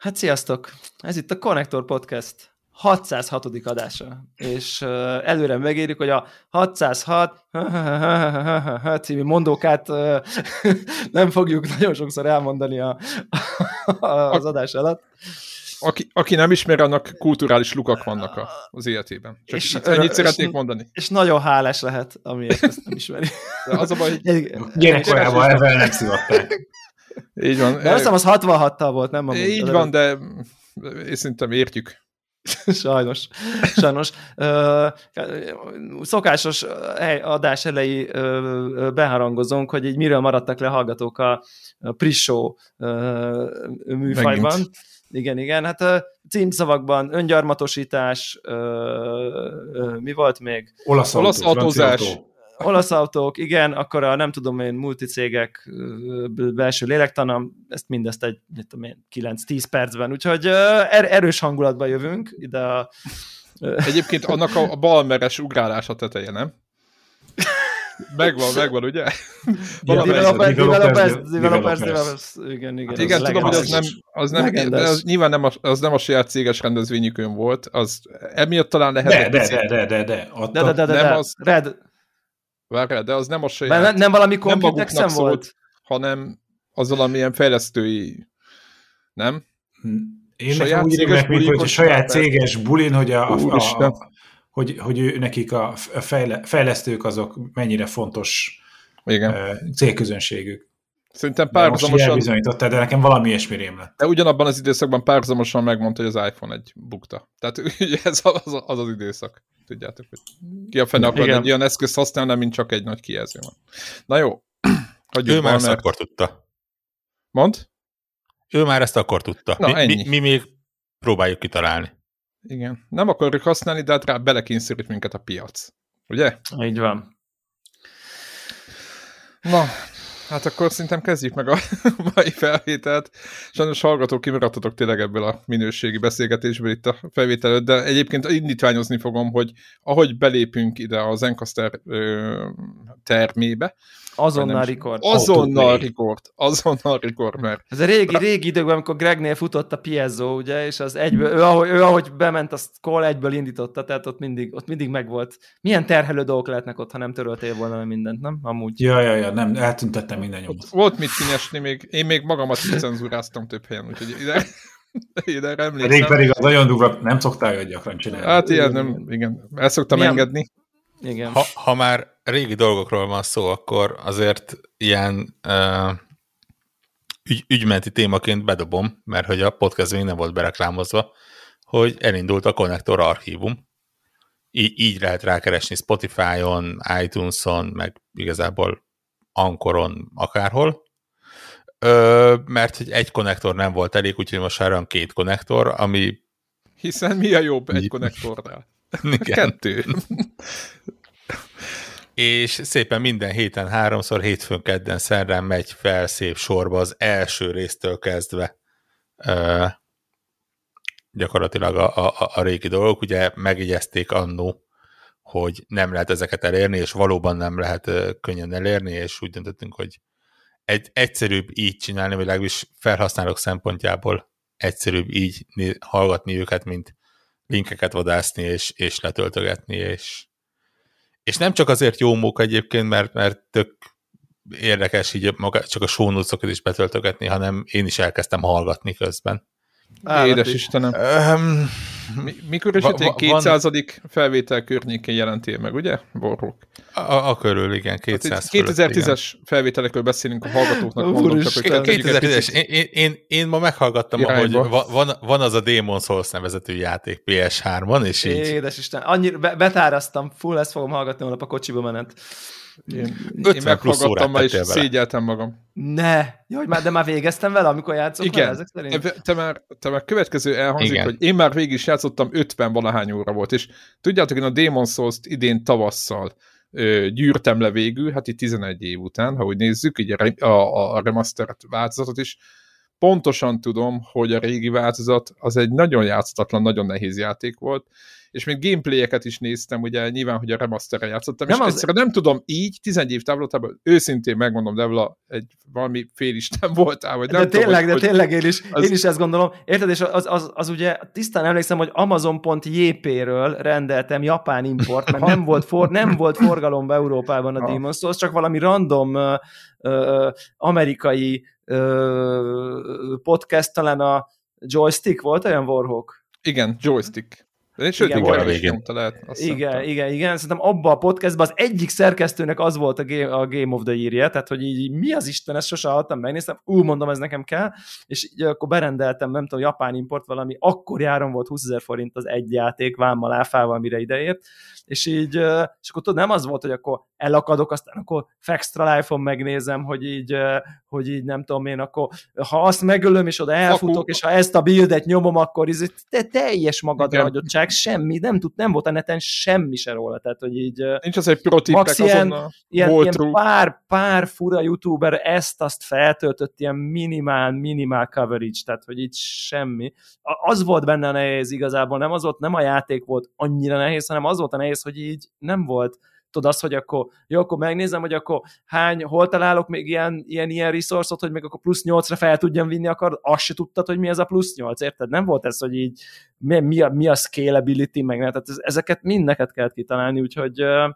Hát sziasztok! Ez itt a Konnektor Podcast 606. adása, és előre megérjük, hogy a 606 című mondókát nem fogjuk nagyon sokszor elmondani az adás alatt. Aki nem ismer, annak kulturális lukak vannak az életében. Csak és ennyit szeretnék mondani. És nagyon hálás lehet, amiért ezt nem ismeri. De az a baj, gyerekkorában ezzel megszívatták. Így van. De azt hiszem, az 66-tal volt, nem? Így van, de én szerintem értjük. Sajnos. Szokásos adás elejé beharangozunk, hogy így miről maradtak le hallgatók a pre-show műfajban. Megint. Igen. Hát címszavakban öngyarmatosítás, mi volt még? Olasz autózás. Olasz autók, igen, akkor a nem tudom én multicégek belső lélektana, mindezt egy 9-10 percben, úgyhogy erős hangulatban jövünk ide Egyébként annak a balmeres ugrálás a teteje, nem? Megvan, ugye? Developers. Igen, tudom, hogy az nyilván nem a saját céges rendezvényükön volt, az emiatt talán lehet... De az nem a saját... Nem valami Computexen volt? Hanem az valamilyen fejlesztői... Nem? Én nekem úgy rémlik, hogy a saját céges bulin, hogy nekik a fejlesztők azok mennyire fontos célközönségük. Szerintem párhuzamosan... Most bizonyítottál, de nekem valami ilyesmi rém lett. De ugyanabban az időszakban párhuzamosan megmondta, hogy az iPhone egy bukta. Tehát ugye ez az időszak. Tudjátok, hogy ki a fene akar egy ilyen eszközt használni, mint csak egy nagy kijelző van. Na jó. Ő már ezt akkor tudta. Mondd? Ő már ezt akkor tudta. Mi még próbáljuk kitalálni. Igen. Nem akarjuk használni, de hát rá belekényszerít minket a piac. Ugye? Így van. Na, hát akkor szerintem kezdjük meg a mai felvételt. Sajnos hallgatók, kimaradtatok tényleg ebből a minőségi beszélgetésből itt a felvétel előtt, de egyébként indítványozni fogom, hogy ahogy belépünk ide a Zencastr termébe, Azonnal record. Azonnal record, mert... Ez a régi időkben, amikor Gregnél futott a Piezo, ugye, és az egyből, ő ahogy bement, azt Cole egyből indította, tehát ott mindig megvolt. Milyen terhelő dolgok lehetnek ott, ha nem töröltél volna mindent, nem? Amúgy. Ja, nem, eltüntettem minden nyomot. Volt mit kinyesni, én még magamat is cenzúráztam több helyen, úgyhogy ide emlékszem. Pedig az nagyon durva, nem szoktál hogy gyakran csinálni. Hát ilyen, nem, igen, el szoktam engedni. Igen. Ha már régi dolgokról van szó, akkor azért ilyen ügymenti témaként bedobom, mert hogy a podcast még nem volt bereklámozva, hogy elindult a Konnektor archívum. Így lehet rákeresni Spotify-on, iTunes-on, meg igazából Anchoron, akárhol. Mert hogy egy konnektor nem volt elég, úgyhogy most már van 2 konnektor, ami... Hiszen mi a jobb egy konnektornál? 2. És szépen minden héten 3-szor, hétfőn, kedden, szerdán megy fel szép sorba az első résztől kezdve gyakorlatilag a régi dolgok. Ugye megjegyezték annó, hogy nem lehet ezeket elérni, és valóban nem lehet könnyen elérni, és úgy döntöttünk, hogy egyszerűbb így csinálni, vagy legalábbis felhasználók szempontjából egyszerűbb így hallgatni őket, mint linkeket vadászni, és letöltögetni, és nem csak azért jó móka egyébként, mert tök érdekes így csak a show notes-okat is betöltögetni, hanem én is elkezdtem hallgatni közben. Édes Istenem. Mikor esetleg 200. felvétel környékén jelentél meg, ugye, Borrók? A körül, igen, 200 2010-es felvételekről beszélünk a hallgatóknak. Mondom, csak, hogy 2010-es. Én ma meghallgattam, hogy van az a Demon's Souls nevezetű játék PS3-on, és így... Édes Isten, annyira betáraztam, full ezt fogom hallgatni holnap a kocsiba menet. Én meghallgattam már, és szégyeltem magam. De már végeztem vele, amikor játszok igen. Vele, ezek szerint? Te már következő elhangzik, igen. Hogy én már végig is játszottam, 50 valahány óra volt, és tudjátok, én a Demon's Souls-t idén tavasszal gyűrtem le végül, hát itt 11 év után, ha úgy nézzük, így a remastered változatot is, pontosan tudom, hogy a régi változat az egy nagyon játszhatatlan, nagyon nehéz játék volt, és még gameplayeket is néztem, ugye nyilván, hogy a remasterre játszottam, és egyszerűen nem tudom így, 11 év távlatában, őszintén megmondom, Devla, valami félisten voltál, vagy nem tudom. De tényleg én is ezt gondolom. Érted, és az ugye tisztán emlékszem, hogy Amazon.jp-ről rendeltem japán import, mert nem volt forgalomba Európában a Demon's Souls, csak valami random amerikai podcast, talán a Joystick volt, olyan Warhawk? Igen, Joystick. Igen. Szerintem abban a podcastban az egyik szerkesztőnek az volt a Game of the Year-je, tehát hogy így mi az Isten, ezt sose hallottam, megnéztem, mondom, ez nekem kell, és így akkor berendeltem, nem tudom, japán import valami, akkor járon volt 20 000 forint az egy játék, vámmal, áfával, mire ideért, és így, és akkor tudod, nem az volt, hogy akkor elakadok, aztán akkor Extra Life-on megnézem, hogy így nem tudom én, akkor ha azt megölöm, és oda elfutok, és ha ezt a buildet nyomom, akkor te teljes magadra agyottság, semmi, nem volt a neten semmi se róla, tehát hogy így... Nincs az egy protipek azonnal. Ilyen pár fura youtuber ezt-azt feltöltött, ilyen minimál coverage, tehát hogy így semmi. Az volt benne a nehéz igazából, nem a játék volt annyira nehéz, hanem az volt a nehéz, hogy így nem volt, tudod azt, hogy akkor megnézem, hogy akkor hol találok még ilyen resource-ot, hogy még akkor plusz 8-ra fel tudjam vinni, akkor azt se tudtad, hogy mi ez a plusz 8, érted? Nem volt ez, hogy így mi a scalability, meg tehát ezeket mindeket kellett kitalálni, úgyhogy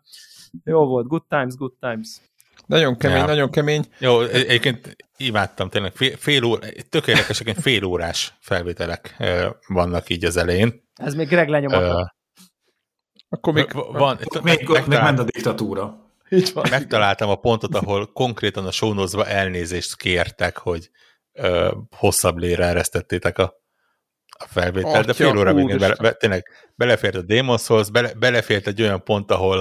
jó volt, good times. Nagyon kemény. Jó, egyébként imádtam tényleg. Tökéleteseken félórás felvételek vannak így az elején. Ez még Greg lenyomata. Akkor még ment a diktatúra. Megtaláltam a pontot, ahol konkrétan a show notes-ba elnézést kértek, hogy hosszabb lére eresztettétek a felvételt, de fél óra végén tényleg belefért a Demon's Souls, belefért egy olyan pont, ahol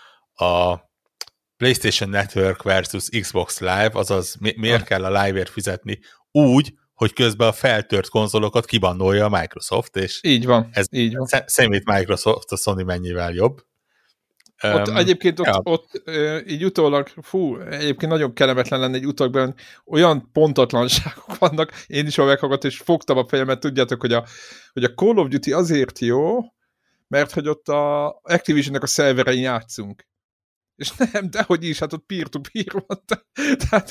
a PlayStation Network versus Xbox Live, azaz miért kell a live-ért fizetni úgy, hogy közben a feltört konzolokat kibannolja a Microsoft, és így van. Szemét Microsoft, a Sony mennyivel jobb. Egyébként ott így utólag, egyébként nagyon kellemetlen lenne egy utólag, olyan pontatlanságok vannak, én is meghallgattam, és fogtam a fejemet, tudjátok, hogy a Call of Duty azért jó, mert hogy ott a Activisionnek a szerverein játszunk. És nem, dehogy is, hát ott peer-to-peer van. Tehát,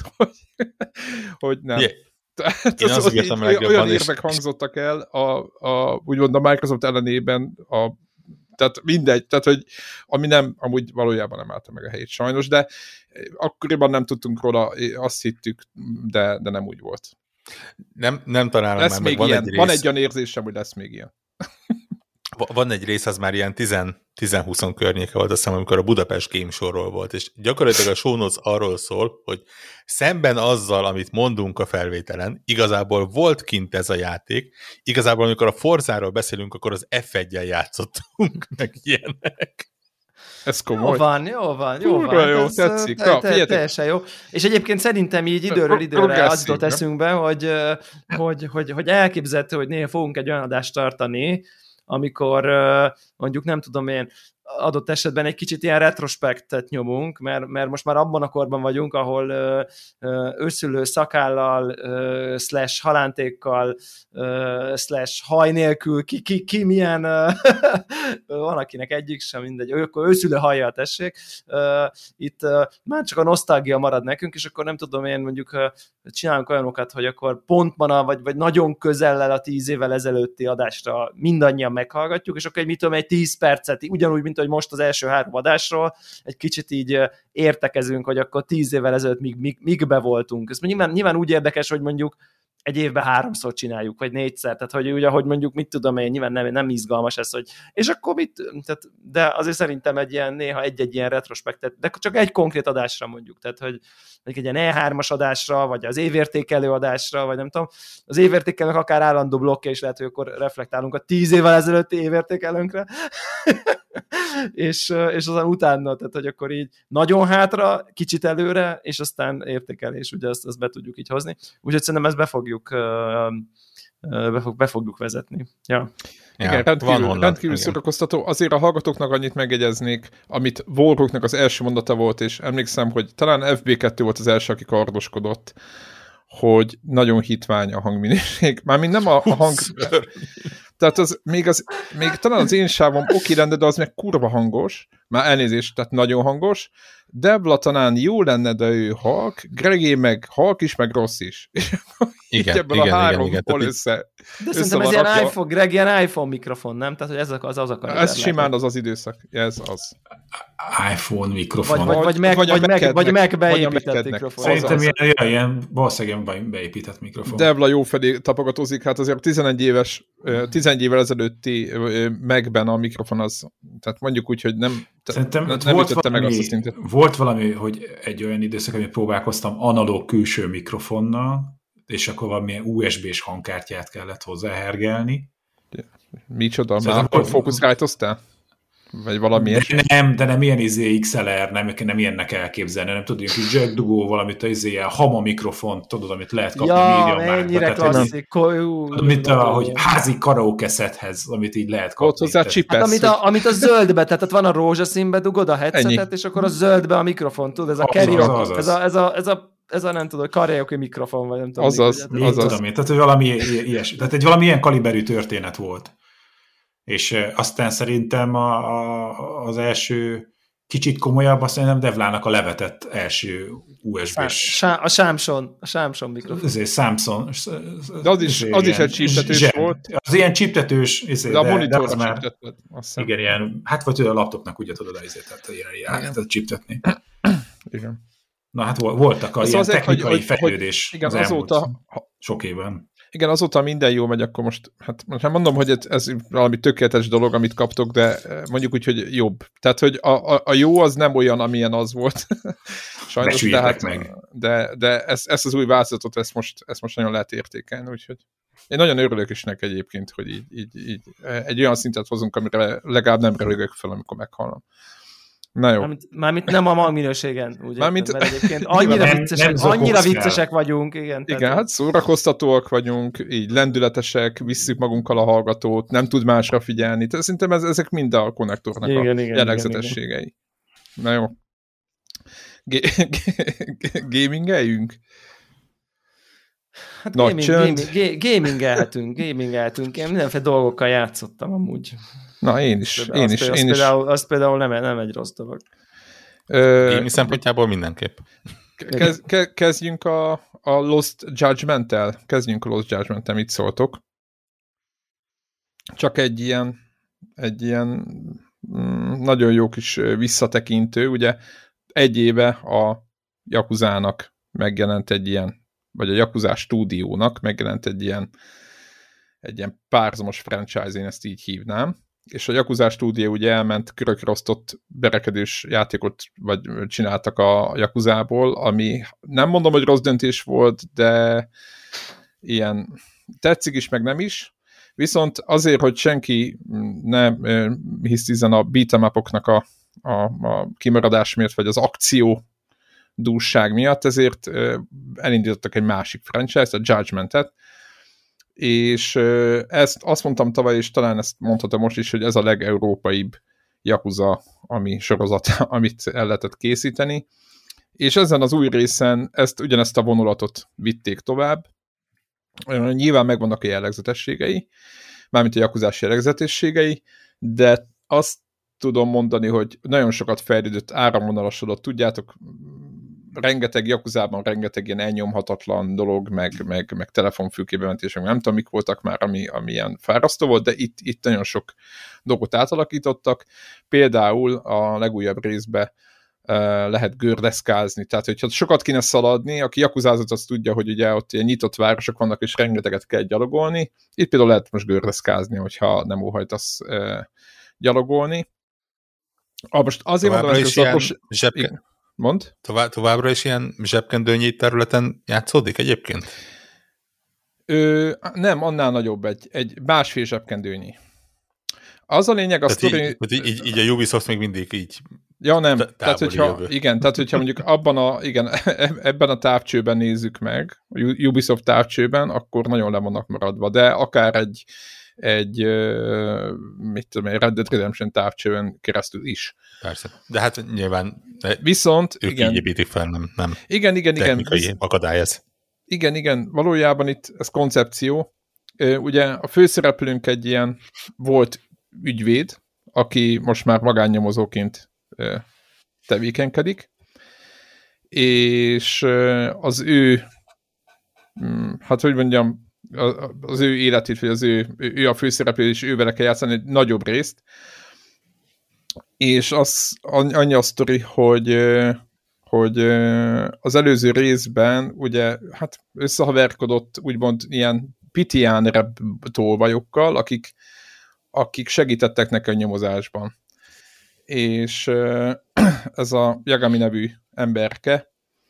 hogy nem. Yeah. Tehát én azt írtam olyan érvek hangzottak el úgymond a Microsoft ellenében, tehát mindegy, tehát hogy ami nem, amúgy valójában nem állta meg a helyét sajnos, de akkoriban nem tudtunk róla, azt hittük, de nem úgy volt. Nem találom lesz már, meg van egy olyan érzésem, hogy lesz még ilyen. Van egy rész, az már ilyen 10-20 környéke volt, azt hiszem, amikor a Budapest Game Show-ról volt, és gyakorlatilag a show notes arról szól, hogy szemben azzal, amit mondunk a felvételen, igazából volt kint ez a játék, igazából amikor a Forzáról beszélünk, akkor az F1-jel játszottunk, meg ilyenek. Ez komoly. Jó van. Jó, tetszik. Teljesen jó. És egyébként szerintem így időről időre az jutott eszünkbe, hogy elképzelhető, hogy néha fogunk egy olyan adást tartani, amikor mondjuk nem tudom én, adott esetben egy kicsit ilyen retrospektet nyomunk, mert most már abban a korban vagyunk, ahol őszülő szakállal, / halántékkal, / haj nélkül, ki milyen, van akinek egyik sem, mindegy, akkor őszülő hajjal tessék. Itt már csak a nosztalgia marad nekünk, és akkor nem tudom én, mondjuk csinálunk olyanokat, hogy akkor pontban, vagy nagyon közellel a 10 évvel ezelőtti adásra mindannyian meghallgatjuk, és akkor egy 10 percet, ugyanúgy, mint hogy most az első 3 adásról, egy kicsit így értekezünk, hogy akkor 10 évvel ezelőtt mikbe voltunk. Ez nyilván úgy érdekes, hogy mondjuk egy évben 3-szor csináljuk, vagy 4-szer, tehát hogy úgy, ahogy mondjuk, mit tudom én, nyilván nem izgalmas ez, hogy és akkor tehát, de azért szerintem egy ilyen, néha egy ilyen retrospektet, de csak egy konkrét adásra mondjuk, tehát hogy egy ilyen E3-as adásra, vagy az évértékelő adásra, vagy nem tudom, az évértékelőnek akár állandó blokkja is lehet, hogy akkor reflektálunk a 10 évvel ezelőtti évértékelőnkre, és aztán utána, tehát hogy akkor így nagyon hátra, kicsit előre, és aztán értékelés, ugye azt be tudjuk így hozni. Úgyhogy szerintem ezt be fogjuk vezetni. Ja. Igen, rendkívül szórakoztató. Azért a hallgatóknak annyit megjegyeznék, amit Volkoknak az első mondata volt, és emlékszem, hogy talán FB2 volt az első, aki kardoskodott, hogy nagyon hitvány a hangminőség. Mármint nem a hang... Tehát még talán az én sávom oké lenne, de az meg kurva hangos, már elnézést, tehát nagyon hangos, Debla talán jó lenne, de ő halk, Gregé meg halk is, meg rossz is. Igen, ebből a háromból össze. De szerintem ez ilyen iPhone, Greg, ilyen iPhone mikrofon, nem? Tehát, hogy ez az a kaliber. Ez simán az időszak. Ez az. iPhone mikrofon. Vagy Mac beépített mikrofon. Szerintem ilyen valószínűleg beépített mikrofon. Debla jó felé tapogatózik, hát azért 11 évvel ezelőtti Macben a mikrofon az, tehát mondjuk úgy, hogy nem ütötte meg azt a szintet. Volt valami, hogy egy olyan időszak, amit próbálkoztam analóg külső mikrofonnal, és akkor valamilyen USB-s hangkártyát kellett hozzáhergelni. Micsoda? Már fókuszrájtoztál? Vagy valamilyen? De nem ilyen XLR, nem ilyennek elképzelni, nem tudod, ilyen kis jackdugó, valamit ilyen hama mikrofont, tudod, amit lehet kapni médiumárba. Ja, mennyire klasszik. Mint ahogy házi karaoke sethez, amit így lehet kapni. Ott hozzá csipesz. Hát, amit a zöldbe, tehát van a rózsaszínbe, dugod a headsetet, és akkor a zöldbe a mikrofon, tudod, ez a karaoke, ez a nem tudom, karaoke mikrofon, vagy nem tudom. Azaz. Tehát valami ilyesmi. Tehát egy valamilyen kaliberű történet volt. És aztán szerintem az első kicsit komolyabb, azt szerintem Devlának a levetett első USB-s... A Samsung mikrofon. Ezért Samsung. De az is egy csíptetős volt. Az ilyen csíptetős. De a monitor már... Igen, ilyen, hát vagy a laptopnak ugye tudod tehát ilyen lehetett csíptetni. Igen. Na hát voltak ilyen technikai fejlődés igen, azóta sok évben. Igen, azóta minden jó megy, akkor most nem mondom, hogy ez valami tökéletes dolog, amit kaptok, de mondjuk úgy, hogy jobb. Tehát, hogy a jó az nem olyan, amilyen az volt. Sajnos, de ezt az új változatot, ezt most nagyon lehet értékelni, úgyhogy én nagyon örülök is neki egyébként, hogy így egy olyan szintet hozunk, amire legalább nem rögök fel, amikor meghallom. Na jó. Mármint nem a magminőségen, ugye? Mert egyébként annyira viccesek vagyunk. Igen, hát szórakoztatóak vagyunk, így lendületesek, visszük magunkkal a hallgatót, nem tud másra figyelni. Tehát szerintem ezek mind a konnektornak a jellegzetességei. Na jó. Gamingeljünk? Hát gamingelhetünk. Én mindenféle dolgokkal játszottam amúgy. Na, én is. Az például nem egy rossz dolog. Gaming szempontjából mindenképp. Kezdjünk a Lost Judgment-tel. Mit szóltok? Csak egy ilyen nagyon jó kis visszatekintő. Ugye egy éve a Yakuzának megjelent egy ilyen, vagy a Yakuza stúdiónak megjelent egy ilyen párhuzamos franchise, én ezt így hívnám. És a Yakuza stúdió ugye elment körökre osztott berekedős játékot vagy csináltak a Yakuzából, ami nem mondom, hogy rossz döntés volt, de ilyen tetszik is, meg nem is. Viszont azért, hogy senki ne hisztizzen a beat'em upoknak a kimaradás miatt, vagy az akció dússág miatt, ezért elindítottak egy másik franchise, a Judgment-et, és ezt azt mondtam tavaly, és talán ezt mondhatom most is, hogy ez a legeurópaibb Yakuza sorozat, amit el lehetett készíteni, és ezen az új részen ugyanezt a vonulatot vitték tovább. Nyilván megvannak a jellegzetességei, mármint a Yakuzás jellegzetességei, de azt tudom mondani, hogy nagyon sokat fejlődött, áramvonalasodott, tudjátok, rengeteg Yakuzában, rengeteg ilyen elnyomhatatlan dolog, meg telefonfülkébementések, nem tudom, mik voltak már, ami ilyen fárasztó volt, de itt nagyon sok dolgot átalakítottak. Például a legújabb részben lehet gördeszkázni, tehát hogyha sokat kéne szaladni, aki yakuzázott, az tudja, hogy ugye ott ilyen nyitott városok vannak, és rengeteget kell gyalogolni. Itt például lehet most gördeszkázni, hogyha nem óhajtasz gyalogolni. Most azért mondom, hogy mond? Továbbra is ilyen zsebkendőnyi területen játszódik egyébként? Nem, annál nagyobb, egy másfél zsebkendőnyi. Az a lényeg, a sztori... Így a Ubisoft még mindig így... Ja, nem. Tehát, hogyha mondjuk ebben a távcsőben nézzük meg, a Ubisoft távcsőben, akkor nagyon le vannak maradva, de akár egy Red Dead Redemption távcsőn keresztül is. Persze. De hát nyilván viszont, ők így építik fel, nem igen. Technikai akadály ez. Igen, valójában itt ez koncepció, Ugye a főszereplőnk egy ilyen volt ügyvéd, aki most már magánnyomozóként tevékenykedik, és az ő, hát hogy mondjam, az ő életét, vagy ő a főszereplő, és ő vele kell játszani egy nagyobb részt, és annyi a sztori, hogy az előző részben ugye hát összehaverkodott úgymond ilyen pitián tolvajokkal, akik segítettek neki a nyomozásban. És ez a Yagami nevű emberke,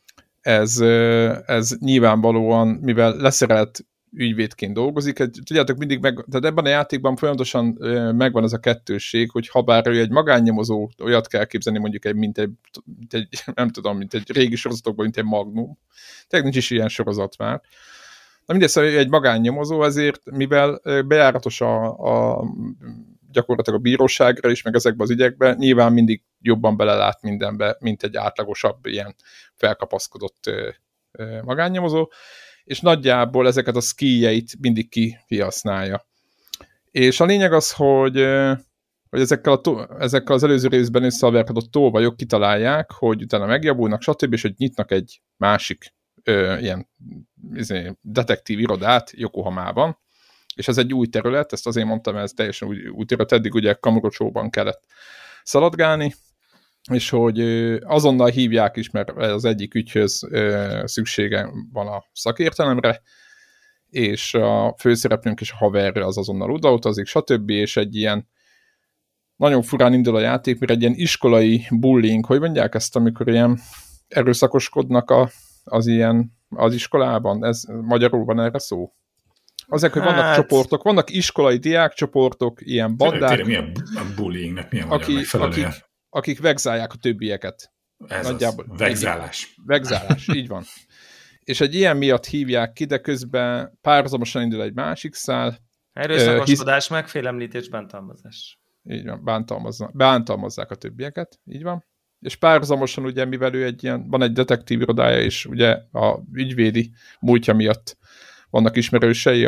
ez nyilvánvalóan, mivel leszerelt ügyvédként dolgozik, tudjátok, mindig tehát ebben a játékban folyamatosan megvan ez a kettősség, hogy habár ő egy magánnyomozó, olyat kell képzelni mondjuk mint egy régi sorozatokban, mint egy Magnum. Tehát nincs is ilyen sorozat már. Na mindegy, szóval egy magánnyomozó, ezért, mivel bejáratos gyakorlatilag a bíróságra is, meg ezekbe az ügyekbe, nyilván mindig jobban belelát mindenbe, mint egy átlagosabb, ilyen felkapaszkodott magánnyomozó, és nagyjából ezeket a skilljeit mindig kihasználja. És a lényeg az, hogy ezekkel az előző részben összehaverkodott tolvajok kitalálják, hogy utána megjavulnak, stb., és hogy nyitnak egy másik ilyen detektív irodát Yokohamában, és ez egy új terület, ezt azért mondtam, ez teljesen új terület, eddig ugye Kamurocho-ban kellett szaladgálni, és hogy azonnal hívják is, mert az egyik ügyhöz szüksége van a szakértelemre, és a főszereplőnk és a haverre az azonnal odautazik, stb., és egy ilyen nagyon furán indul a játék, mert egy ilyen iskolai bullying, hogy mondják ezt, amikor ilyen erőszakoskodnak az iskolában, ez magyarul van erre szó? Azért, hogy vannak csoportok, vannak iskolai diákcsoportok, ilyen bandák. Milyen bullyingnek, milyen magyar megfelelően? Akik vegzálják a többieket. Ez nagyjából. Vegzálás. Vegzálás, így van. És egy ilyen miatt hívják ki, de közben párhuzamosan indul egy másik szál. Erőszakoskodás, megfélemlítés, bántalmazás. Így van, bántalmazzák a többieket, így van. És párhuzamosan ugye, mivel ő van egy detektív irodája, és ugye a ügyvédi múltja miatt vannak ismerősei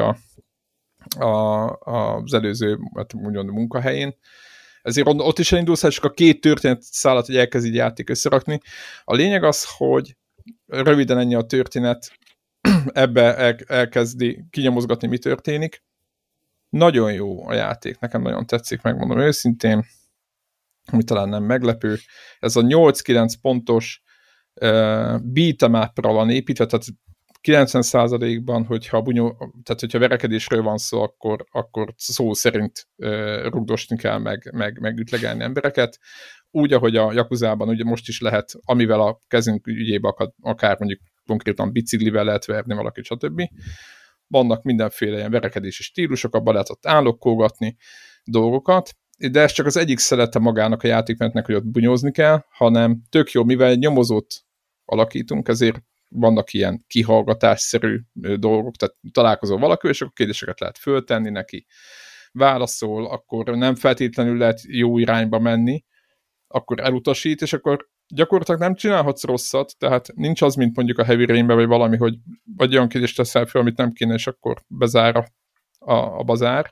az előző, hát mondjam, munkahelyén. Ezért ott is elindulsz, és a két történet szállat, hogy elkezd így játék összerakni. A lényeg az, hogy röviden ennyi a történet, ebbe elkezdi kinyomozgatni, mi történik. Nagyon jó a játék, nekem nagyon tetszik, megmondom őszintén, ami talán nem meglepő. Ez a 8-9 pontos beat'em up-ra van építve, tehát 90%-ban, hogyha verekedésről van szó, akkor szó szerint rugdosni kell, meg ütlegelni embereket. Úgy, ahogy a Yakuzában ugye most is lehet, amivel a kezünk ügyébe akár mondjuk konkrétan biciklivel lehet verni valakit, stb. Vannak mindenféle ilyen verekedési stílusok, abban lehet ott állokkógatni dolgokat, de ez csak az egyik szelete magának a játékmenetnek, hogy ott bunyózni kell, hanem tök jó, mivel egy nyomozót alakítunk, ezért vannak ilyen kihallgatásszerű dolgok, tehát találkozol valakivel, és akkor kérdéseket lehet föltenni neki, válaszol, akkor nem feltétlenül lehet jó irányba menni, akkor elutasít, és akkor gyakorlatilag nem csinálhatsz rosszat, tehát nincs az, mint mondjuk a Heavy Rainben, vagy valami, hogy vagy olyan kérdést teszel fel, amit nem kéne, és akkor bezár a bazár.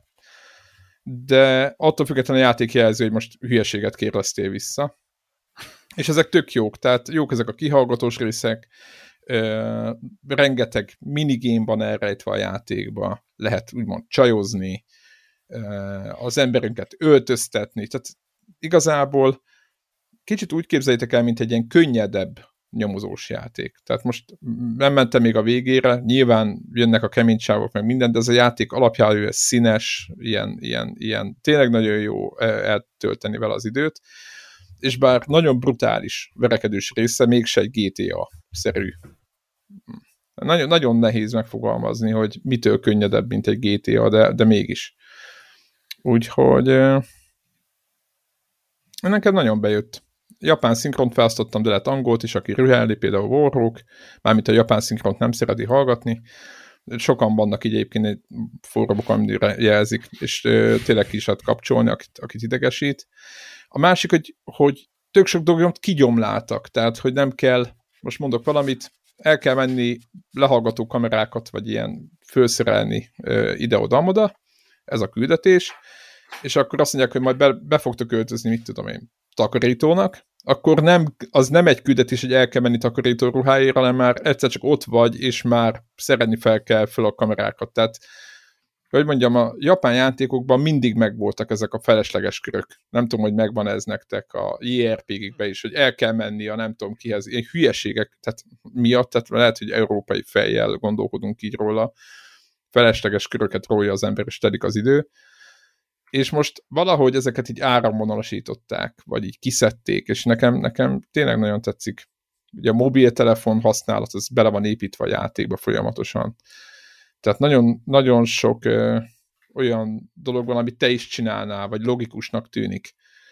De attól függetlenül a játék jelzi, hogy most hülyeséget kérdeztél vissza. És ezek tök jók, tehát jók ezek a kihallgatós részek, rengeteg minigame van elrejtve a játékba, lehet úgymond csajozni, az emberünket öltöztetni, tehát igazából kicsit úgy képzeljétek el, mint egy ilyen könnyedebb nyomozós játék. Tehát most nem mentem még a végére, nyilván jönnek a keménysávok, meg minden, de ez a játék alapjául színes, ilyen tényleg nagyon jó eltölteni vele az időt, és bár nagyon brutális verekedős része, mégse egy GTA-szerű. Nagyon, nagyon nehéz megfogalmazni, hogy mitől könnyedebb, mint egy GTA, de mégis. Úgyhogy nekem nagyon bejött. Japán szinkront választottam, de lehet angolt is, aki rühelli, például Warhawk, mármint a japán szinkront nem szereti hallgatni. Sokan vannak így egyébként egy fórumokon, amire jelzik, és tényleg ki is lehet kapcsolni, akit idegesít. A másik, hogy tök sok dolgot kigyomláltak, tehát, hogy nem kell, most mondok valamit, el kell menni lehallgató kamerákat, vagy ilyen fölszerelni ide-oda-amoda, ez a küldetés, és akkor azt mondják, hogy majd be fogtok költözni, mit tudom én, takarítónak, akkor az nem egy küldetés, hogy el kell menni takarító ruháért, hanem már egyszer csak ott vagy, és már szerelni fel a kamerákat. Tehát, hogy mondjam, a japán játékokban mindig megvoltak ezek a felesleges körök. Nem tudom, hogy megvan ez nektek a JRPG-kben is, hogy el kell menni a nem tudom kihez, ilyen hülyeségek miatt, tehát lehet, hogy európai fejjel gondolkodunk így róla, felesleges köröket rólja az ember, és telik az idő. És most valahogy ezeket így áramvonalasították, vagy így kiszedték, és nekem tényleg nagyon tetszik. Ugye a mobiltelefon használat, az bele van építve a játékba folyamatosan. Tehát nagyon, nagyon sok olyan dolog van, amit te is csinálnál, vagy logikusnak tűnik.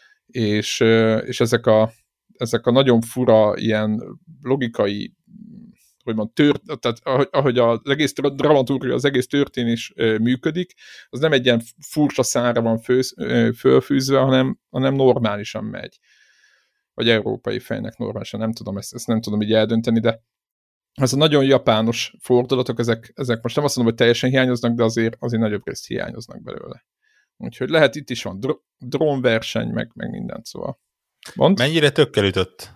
És ezek a nagyon fura ilyen logikai, hogy van, tehát ahogy az egész dramaturgia, az egész történés működik, az nem egy ilyen furcsa szára van fölfűzve, hanem normálisan megy. Vagy európai fejnek normálisan, nem tudom, ezt nem tudom így eldönteni, de ez a nagyon japános fordulatok, ezek most nem azt mondom, hogy teljesen hiányoznak, de azért nagyobb részt hiányoznak belőle. Úgyhogy lehet itt is van drónverseny, meg mindent, szóval. Mondd? Mennyire tökkel ütött?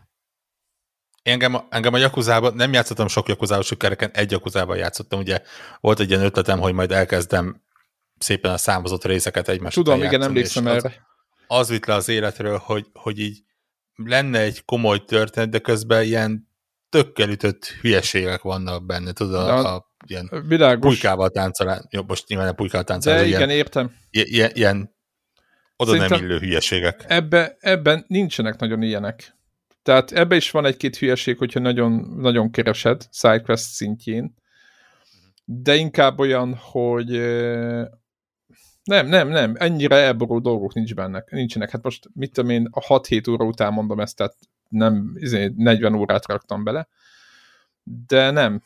Engem a Yakuzában, nem játszottam sok Yakuzában, sikereken egy Yakuzában játszottam, ugye volt egy ilyen ötletem, hogy majd elkezdem szépen a számozott részeket egymás Tudom, után igen, emlékszem erre. Az vitt le az életről, hogy így lenne egy komoly történet, de közben ilyen tökkel ütött hülyeségek vannak benne, tudod, ilyen pulykával táncolás, jó, most nyilván a pulykával táncolás, de igen, értem. Ilyen oda szerintem nem illő hülyeségek. Ebben nincsenek nagyon ilyenek. Tehát ebben is van egy-két hülyeség, hogyha nagyon, nagyon keresed SideQuest szintjén, de inkább olyan, hogy nem, ennyire elborult dolgok nincsenek. Hát most mit tudom én, a 6-7 óra után mondom ezt, tehát nem 40 órát raktam bele, de nem.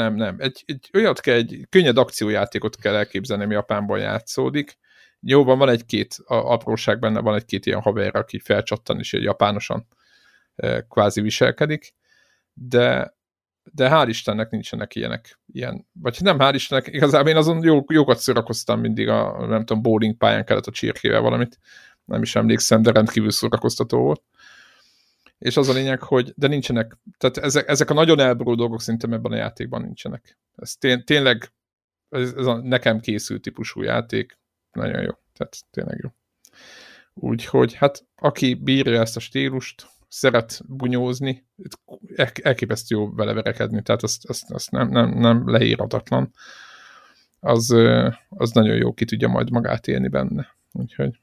Egy könnyed akciójátékot kell elképzelni, ami Japánban játszódik. Jó, van egy-két apróság benne, van egy-két ilyen haver, aki felcsattan és japánosan kvázi viselkedik, de hál' Istennek nincsenek ilyen, vagy nem hál' Istennek, igazából én azon jókat szórakoztam mindig nem tudom, bowling pályán kellett a csirkével valamit, nem is emlékszem, de rendkívül szórakoztató volt. És az a lényeg, hogy de nincsenek, tehát ezek a nagyon elborult dolgok szerintem ebben a játékban nincsenek. Ez tényleg ez a nekem készült típusú játék, nagyon jó, tehát tényleg jó. Úgyhogy hát aki bírja ezt a stílust, szeret bunyózni, elképesztő jó vele verekedni, tehát azt nem leírhatatlan. Az nagyon jó, ki tudja majd magát élni benne. Úgyhogy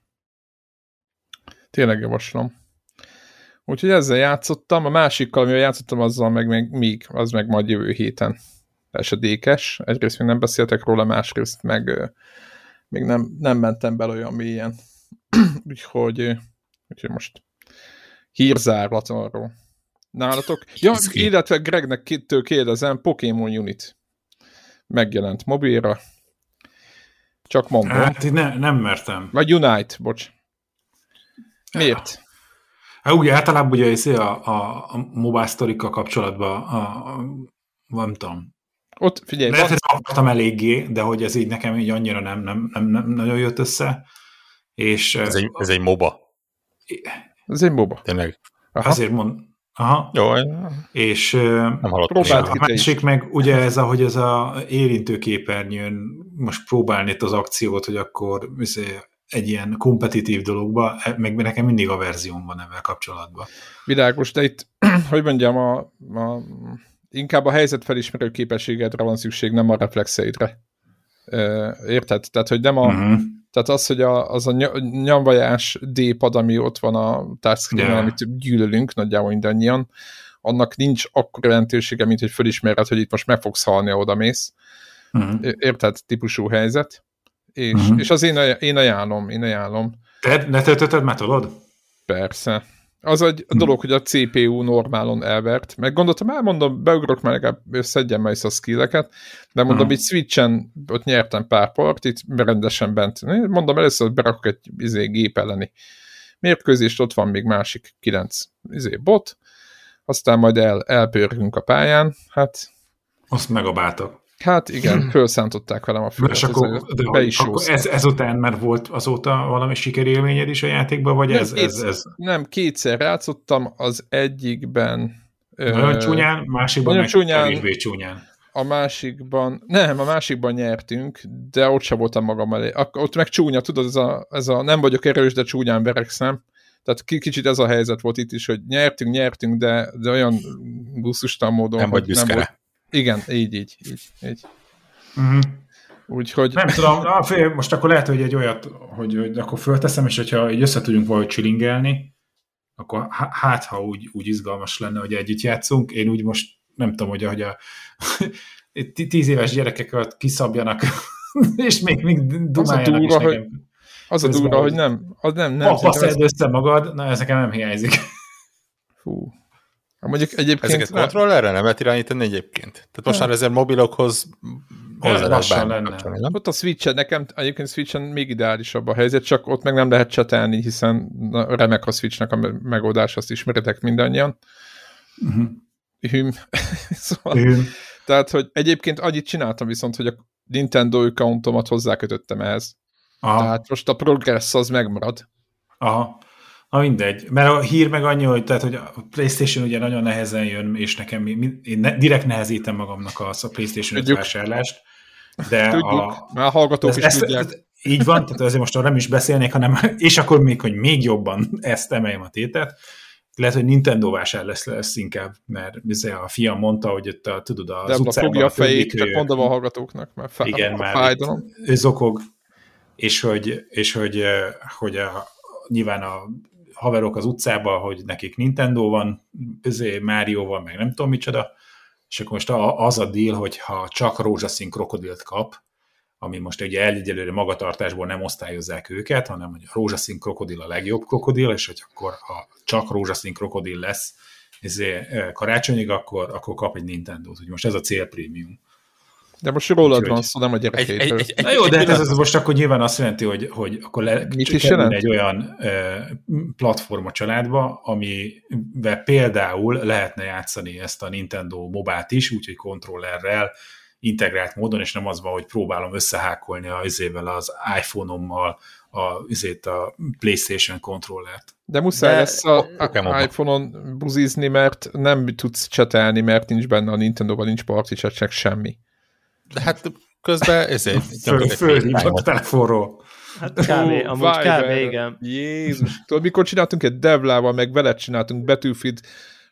tényleg javaslom. Úgyhogy ezzel játszottam, a másikkal, amivel játszottam, azzal az meg majd jövő héten esedékes. Egyrészt még nem beszéltek róla, másrészt meg még nem mentem bele olyan mélyen. úgyhogy most hírzárlat arról. Nálatok? Ja, illetve Gregnek kérdezem, Pokémon Unit megjelent mobilra. Csak mondom. Hát nem mertem. Vagy Unite, bocs. Miért? Hát ugye általában ugye a mobile sztorikkal kapcsolatban nem tudom. Ott figyelj. Lehet, hogy akartam eléggé, de hogy ez így nekem így annyira nem nagyon jött össze. És ez egy MOBA. Ez egy MOBA. Tényleg. Aha. Azért mond. Aha. Jó. És a másik meg ugye ez a érintőképernyőn most próbálni itt az akciót, hogy akkor egy ilyen kompetitív dologba, meg nekem mindig a verzióm van ebben kapcsolatban. Világos, de itt, hogy mondjam, inkább a helyzetfelismerő képességedre van szükség, nem a reflexeidre. Érted? Tehát, hogy nem tehát az, hogy az a nyomvajás D-pad, ami ott van a touchscreen-en, amit gyűlölünk nagyjából mindannyian, annak nincs akkora jelentősége, mint hogy fölismered, hogy itt most meg fogsz halni, oda mész. Érted? Típusú helyzet. És az én ajánlom. Te töltötted már, tudod? Persze. Az egy dolog, hogy a CPU normálon elvert. Meg gondoltam, elmondom, beugrok, mert legalább szedjem meg a skilleket, de mondom, itt Switchen ott nyertem pár partit, rendesen bent. Mondom, először berakok egy gép elleni mérkőzést, ott van még másik 9 bot, aztán majd elpörgünk a pályán, hát... Azt megabáltak. Hát igen, felszántották velem a fület, és akkor ezután már volt azóta valami sikerélményed is a játékban, vagy ez? Nem, kétszer játszottam, az egyikben... Nagyon csúnyán, másikban meg kevésbé csúnyán. A másikban nyertünk, de ott sem voltam magam elé. Ott meg csúnya, tudod, ez a nem vagyok erős, de csúnyán verekszem. Tehát kicsit ez a helyzet volt itt is, hogy nyertünk, de olyan gusztustalan módon. Nem vagy büszke rá. Igen, így. Uh-huh. Úgyhogy... Nem tudom, most akkor lehet, hogy egy olyat, hogy akkor fölteszem, és hogyha így össze tudjunk valahogy csilingelni, akkor hát, ha úgy izgalmas lenne, hogy együtt játszunk. Én úgy most nem tudom, hogy a 10 éves gyerekeket kiszabjanak, és még dumáljanak is nekem. Az a durva, hogy nem. Passzeld össze magad, na ez nekem nem hiányzik. Fú. Mondjuk egyébként... Ezeket kontrollerre nem lehet irányítani egyébként? Tehát most már ezért mobilokhoz hozzá lassan lenne. Ott a Switch-en, nekem egyébként Switch-en még ideálisabb a helyzet, csak ott meg nem lehet csetelni, hiszen remek a Switch-nek a megoldás, azt ismeritek mindannyian. Szóval, tehát, hogy egyébként annyit csináltam viszont, hogy a Nintendo accountomat hozzákötöttem ehhez. Aha. Tehát most a progress az megmarad. Aha. Mindegy. Mert a hír meg annyi, hogy a PlayStation ugye nagyon nehezen jön, és nekem én direkt nehezítem magamnak a PlayStation 5 vásárlást. De tudjuk, már hallgatók is tudják. Így van, tehát azért most nem is beszélnék, hanem, és akkor még, hogy még jobban ezt emeljem a tétet. Lehet, hogy Nintendo vásár lesz inkább, mert a fiam mondta, hogy tudod, az utcában... fogja a fejét, csak mondom a hallgatóknak, mert igen, már ő zokog, és hogy nyilván a haverok az utcában, hogy nekik Nintendo van, Mario van, meg nem tudom micsoda, és akkor most az a deal, hogy ha csak rózsaszín krokodilt kap, ami most ugye egyelőre magatartásból nem osztályozzák őket, hanem hogy a rózsaszín krokodil a legjobb krokodil, és hogy akkor ha csak rózsaszín krokodil lesz karácsonyig, akkor kap egy Nintendót. Hogy most ez a célprémium. De most rólad van szó, nem a gyerekeitől. Na jó, de ez most akkor nyilván azt jelenti, hogy akkor kerül egy olyan platform a családba, amivel például lehetne játszani ezt a Nintendo mobát is, úgyhogy kontrollerrel, integrált módon, és nem az van, hogy próbálom összehákolni az iPhone-ommal a PlayStation kontrollert. De muszáj lesz a iPhone-on buzizni, mert nem tudsz csetelni, mert nincs benne a Nintendo-ban, nincs party chat, semmi. De hát közben ezért... Fölhívott a telefonról. Hát kb. Igen. Jézus. Tudod, mikor csináltunk egy Devlával, meg veled csináltunk Battlefield,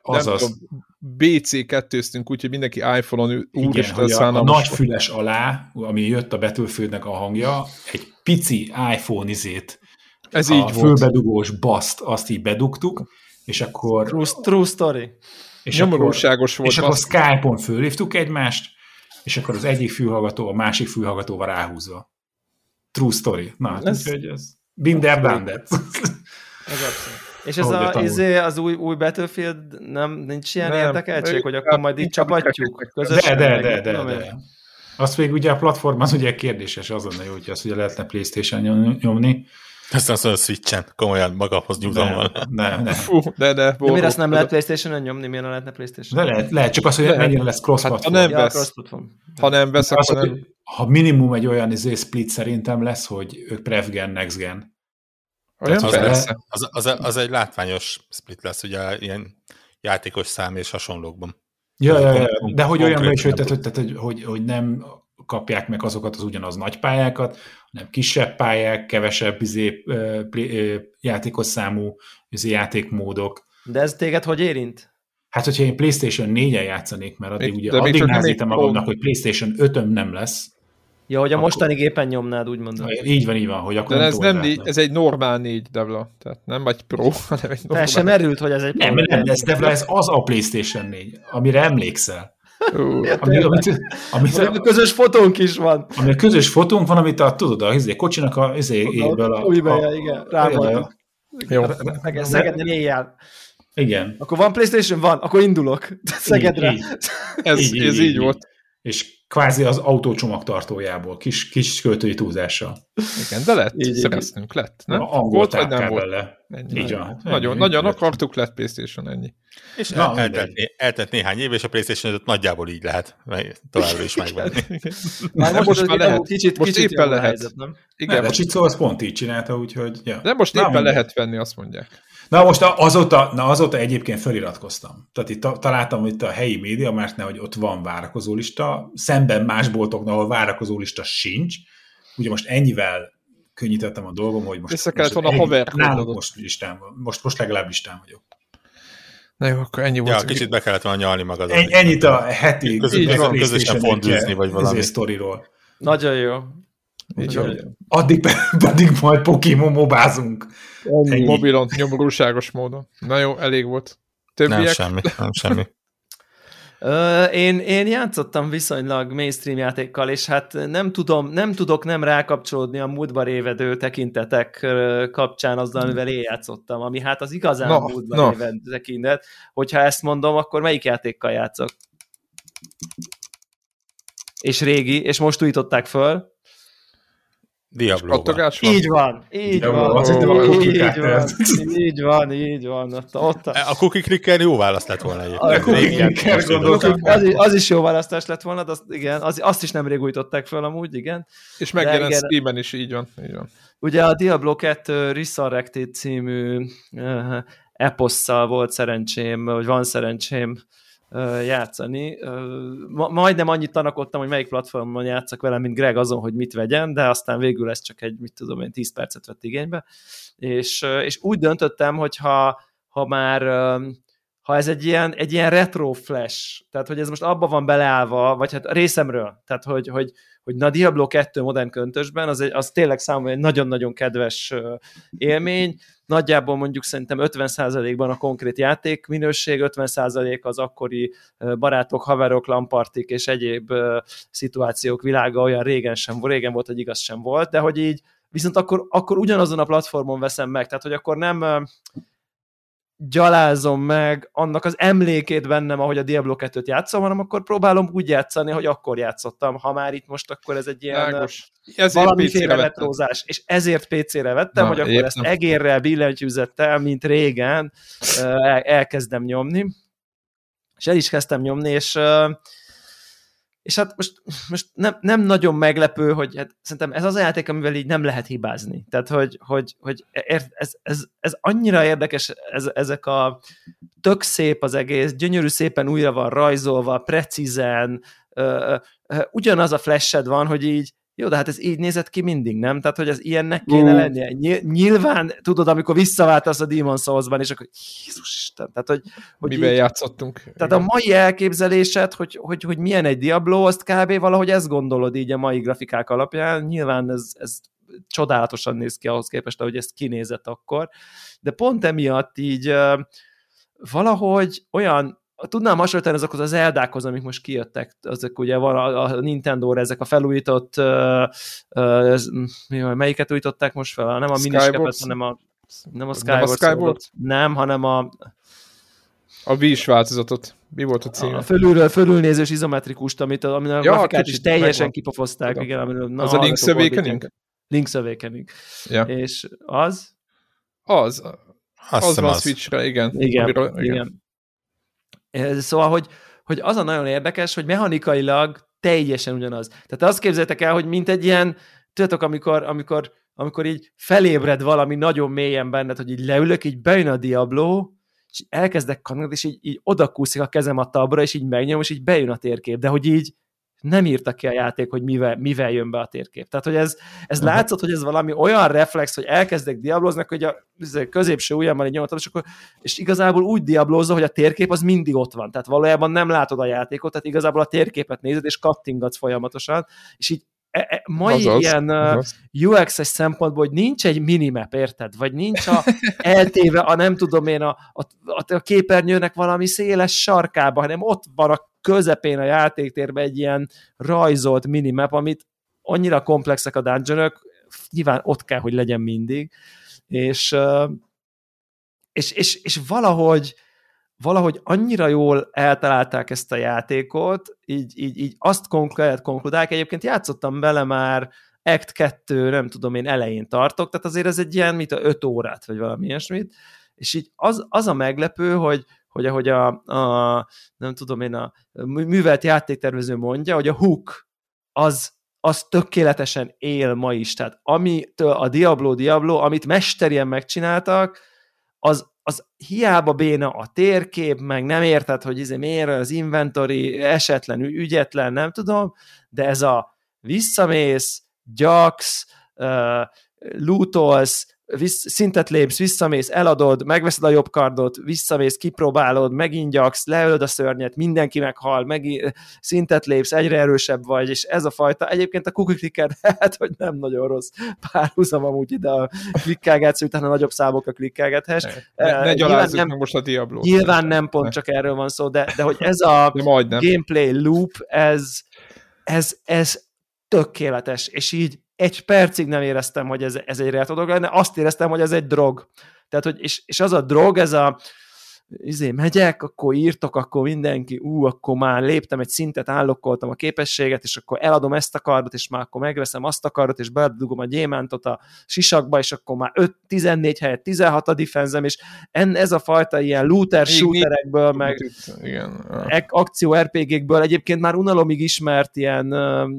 BC2-ztünk, úgyhogy mindenki iPhone-on úristen a nagy füles alá, ami jött a Battlefieldnek a hangja, egy pici iPhone ez a így fölbedugós baszt, azt így bedugtuk, és akkor... True story. És nyomorúságos volt. És akkor Skype-on fölhívtuk egymást, és akkor az egyik fülhallgató a másik fülhallgatóval ráhúzva. True story. Na, ez Binder Dandet. Ez abszolút. És ez az új Battlefield nincs ilyen érdekeltség, hogy akkor majd itt csapatjuk közösen? De. Azt még ugye a platform az ugye kérdéses, az lenne jó, hogy azt ugye lehetne PlayStation nyomni. Ezt azt mondja, Switchen, komolyan magamhoz nyújtommal. Ne. Fú, de miért azt nem lehet PlayStation-on nyomni, miért nem lehetne PlayStation? De lehet, csak az, hogy mennyire lesz cross-platform. Ha nem vesz, akkor nem. Ha minimum egy olyan split szerintem lesz, hogy pref-gen, next-gen. Az egy látványos split lesz, ugye ilyen játékos szám és hasonlókban. Ja. De hogy olyan is, hogy nem kapják meg azokat az ugyanaz nagy pályákat, hanem kisebb pályák, kevesebb játékos számú játékmódok. De ez téged hogy érint? Hát, hogyha én PlayStation 4-en játszanék, mert addig nehezítem magamnak, hogy PlayStation 5-öm nem lesz. Ja, hogy a mostani gépen nyomnád, úgy mondom. Így van, hogy akkor de ez egy normál 4 Devla, tehát nem vagy Pro, hanem egy normál. Sem merült, hogy ez egy Pro. Nem, ez Devla, ez az a PlayStation 4, amire emlékszel. Amit a közös fotónk is van. Ami a közös fotónk van, amit tudod, a kocsinak igen, rámoltak. Jó. Szegeden éjjel. Igen. Akkor van PlayStation? Van, akkor indulok Szegedre. Ez így volt. és kvázi az autó csomagtartójából, kis költői túlzással. Igen, de lett, szereztünk, lett, nem? Volt, vagy nem volt? Így van. Nagyon akartuk, lett PlayStation, ennyi. És eltelt néhány év, és a PlayStation 5 nagyjából így lehet továbbra is megvenni. Most már lehet. Kicsit éppen lehet. Helyzet, nem? Igen, de Csicó az pont így csinálta, úgyhogy... Ja. De most éppen lehet venni, azt mondják. Na most azóta egyébként feliratkoztam. Tehát itt találtam itt a helyi médiamártnál, hogy ott van várakozólista, szemben más boltoknál, ahol várakozólista sincs. Ugye most ennyivel könnyítettem a dolgom, hogy most... Vissza kellett volna haver. Most legalább listán vagyok. Na jó, akkor ennyi volt. Ja, kicsit be kellett volna nyalni magad. Ennyit a heti közösen fondűzni, vagy valami. Sztoriról. Nagyon jó. Addig majd Pokémon mobázunk. Egy mobilon, nyomorúságos módon. Na jó, elég volt. Többiek? Nem semmi. Én játszottam viszonylag mainstream játékkal, és hát nem tudok nem rákapcsolódni a múltba révedő tekintetek kapcsán azzal, amivel én játszottam, ami hát az igazán múltba révedő tekintet. Hogyha ezt mondom, akkor melyik játékkal játszok? És régi, és most újították föl. Diablo-ban. Így van. A Cookie Clicker jó választ lett volna. Az is jó választás lett volna, de igen, azt is nemrég újították föl amúgy, igen. És megjelent Steam-en is, így van. Ugye a Diablo 2 Resurrected című eposszal volt szerencsém, vagy van szerencsém játszani. Majdnem annyit tanakodtam, hogy melyik platformon játszak vele, mint Greg azon, hogy mit vegyen, de aztán végül ez csak egy, 10 percet vett igénybe. És úgy döntöttem, hogy ha ez egy ilyen retro flash, tehát hogy ez most abba van beleállva, vagy hát a részemről, tehát hogy na Diablo 2 modern köntösben, az tényleg számomra egy nagyon-nagyon kedves élmény, nagyjából mondjuk szerintem 50%-ban a konkrét játékminőség, 50% az akkori barátok, haverok, lampartik és egyéb szituációk világa, olyan régen volt, hogy igaz sem volt, de hogy így, viszont akkor ugyanazon a platformon veszem meg, tehát hogy akkor nem gyalázom meg annak az emlékét bennem, ahogy a Diablo 2-t játszom, hanem akkor próbálom úgy játszani, hogy akkor játszottam. Ha már itt most, akkor ez egy ilyen valamiféle retrózás. És ezért PC-re vettem, hogy akkor ezt egérrel, billentyűzettel, mint régen elkezdem nyomni. És el is kezdtem nyomni, és hát most nem nagyon meglepő, hogy hát szerintem ez az a játék, amivel így nem lehet hibázni. Tehát, hogy ez annyira érdekes, ezek a tök szép az egész, gyönyörű szépen újra van rajzolva, precízen, ugyanaz a flashed van, hogy így jó, de hát ez így nézett ki mindig, nem? Tehát, hogy ez ilyennek kéne lennie. Nyilván, tudod, amikor visszaváltasz a Demon's Souls-ban, és akkor Jézus Isten, tehát, hogy mivel játszottunk. Tehát a mai elképzelésed, hogy milyen egy Diablo, azt kb. Valahogy ezt gondolod így a mai grafikák alapján. Nyilván ez csodálatosan néz ki ahhoz képest, ahogy ez kinézett akkor. De pont emiatt így valahogy olyan, tudnám hasonlítani azokhoz az Zeldákhoz, amik most kijöttek, azok ugye van a Nintendo-ra, ezek a felújított, melyiket újították most fel? Nem a Miniskepet, hanem nem a Skyward, nem, hanem a Wii-s változatot. Mi volt a címe? A fölülnézős izometrikust, amit a grafikát is teljesen kipofozták. Igen, az a Link's Awakening? Link's Awakening. Ja. És az? Az van Switchre, igen. Igen. Szóval, hogy az a nagyon érdekes, hogy mechanikailag teljesen ugyanaz. Tehát azt képzeljétek el, hogy mint egy ilyen, tudjátok, amikor így felébred valami nagyon mélyen benned, hogy így leülök, így bejön a Diablo, és elkezdek kanyarodni, és így odakúszik a kezem a tabra, és így megnyom, és így bejön a térkép. De hogy így nem írta ki a játék, hogy mivel jön be a térkép. Tehát, hogy ez látszott, hogy ez valami olyan reflex, hogy elkezdek diablóznak, hogy a középső ujjammal így nyomottam, és igazából úgy diablózza, hogy a térkép az mindig ott van. Tehát valójában nem látod a játékot, tehát igazából a térképet nézed, és kattingatsz folyamatosan, és így mai ilyen UX-es szempontból, hogy nincs egy minimap, érted? Vagy nincs eltéve a nem tudom én a képernyőnek valami széles sarkába, hanem ott van a közepén a játéktérben egy ilyen rajzolt minimap, amit annyira komplexek a dungeonok, nyilván ott kell, hogy legyen mindig, és valahogy valahogy annyira jól eltalálták ezt a játékot, így azt lehet konkludálni, egyébként játszottam vele már Act 2, nem tudom én, elején tartok, tehát azért ez egy ilyen, 5 órát, vagy valami ilyesmit, és így az a meglepő, hogy ahogy nem tudom én, a művelt játéktervező mondja, hogy a hook az tökéletesen él ma is, tehát amitől a Diablo, amit mesterien megcsináltak, az hiába béna a térkép, meg nem érted, hogy miért az inventory esetlen, ügyetlen, nem tudom, de ez a visszamész, gyaksz, lootolsz, szintet lépsz, visszamész, eladod, megveszed a jobb kardot, visszamész, kipróbálod, megint gyaksz, leölöd a szörnyet, mindenki meghal, szintet lépsz, egyre erősebb vagy, és ez a fajta, egyébként a cookie clicker, hát, hogy nem nagyon rossz párhuzam amúgy ide a klikkelgetsz, utána nagyobb számokra klikkelgethess. Ne gyalázzuk meg most a Diablo-t. Nyilván nem pont csak erről van szó, de hogy ez a gameplay loop, ez tökéletes, és így egy percig nem éreztem, hogy ez egy retro dolog lenne, azt éreztem, hogy ez egy drog. Tehát, hogy, és az a drog, ez a megyek, akkor írtok, akkor mindenki, akkor már léptem egy szintet, állokkoltam a képességet, és akkor eladom ezt a kardot, és már akkor megveszem azt a kardot, és beledugom a gyémántot a sisakba, és akkor már 14 helyett 16 a defenzem, és ez a fajta ilyen looter shooterekből, meg akció RPG-kből egyébként már unalomig ismert ilyen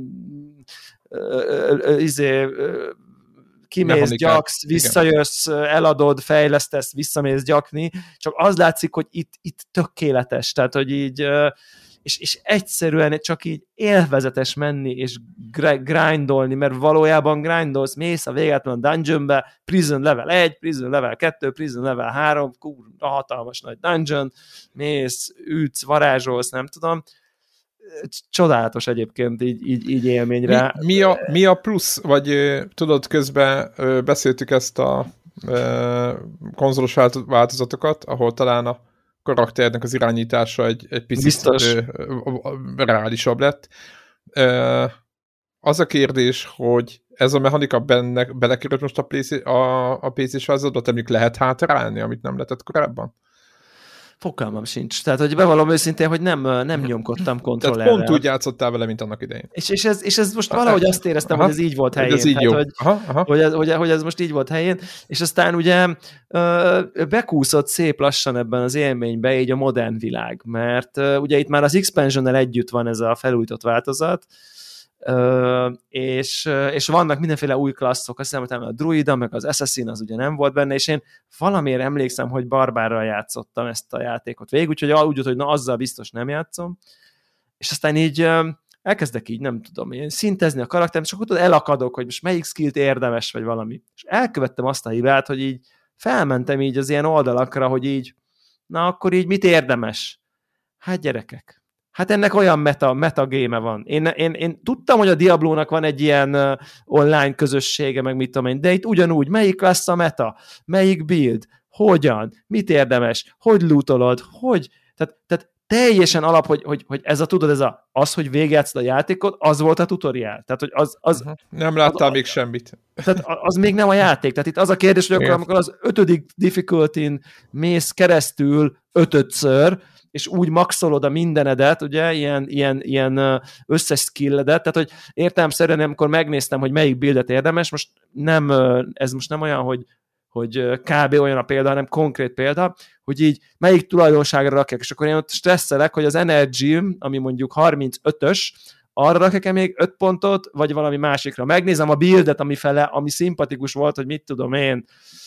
kimész, gyaksz, visszajössz, eladod, fejlesztesz, visszamész gyakni, csak az látszik, hogy itt tökéletes, tehát, hogy így, és egyszerűen csak így élvezetes menni, és grindolni, mert valójában grindolsz, mész a véletlen dungeonbe, prison level 1, prison level 2, prison level 3, a hatalmas nagy dungeon, mész, ütsz, varázsolsz, nem tudom, csodálatos egyébként így élményre. Mi a plusz, vagy tudod, közben beszéltük ezt a konzolos változatokat, ahol talán a karakternek az irányítása egy picit reálisabb lett. Az a kérdés, hogy ez a mechanika belekerült most a PC-s változatba, mondjuk lehet hátrálni, amit nem lehetett korábban? Fogalmam sincs. Tehát, hogy bevallom őszintén, hogy nem nyomkodtam kontrollerrel. Tehát pont úgy játszottál vele, mint annak idején. És ez most valahogy azt éreztem, hogy ez így volt helyén. Ez így jó. Hogy ez most így volt helyén, és aztán ugye bekúszott szép lassan ebben az élménybe így a modern világ, mert ugye itt már az expansionnel együtt van ez a felújított változat, és vannak mindenféle új klasszok, azt hiszem, hogy a druida, meg az assassin az ugye nem volt benne, és én valamiért emlékszem, hogy barbárral játszottam ezt a játékot végig, úgyhogy hogy na azzal biztos nem játszom, és aztán így elkezdek így, nem tudom, én szintezni a karakterem, és akkor elakadok, hogy most melyik skillt érdemes, vagy valami. És elkövettem azt a hibát, hogy így felmentem így az ilyen oldalakra, hogy így, na akkor így mit érdemes? Hát gyerekek, hát ennek olyan metagéme van. Én tudtam, hogy a Diablónak van egy ilyen online közössége, meg mit tudom én, de itt ugyanúgy, melyik lesz a meta, melyik build, hogyan, mit érdemes, hogy lootolod, hogy, tehát teljesen alap, hogy ez a, tudod, az, hogy végigjátszod a játékot, az volt a tutoriál. Tehát, hogy az nem láttál még semmit. Tehát az még nem a játék. Tehát itt az a kérdés, hogy akkor amikor az 5. difficultyn mész keresztül 5-ször, és úgy maxolod a mindenedet, ugye, ilyen összes skilledet, tehát, hogy értelemszerűen, amikor megnéztem, hogy melyik buildet érdemes, most nem, ez most nem olyan, hogy kb. Olyan a példa, hanem konkrét példa, hogy így melyik tulajdonságra rakják, és akkor én ott stresszelek, hogy az energy, ami mondjuk 35-ös, arra rakják még 5 pontot, vagy valami másikra. Megnézem a buildet, ami szimpatikus volt, hogy mit tudom én,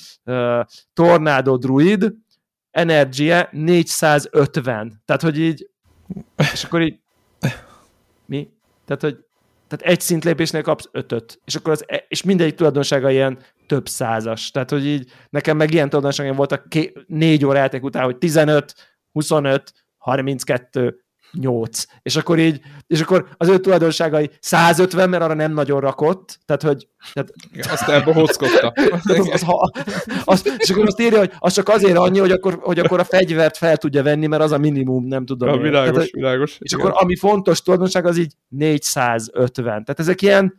Tornado Druid, energie 450. Tehát, hogy így, és akkor így, mi? Tehát egy szintlépésnél kapsz 5-öt, és akkor és mindegyik tulajdonsága ilyen több százas. Tehát, hogy így, nekem meg ilyen tulajdonságaim voltak 4 óra játék után, hogy 15, 25, 32, 8. És akkor az ő tulajdonságai 150, mert arra nem nagyon rakott, tehát, hogy... Azt elbohózkodta. És akkor azt írja, hogy az csak azért annyi, hogy akkor a fegyvert fel tudja venni, mert az a minimum, nem tudom. Ja, világos. És igen. Akkor ami fontos tulajdonság, az így 450. Tehát ezek ilyen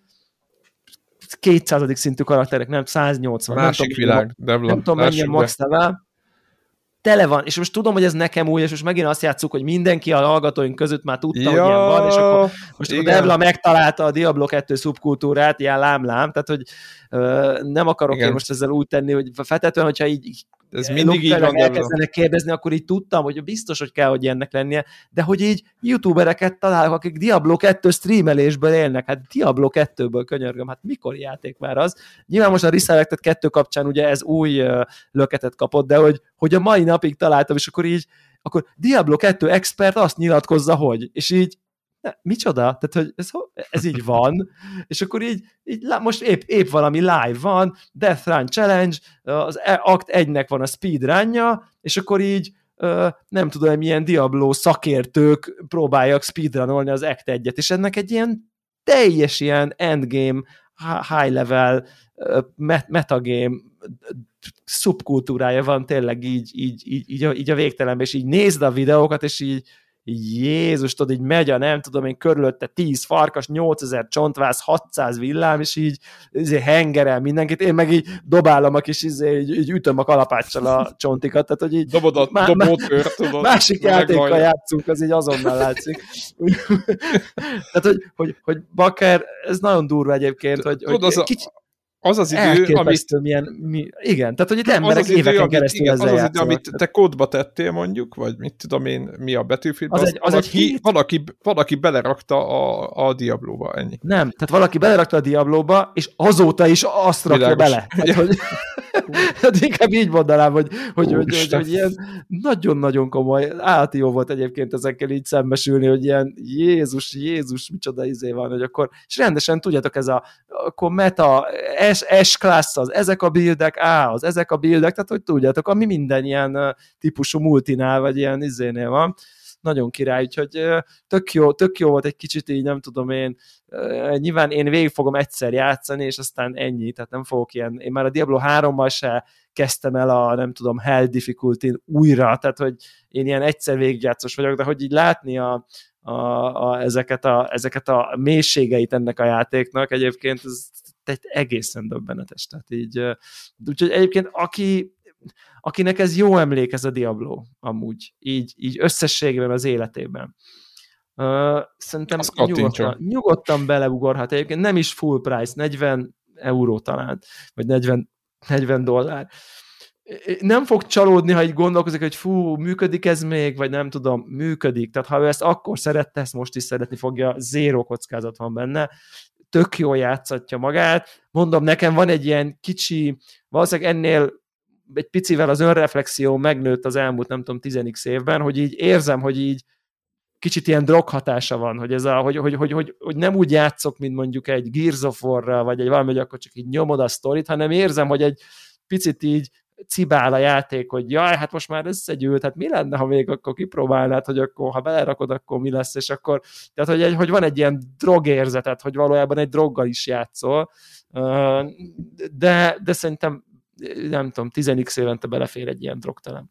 200. szintű karakterek, nem 180. Másik világ, nem tudom, mennyien max level. tele van, és most tudom, hogy ez nekem új, és most megint azt játsszuk, hogy mindenki a hallgatóink között már tudta, hogy ilyen van, és akkor most a Devla megtalálta a Diablo 2 szubkultúrát, ilyen lám-lám, tehát hogy nem akarok én most ezzel úgy tenni, hogy feltétlenül, hogyha így ez mindig így van, elkezdenek kérdezni, akkor így tudtam, hogy biztos, hogy kell, hogy ennek lennie, de hogy így youtubereket találok, akik Diablo 2 streamelésből élnek, hát Diablo 2-ből könyörgöm, hát mikor játék már az? Nyilván most a Resurrected 2 kapcsán ugye ez új löketet kapott, de hogy a mai napig találtam, és akkor Diablo 2 expert azt nyilatkozza, hogy, és így micsoda? Tehát, hogy ez így van, és akkor így most épp valami live van, Death Run Challenge, az Act 1-nek van a speedrunja, és akkor így nem tudom, milyen Diablo szakértők próbálják speedrunolni az Act 1-et, és ennek egy ilyen teljes ilyen endgame, high level, metagame szubkultúrája van tényleg így a végtelenben, és így nézd a videókat, és így Jézus, tudod, így megy a nem tudom én körülötte 10 farkas, 8000 csontváz, 600 villám, és így hengerel mindenkit, én meg így dobálom a kis, így ütöm a kalapáccsal a csontikat, tehát hogy így dobod a dobótört, tudod. Másik játékkal játszunk, az így azonnal látszik. Tehát, hogy Bakker, ez nagyon durva egyébként, hogy az az idő, amit... Igen, tehát hogy itt emberek éveken keresztül ezzel játszanak. Az az idő, amit te kódba tettél mondjuk, vagy mit tudom én, mi a Battlefieldben, valaki belerakta a Diablóba, ennyi. Nem, tehát valaki belerakta a Diablóba, és azóta is azt rakja bele. Tehát, hogy inkább így mondanám, hogy ilyen nagyon-nagyon komoly, állati jó volt egyébként ezekkel így szembesülni, hogy ilyen Jézus, micsoda van, hogy akkor, és rendesen tudjátok, akkor meta, S-class az ezek a buildek, az ezek a buildek, tehát hogy tudjátok, ami minden ilyen típusú multinál, vagy ilyen izénél van. Nagyon király, úgyhogy tök jó volt egy kicsit így, nem tudom én, nyilván én végig fogom egyszer játszani, és aztán ennyi, tehát nem fogok ilyen, én már a Diablo 3-mal se kezdtem el a, nem tudom, Hell difficulty újra, tehát hogy én ilyen egyszer végigjátszós vagyok, de hogy így látni ezeket a mélységeit ennek a játéknak, egyébként ez egy egészen döbbenetes, tehát így, úgyhogy egyébként akinek ez jó emlék, ez a Diablo amúgy, így összességében az életében. Szerintem nyugodtan beleugorhat. Egyébként nem is full price, 40 euró talán, vagy 40 dollár. Nem fog csalódni, ha így gondolkozik, hogy működik ez még, vagy nem tudom, működik. Tehát ha ő ezt akkor szerette, ezt most is szeretni fogja, zéró kockázat van benne. Tök jól játszatja magát. Mondom, nekem van egy ilyen kicsi, valószínűleg ennél egy picivel az önreflexió megnőtt az elmúlt, nem tudom, 10x évben, hogy így érzem, hogy így kicsit ilyen droghatása van, hogy, hogy nem úgy játszok, mint mondjuk egy Gears of War-ra, vagy egy valami, hogy akkor csak így nyomod a sztorit, hanem érzem, hogy egy picit így cibál a játék, hogy jaj, hát most már összegyűlt, hát mi lenne, ha még akkor kipróbálnád, hogy akkor, ha belerakod, akkor mi lesz, és akkor, tehát, hogy van egy ilyen drogérzetet, hogy valójában egy droggal is játszol, de szerintem nem tudom, 10x évente belefér egy ilyen drogtelen.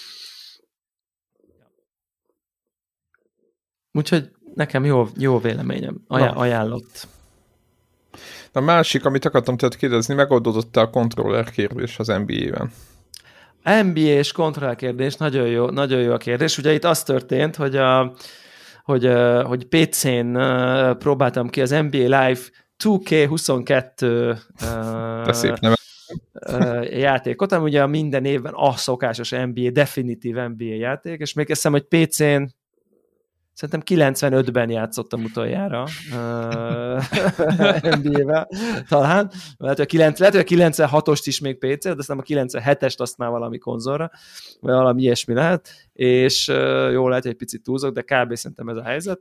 Úgyhogy nekem jó véleményem. Ajánlott. A másik, amit akartam tőled kérdezni, megoldódott a controller kérdés az NBA-ben. NBA és controller kérdés, nagyon jó a kérdés. Ugye itt az történt, hogy PC-n próbáltam ki az NBA Live 2K22 szép neve. Játékot, ami ugye minden évben a szokásos NBA, definitív NBA játék, és még eszem, hogy PC-n szerintem 95-ben játszottam utoljára NBA-vel talán. Lehet, hogy a 96-ost is még PC-t, de aztán a 97-est azt már valami konzolra, vagy valami ilyesmi lehet, és jó, lehet, hogy egy picit túlzok, de kb. Szerintem ez a helyzet.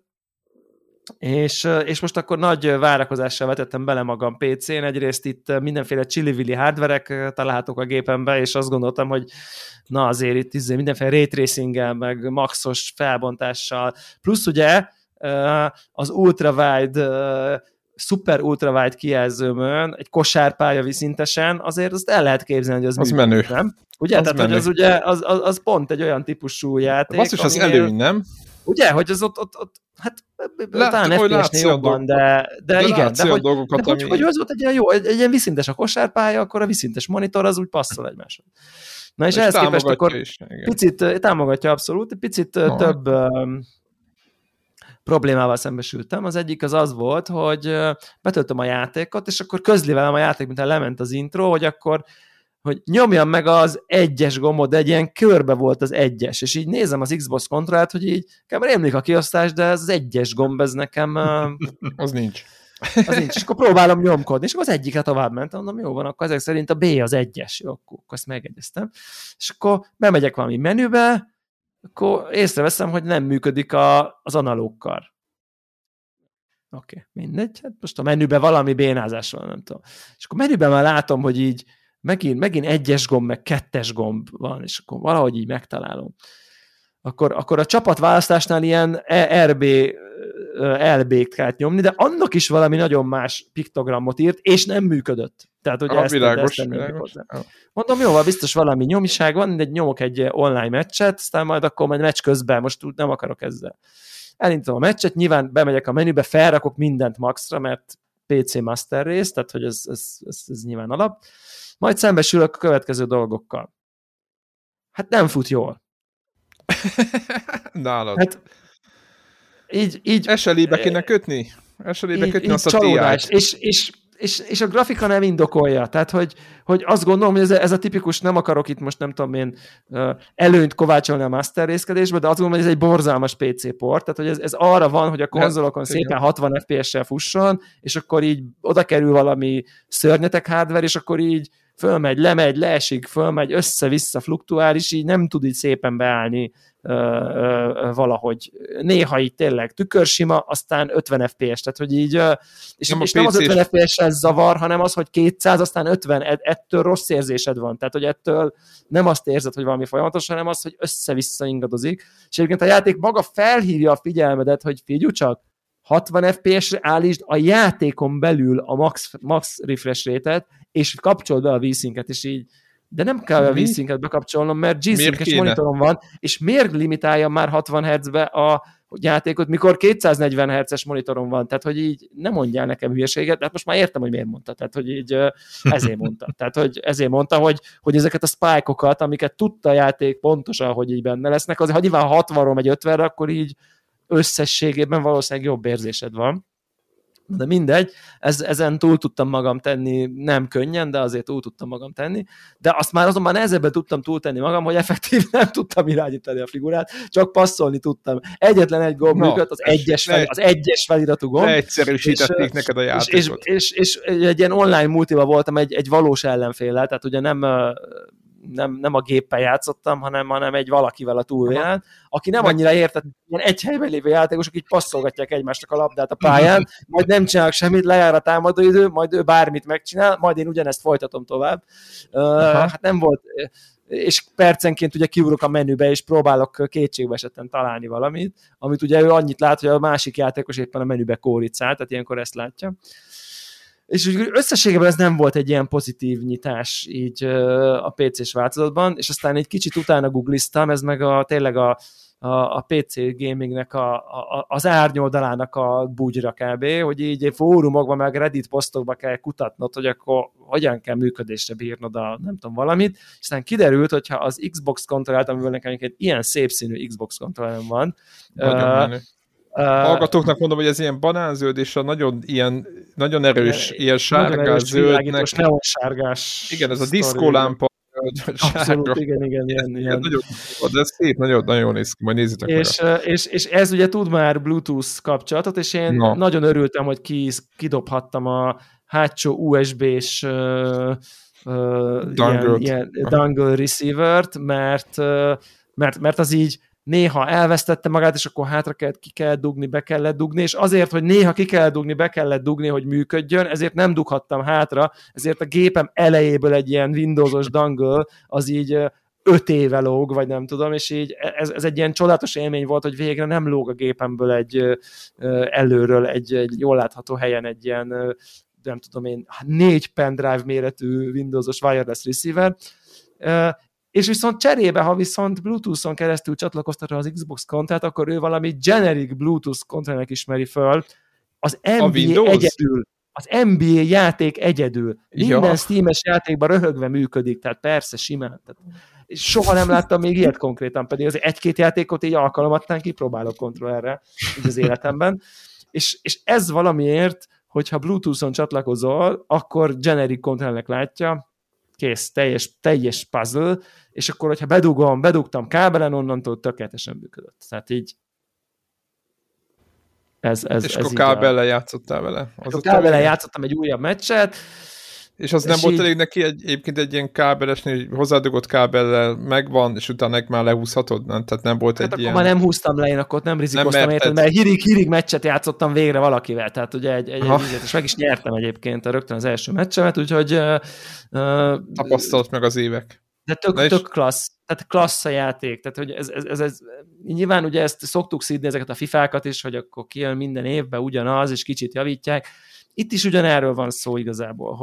És most akkor nagy várakozással vetettem bele magam PC-n, egyrészt itt mindenféle csili-vili hardverek találhatók a gépembe, és azt gondoltam, hogy na azért itt mindenféle ray tracinggel, meg maxos felbontással, plusz ugye az ultrawide, super ultrawide kijelzőmön, egy kosárpálya viszintesen, azért azt el lehet képzelni, hogy az menő. Nem? Ugye? Az tehát, menő. Hogy az ugye, az pont egy olyan típusú játék. Az is az előny, nem? Ugye, hogy az ott hát talán FPS-nél jobban, de igen, de hogy az volt egy ilyen jó, egy ilyen viszintes a kosárpálya, akkor a viszintes monitor az úgy passzol egymáshoz. Na és ehhez képest akkor picit támogatja abszolút, picit több problémával szembesültem. Az egyik az volt, hogy betöltöm a játékot, és akkor közli velem a játék, mintha lement az intro, hogy akkor hogy nyomjam meg az 1-es gombot, de egy ilyen körbe volt az 1-es, és így nézem az Xbox kontrollát, hogy így rémlik a kiosztás, de ez az 1-es gomb, ez nekem... az nincs. Az nincs, és akkor próbálom nyomkodni, és akkor az egyikre tovább ment, mondom, jó van, akkor ezek szerint a B az 1-es, jó, akkor ezt megegyeztem. És akkor bemegyek valami menübe, akkor észreveszem, hogy nem működik az analógkar. Oké, mindegy, hát most a menüben valami bénázás van, nem tudom. És akkor menüben már látom, hogy így megint 1-es gomb, meg 2-es gomb van, és akkor valahogy így megtalálom. Akkor a csapatválasztásnál ilyen RB LB-t kellett nyomni, de annak is valami nagyon más piktogramot írt, és nem működött. Tehát, hogy ezt mondom, jó, biztos valami nyomiság van, de nyomok egy online meccset, aztán majd meccs közben, most nem akarok ezzel. Elindítom a meccset, nyilván bemegyek a menübe, felrakok mindent maxra, mert PC Master Race, tehát hogy ez nyilván alap. Majd szembesülök a következő dolgokkal. Hát nem fut jól. Nálad. Hát így SLI-be kéne kötni? SLI-be kötni azt a csalódás. És a grafika nem indokolja. Tehát, hogy azt gondolom, hogy ez a tipikus, nem akarok itt most nem tudom én előnyt kovácsolni a Master Race-kedésbe, de azt gondolom, hogy ez egy borzalmas PC port. Tehát, hogy ez arra van, hogy a konzolokon szépen 60 FPS-sel fusson, és akkor így oda kerül valami szörnyetek hardware, és akkor így fölmegy, lemegy, leesik, fölmegy, össze-vissza fluktuál, és így nem tud így szépen beállni valahogy. Néha így tényleg tükörsima, aztán 50 FPS, tehát hogy így, és nem az 50 FPS-sel zavar, hanem az, hogy 200, aztán 50, ettől rossz érzésed van, tehát hogy ettől nem azt érzed, hogy valami folyamatos, hanem az, hogy össze-vissza ingadozik, és egyébként a játék maga felhívja a figyelmedet, hogy figyelj csak, 60 FPS-re állítsd a játékon belül a max refresh rate-et, és kapcsold be a V-Sync-et, és így, de nem kell a V-Sync-et bekapcsolnom, mert G-Sync-es monitorom van, és miért limitálja már 60 Hz-be a játékot, mikor 240 Hz-es monitorom van, tehát hogy így nem mondjál nekem hülyeséget, de hát most már értem, hogy miért mondta, tehát hogy így ezért mondta, tehát hogy ezért mondta, hogy ezeket a spike-okat, amiket tudta a játék pontosan, hogy így benne lesznek, azért ha nyilván 60-ról megy 50-re, akkor így összességében valószínűleg jobb érzésed van. De mindegy, ezen túl tudtam magam tenni, nem könnyen, de azért túl tudtam magam tenni, de azt már azonban nehezebben tudtam túltenni magam, hogy effektív nem tudtam irányítani a figurát, csak passzolni tudtam. Egyetlen egy gomb működött, az egyes feliratú gomb. Leegyszerűsítették neked a játékot. És egy ilyen online multiba voltam egy valós ellenféllel, tehát ugye nem a géppel játszottam, hanem egy valakivel a túlvélen, aki nem annyira értett, ilyen egy helyben lévő játékosok így passzolgatják egymásnak a labdát a pályán, majd nem csinálok semmit, lejár a támadóidő, majd ő bármit megcsinál, majd én ugyanezt folytatom tovább. Hát nem volt, és percenként ugye kiugrok a menübe, és próbálok kétségbe esetten találni valamit, amit ugye ő annyit lát, hogy a másik játékos éppen a menübe kóricál, tehát ilyenkor ezt látja. És úgy összességében ez nem volt egy ilyen pozitív nyitás így a PC-s változatban, és aztán egy kicsit utána googliztam, ez meg tényleg a PC gamingnek az árnyoldalának a bugyra kb., hogy így fórumokban, meg Reddit posztokban kell kutatnod, hogy akkor hogyan kell működésre bírnod nem tudom valamit, és aztán kiderült, hogyha az Xbox kontrollát, amiből nekem egy ilyen szép színű Xbox kontrollem van, hallgatóknak mondom, hogy ez ilyen banánzöld, és a nagyon erős, ilyen sárgás, zöldnek. Neonsárgás. Igen, ez a diszkólámpa. Abszolút, igen. Nagyon, de ez szép, nagyon jól néz ki, majd nézzétek és ez ugye tud már Bluetooth kapcsolatot, és én nagyon örültem, hogy kidobhattam a hátsó USB-s dongle receiver-t, mert az így néha elvesztette magát, és akkor hátra ki kellett dugni, be kellett dugni, és azért, hogy néha ki kellett dugni, be kellett dugni, hogy működjön, ezért nem dughattam hátra, ezért a gépem elejéből egy ilyen Windows-os dongle, az így 5 éve lóg, vagy nem tudom, és így ez egy ilyen csodálatos élmény volt, hogy végre nem lóg a gépemből előről egy jól látható helyen egy ilyen, nem tudom én, 4 pendrive méretű Windows-os wireless receiver, és viszont cserébe, ha viszont Bluetooth-on keresztül csatlakoztatja az Xbox kontát, akkor ő valami generic Bluetooth kontának ismeri föl, az NBA egyedül, az NBA játék egyedül. Minden Steam-es játékban röhögve működik, tehát persze simán. soha nem láttam még ilyet konkrétan, pedig az egy-két játékot így alkalmattán kipróbálok kontrollerre így az életemben, és ez valamiért, hogyha Bluetooth-on csatlakozol, akkor generic kontrollernek látja, kész, teljes puzzle, és akkor, hogyha bedugtam kábelen, onnantól tökéletesen működött. Tehát így és akkor kábellel játszottál vele? Kábellel játszottam egy újabb meccset. És az nem volt elég neki egyébként egy ilyen kábelesnél, hogy hozzádugott kábellel megvan, és utána már lehúzhatod? Nem? Tehát nem volt egy ilyen... már nem húztam le, én akkor nem rizikoztam, mert hírig meccset játszottam végre valakivel, tehát ugye és meg is nyertem egyébként rögtön az első meccsemet, úgyhogy... tapasztalt meg az évek. De tök klassz, tehát klassz a játék, tehát hogy ez nyilván ugye ezt szoktuk szídni ezeket a fifákat is, hogy akkor kijön minden évben ugyanaz, és kicsit javítják. Itt is ugyanerről van szó igazából,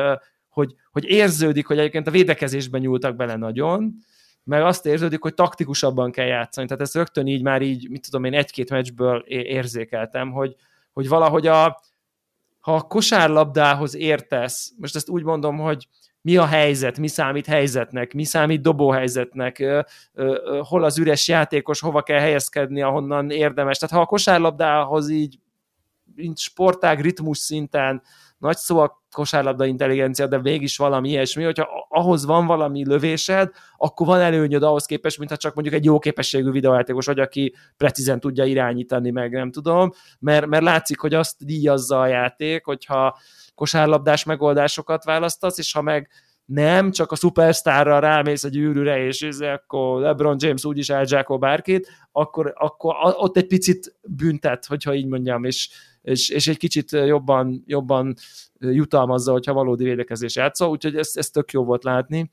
hogy érződik, hogy egyébként a védekezésben nyúltak bele nagyon, meg azt érződik, hogy taktikusabban kell játszani. Tehát ezt rögtön így már így, mit tudom én, egy-két meccsből érzékeltem, hogy valahogy ha a kosárlabdához értesz, most ezt úgy mondom, hogy mi a helyzet, mi számít helyzetnek, mi számít dobóhelyzetnek, hol az üres játékos, hova kell helyezkedni, ahonnan érdemes. Tehát ha a kosárlabdához így sportág, ritmus szinten, nagy szó a kosárlabda intelligencia, de mégis valami ilyesmi, hogyha ahhoz van valami lövésed, akkor van előnyöd ahhoz képest, mintha csak mondjuk egy jó képességű videójátékos vagy, aki precízen tudja irányítani, meg nem tudom, mert látszik, hogy azt díjazza a játék, hogyha kosárlabdás megoldásokat választasz, és ha meg nem, csak a szupersztárra rámész a gyűrűre, és akkor LeBron James úgyis elzsákol bárkit, akkor ott egy picit büntet, hogyha így mondjam, és egy kicsit jobban jutalmazza, hogyha valódi védekezés játszol, úgyhogy ez tök jó volt látni.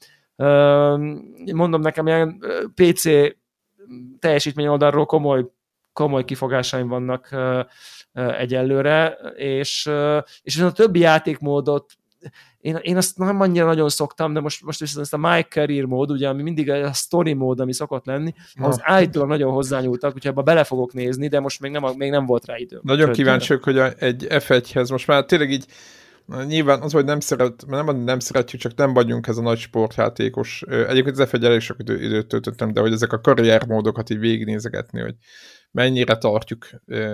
Mondom, nekem ilyen PC teljesítmény oldalról komoly kifogásaim vannak egyelőre, és a többi játékmódot én azt nem annyira nagyon szoktam, de most viszont ezt a My Career mód, ugye, ami mindig a story mód, ami szokott lenni, ahhoz állítólag nagyon hozzányúltak, úgyhogy ebbe bele fogok nézni, de most még nem volt rá időm. Nagyon kíváncsiak, hogy egy F1-hez most már tényleg így nyilván az, hogy nem szeretjük, csak nem vagyunk ez a nagy sportjátékos. Egyébként az F1 elég sok időt töltöttem, de hogy ezek a karriermódokat így végignézegetni, hogy mennyire tartjuk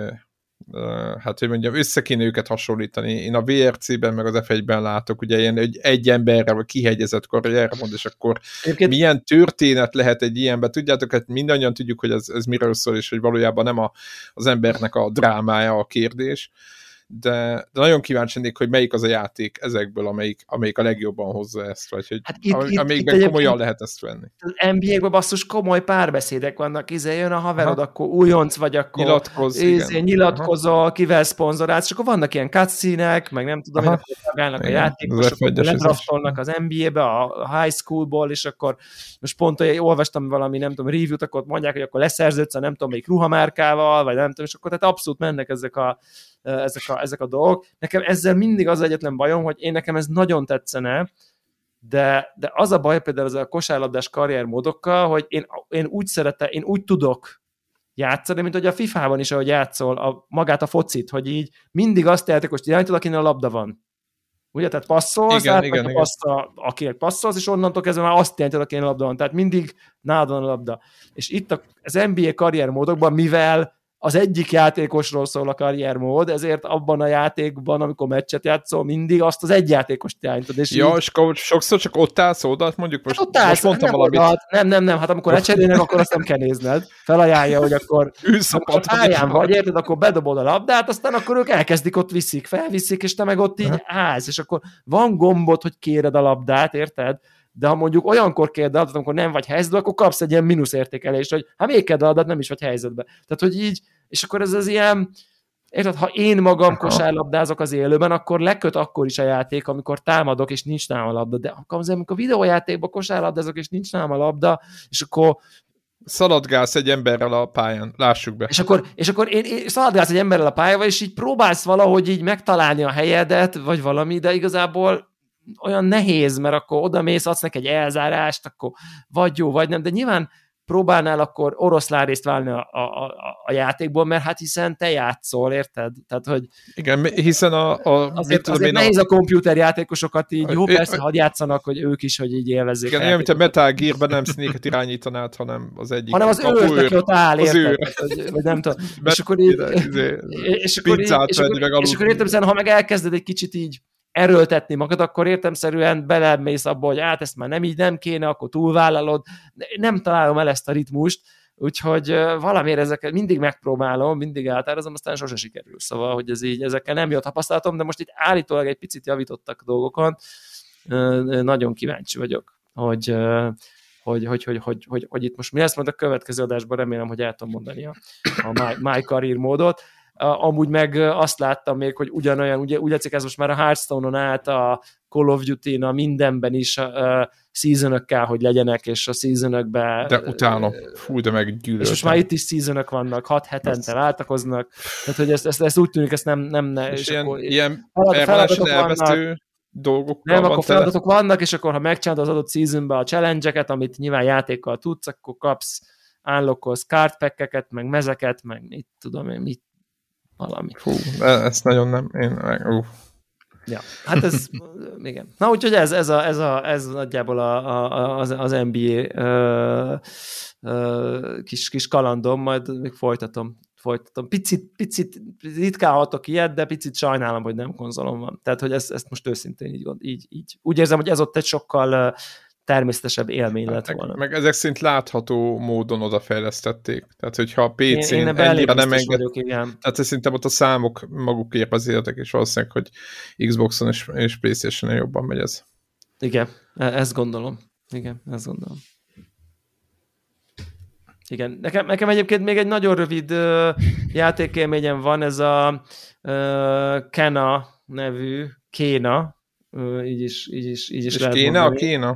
hát, hogy mondjam, össze kéne őket hasonlítani. Én a VRC-ben, meg az F1-ben látok, ugye ilyen egy emberrel kihegyezett karriermód, és akkor milyen történet lehet egy ilyenben. Tudjátok, hát mindannyian tudjuk, hogy ez miről szól, és hogy valójában nem az embernek a drámája a kérdés, de nagyon kíváncsi lennék, hogy melyik az a játék ezekből, amelyik a legjobban hozza ezt, vagy hogy amelyikben komolyan lehet ezt venni. Az NBA-ben basszus komoly párbeszédek vannak, jön a haverod, akkor újonc vagy, akkor nyilatkozol, kivel szponzorálsz, és akkor vannak ilyen cutscene-ek, meg nem tudom, hogy reagálnak a játékosok, ledraftolnak az NBA-be, a high schoolból, és akkor most pont olvastam valami, nem tudom, review-t, akkor mondják, hogy akkor leszerződsz a nem tudom, melyik ruhamárkával, vagy nem tudom, és akkor tehát abszolút mennek ezek a dolgok. Nekem ezzel mindig az egyetlen bajom, hogy nekem ez nagyon tetszene, de az a baj például az a kosárlabdás karriermódokkal, hogy én úgy tudok játszani, mint hogy a FIFA-ban is, ahogy játszol magát a focit, hogy így mindig azt játékost irányítod, akinek a labda van. Ugye, tehát passzolsz, akinek passzolsz, és onnantól kezdve már azt jelenti, akinek a labda van. Tehát mindig nálad van a labda. És itt az NBA karriermódokban, mivel az egyik játékosról szól a karriermód, ezért abban a játékban, amikor meccset játszol, mindig azt az egy játékost irányítod. És akkor sokszor csak ott állsz oldalt, mondjuk most mondtam valamit. Nem, hát amikor lecserélnek, akkor azt nem kell nézned. Felajánlja, hogy akkor a pályán vagy, érted, akkor bedobod a labdát, aztán akkor ők elkezdik, ott felviszik, és te meg ott így állsz, és akkor van gombod, hogy kéred a labdát, érted? De ha mondjuk olyankor kéred a labdát, amikor nem vagy helyzetben, akkor kapsz egy ilyen mínuszértékelést, hogy még kéred a labdát, nem is vagy helyzetben. Tehát, hogy így, és akkor ez az ilyen, érted, ha én magam kosárlabdázok az élőben, akkor leköt akkor is a játék, amikor támadok, és nincs nálam a labda. De amikor videójátékban kosárlabdázok, és nincs nálam a labda, és akkor szaladgálsz egy emberrel a pályán, lássuk be. És akkor én szaladgálsz egy emberrel a pályával, és így próbálsz valahogy így megtalálni a helyedet, vagy valami, de igazából olyan nehéz, mert akkor odamész, adsz neki egy elzárást, akkor vagy jó, vagy nem, de nyilván próbálnál akkor oroszlánrészt válni a játékból, mert hát hiszen te játszol, érted? Tehát, hogy igen, hiszen azért nehéz a komputerjátékosokat így, jó, persze, hadd játszanak, hogy ők is, hogy így élvezzék. Igen, olyan, mint a Metal Gear-ben nem Snake-et irányítanád, hanem az egyik. Hanem az őr, aki ott áll, érted? Vagy nem tudom. És akkor értem, ha meg elkezded egy kicsit így erőltetni magad, akkor értelemszerűen belemész abba, hogy ezt már nem kéne, akkor túlvállalod. Nem találom el ezt a ritmust, úgyhogy valamiért ezeket mindig megpróbálom, mindig átározom, aztán sose sikerül. Szóval, hogy ez így, ezekkel nem jött tapasztalatom, de most itt állítólag egy picit javítottak a dolgokon. Nagyon kíváncsi vagyok, hogy itt most mi lesz, majd a következő adásban remélem, hogy el tudom mondani a My Career módot. Amúgy meg azt láttam még, hogy ugyanolyan, úgy látszik, ez most már a Hearthstone-on át, a Call of Duty-n, a mindenben is seasonök kell, hogy legyenek, és a seasonökben... De utána, fú, de meggyűlöltem. És most már itt is seasonök vannak, 6 hetente váltakoznak, tehát hogy ezt úgy tűnik, ezt nem és ilyen permanensen elvesztő dolgokkal nem, akkor feladatok vannak, és akkor ha megcsinálod az adott seasonben a challenge-eket, amit nyilván játékkal tudsz, akkor kapsz, unlockolsz cardpack-eket, meg mezeket, meg mit tudom én, mit valami. Fú, ezt nagyon nem. Ja, hát ez, igen. Na, úgyhogy ez nagyjából az NBA kis kalandom, majd még folytatom. Picit ritkán hatok ilyet, de picit sajnálom, hogy nem konzolom van. Tehát, hogy ezt most őszintén így. Úgy érzem, hogy ez ott egy sokkal természetesebb élmény lett volna. Meg ezek szerint látható módon odafejlesztették. Tehát, hogyha a PC-n ennyire nem enged... Tehát szerintem ott a számok magukért az életek, és valószínűleg, hogy Xboxon és PlayStation-on jobban megy ez. Igen, ezt gondolom. Igen, nekem egyébként még egy nagyon rövid játékélményem van, ez a Kena nevű, Kéna, így is lehet Kéna, mondani. A Kéna?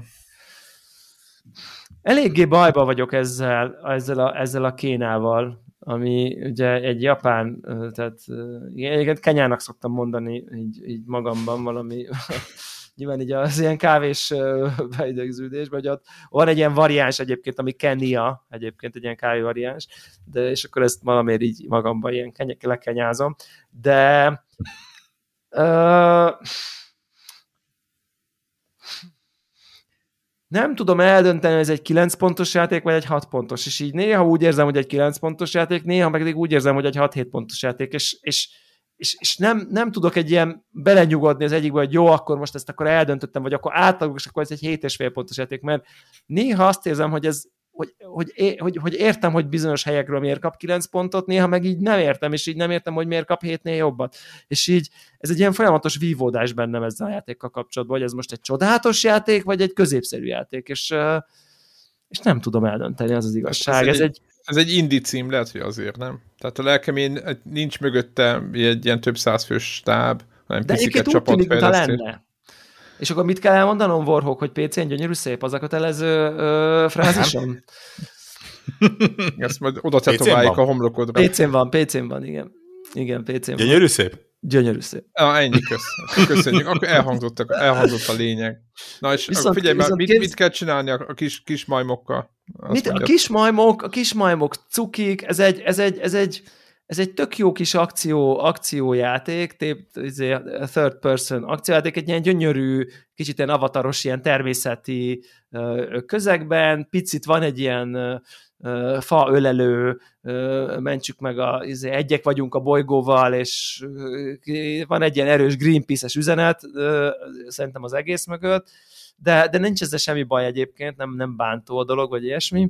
Eléggé bajba vagyok ezzel a Kénával, ami ugye egy japán, tehát igen, Kenyának szoktam mondani így magamban valami, nyilván így az ilyen kávés beidegződésben, hogy ott van egy ilyen variáns egyébként, ami Kenia, egyébként egy ilyen kávé variáns, de és akkor ezt valamiért így magamban ilyen lekenyázom, de nem tudom eldönteni, hogy ez egy 9 pontos játék, vagy egy 6 pontos, és így néha úgy érzem, hogy egy 9 pontos játék, néha meg úgy érzem, hogy egy 6-7 pontos játék, és nem tudok egy ilyen belenyugodni az egyikbe, hogy jó, akkor most ezt akkor eldöntöttem, vagy akkor átlagok, és akkor ez egy 7,5 pontos játék, mert néha azt érzem, hogy ez hogy értem, hogy bizonyos helyekről miért kap 9 pontot, néha meg így nem értem, és így nem értem, hogy miért kap 7-nél jobbat. És így ez egy ilyen folyamatos vívódás bennem ezzel a játékkal kapcsolatban, hogy ez most egy csodálatos játék, vagy egy középszerű játék, és nem tudom eldönteni, az igazság. Ez egy indie cím, lehet, hogy azért, nem? Tehát a lelkemén nincs mögötte egy ilyen több százfős stáb, hanem pisziket csapatfejlesztés. És akkor mit kell elmondanom, Warhawk, hogy PC-n gyönyörű szép az a kötelező frázison? Ezt majd oda tetováljuk a homlokodra. PC-n van, igen. Igen, PC-n van. Gyönyörű szép? Gyönyörű szép. Ennyi, köszönjük. Akkor elhangzott a lényeg. Na és figyelj már, mit kell csinálni a kis majmokkal? A kis majmok cukik, ez egy tök jó kis akciójáték, third person akciójáték, egy ilyen gyönyörű, kicsit ilyen avataros, ilyen természeti közegben, picit van egy ilyen faölelő, mentsük meg egyek vagyunk a bolygóval, és van egy ilyen erős Greenpeace-es üzenet, szerintem az egész mögött, de nincs ezzel semmi baj egyébként, nem bántó a dolog, vagy ilyesmi.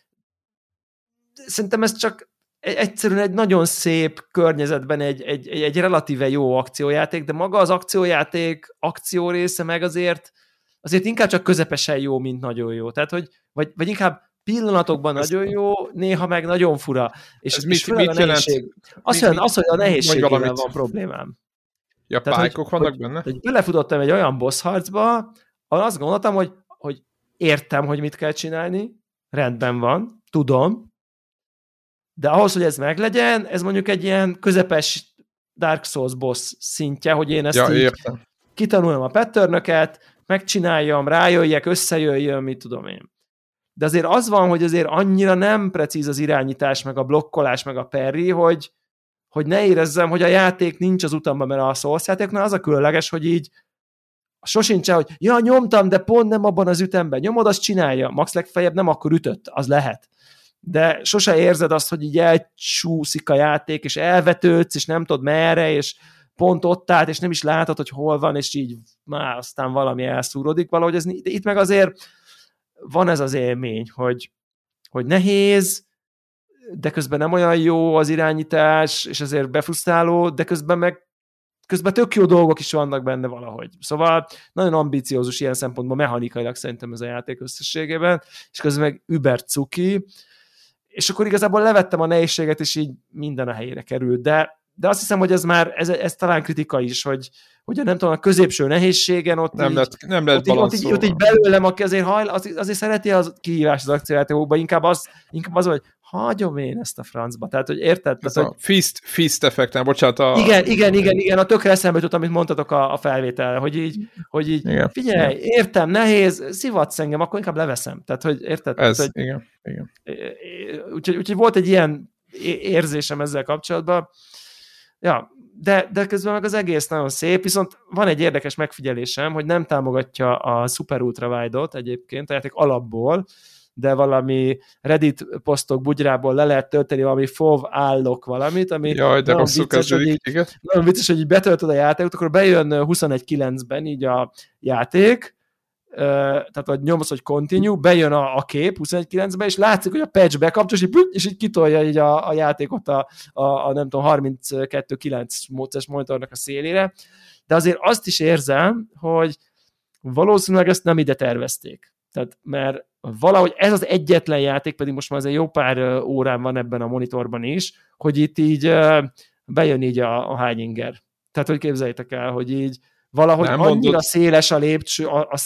Szerintem ez csak egyszerűen egy nagyon szép környezetben egy relatíve jó akciójáték, de maga az akciójáték akció része meg azért inkább csak közepesen jó, mint nagyon jó. Tehát, hogy vagy inkább pillanatokban nagyon jó, néha meg nagyon fura. És ez mit jelent? Az, hogy a nehézségével van problémám. Ja, pályok vannak benne? Belefutottam egy olyan boss harcba, ahol azt gondoltam, hogy értem, hogy mit kell csinálni, rendben van, tudom, de ahhoz, hogy ez meglegyen, ez mondjuk egy ilyen közepes Dark Souls boss szintje, hogy én ezt így kitanuljam a patternöket, megcsináljam, rájöjjek, összejöjjön, mit tudom én. de azért az van, hogy azért annyira nem precíz az irányítás, meg a blokkolás, meg a parry, hogy ne érezzem, hogy a játék nincs az utamban, mert a Souls játéknál az a különleges, hogy így sosincsen, hogy ja, nyomtam, de pont nem abban az ütemben. Nyomod, azt csinálja. Max legfeljebb nem akkor ütött, az lehet. De sose érzed azt, hogy így elcsúszik a játék, és elvetődsz, és nem tudod merre, és pont ott állt, és nem is látod, hogy hol van, és így már aztán valami elszúrodik valahogy. De itt meg azért van ez az élmény, hogy nehéz, de közben nem olyan jó az irányítás, és azért befrusztráló, de közben tök jó dolgok is vannak benne valahogy. Szóval nagyon ambiciózus ilyen szempontból, mechanikailag szerintem ez a játék összességében, és közben meg über cuki, és akkor igazából levettem a nehézséget, és így minden a helyére került, de azt hiszem, hogy ez talán kritika is, hogy nem tudom, a középső nehézségen ott nem lett balanszolva. Ott így belőlem, aki azért szereti az kihívás az akciójátékokban, inkább az, hogy hagyom én ezt a francba. Tehát, hogy érted? Ez a feast effekt, bocsánat. Igen, a tökre eszembe jutott, amit mondtatok a felvételre, hogy így igen, figyelj, értem, nehéz, szivatsz engem, akkor inkább leveszem. Tehát, hogy érted? Ez, hogy, igen. Úgyhogy volt egy ilyen érzésem ezzel kapcsolatban. Ja, de közben meg az egész nagyon szép, viszont van egy érdekes megfigyelésem, hogy nem támogatja a Super Ultra Wide-ot egyébként, a játék alapból, de valami Reddit posztok bugyrából le lehet tölteni valami FOV állok valamit, ami jaj, de rosszul kezdődik, igen. Nagyon vicces, hogy így betöltöd a játékot, akkor bejön 21.9-ben így a játék, tehát hogy nyomsz, hogy continue, bejön a kép 21.9-ben, és látszik, hogy a patch bekapcsol, és így kitolja így a játékot a nem tudom, 32.9 módszeres monitornak a szélére, de azért azt is érzem, hogy valószínűleg ezt nem ide tervezték. Tehát, mert valahogy ez az egyetlen játék, pedig most már azért jó pár órán van ebben a monitorban is, hogy itt így bejön így a hányinger. Tehát, hogy képzeljétek el, hogy így valahogy nem annyira mondod. Széles a lépcső,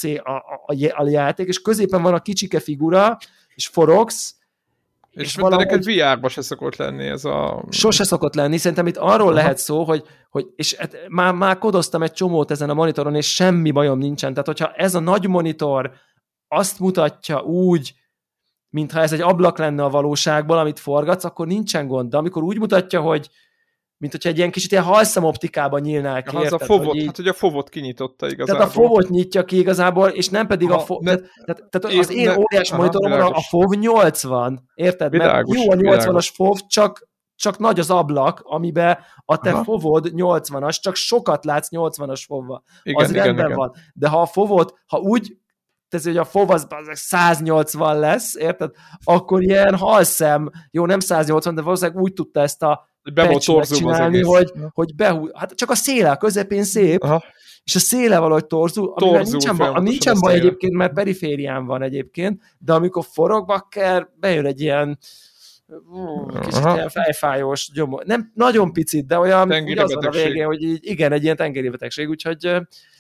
a játék, és középen van a kicsike figura, és forogsz, és valahogy... neked VR-ba se szokott lenni ez a... Sose szokott lenni, szerintem itt arról lehet szó, hogy és már kodoztam egy csomót ezen a monitoron, és semmi bajom nincsen. Tehát, hogyha ez a nagy monitor azt mutatja úgy, mintha ez egy ablak lenne a valóságból, amit forgatsz, akkor nincsen gond. De amikor úgy mutatja, hogy mint hogyha egy ilyen kicsit ilyen halszemoptikában nyílnál ki. Az a fovot, hát hogy a fovot kinyitotta igazából. Tehát a fovot nyitja ki igazából, és nem pedig tehát az én óriás monitoromon a fov 80, érted? Világos, mert jó a 80-as fov, csak nagy az ablak, amiben a te fovod 80-as, csak sokat látsz 80-as fovval. Az rendben van. De ha a fovot, ha úgy teszi, hogy a fov az 180 lesz, érted? Akkor ilyen halszem, jó, nem 180, de valószínűleg úgy tudta ezt a csinálni, hogy behúz. Hát csak a széle a közepén szép, és a széle valahogy torzul, amivel nincsen baj egyébként, mert periférián van egyébként, de amikor forog bakker, bejön egy ilyen kicsit ilyen fejfájós gyomor. Nem nagyon picit, de olyan úgy az van a végén, hogy így, igen, egy ilyen tengeri betegség, úgyhogy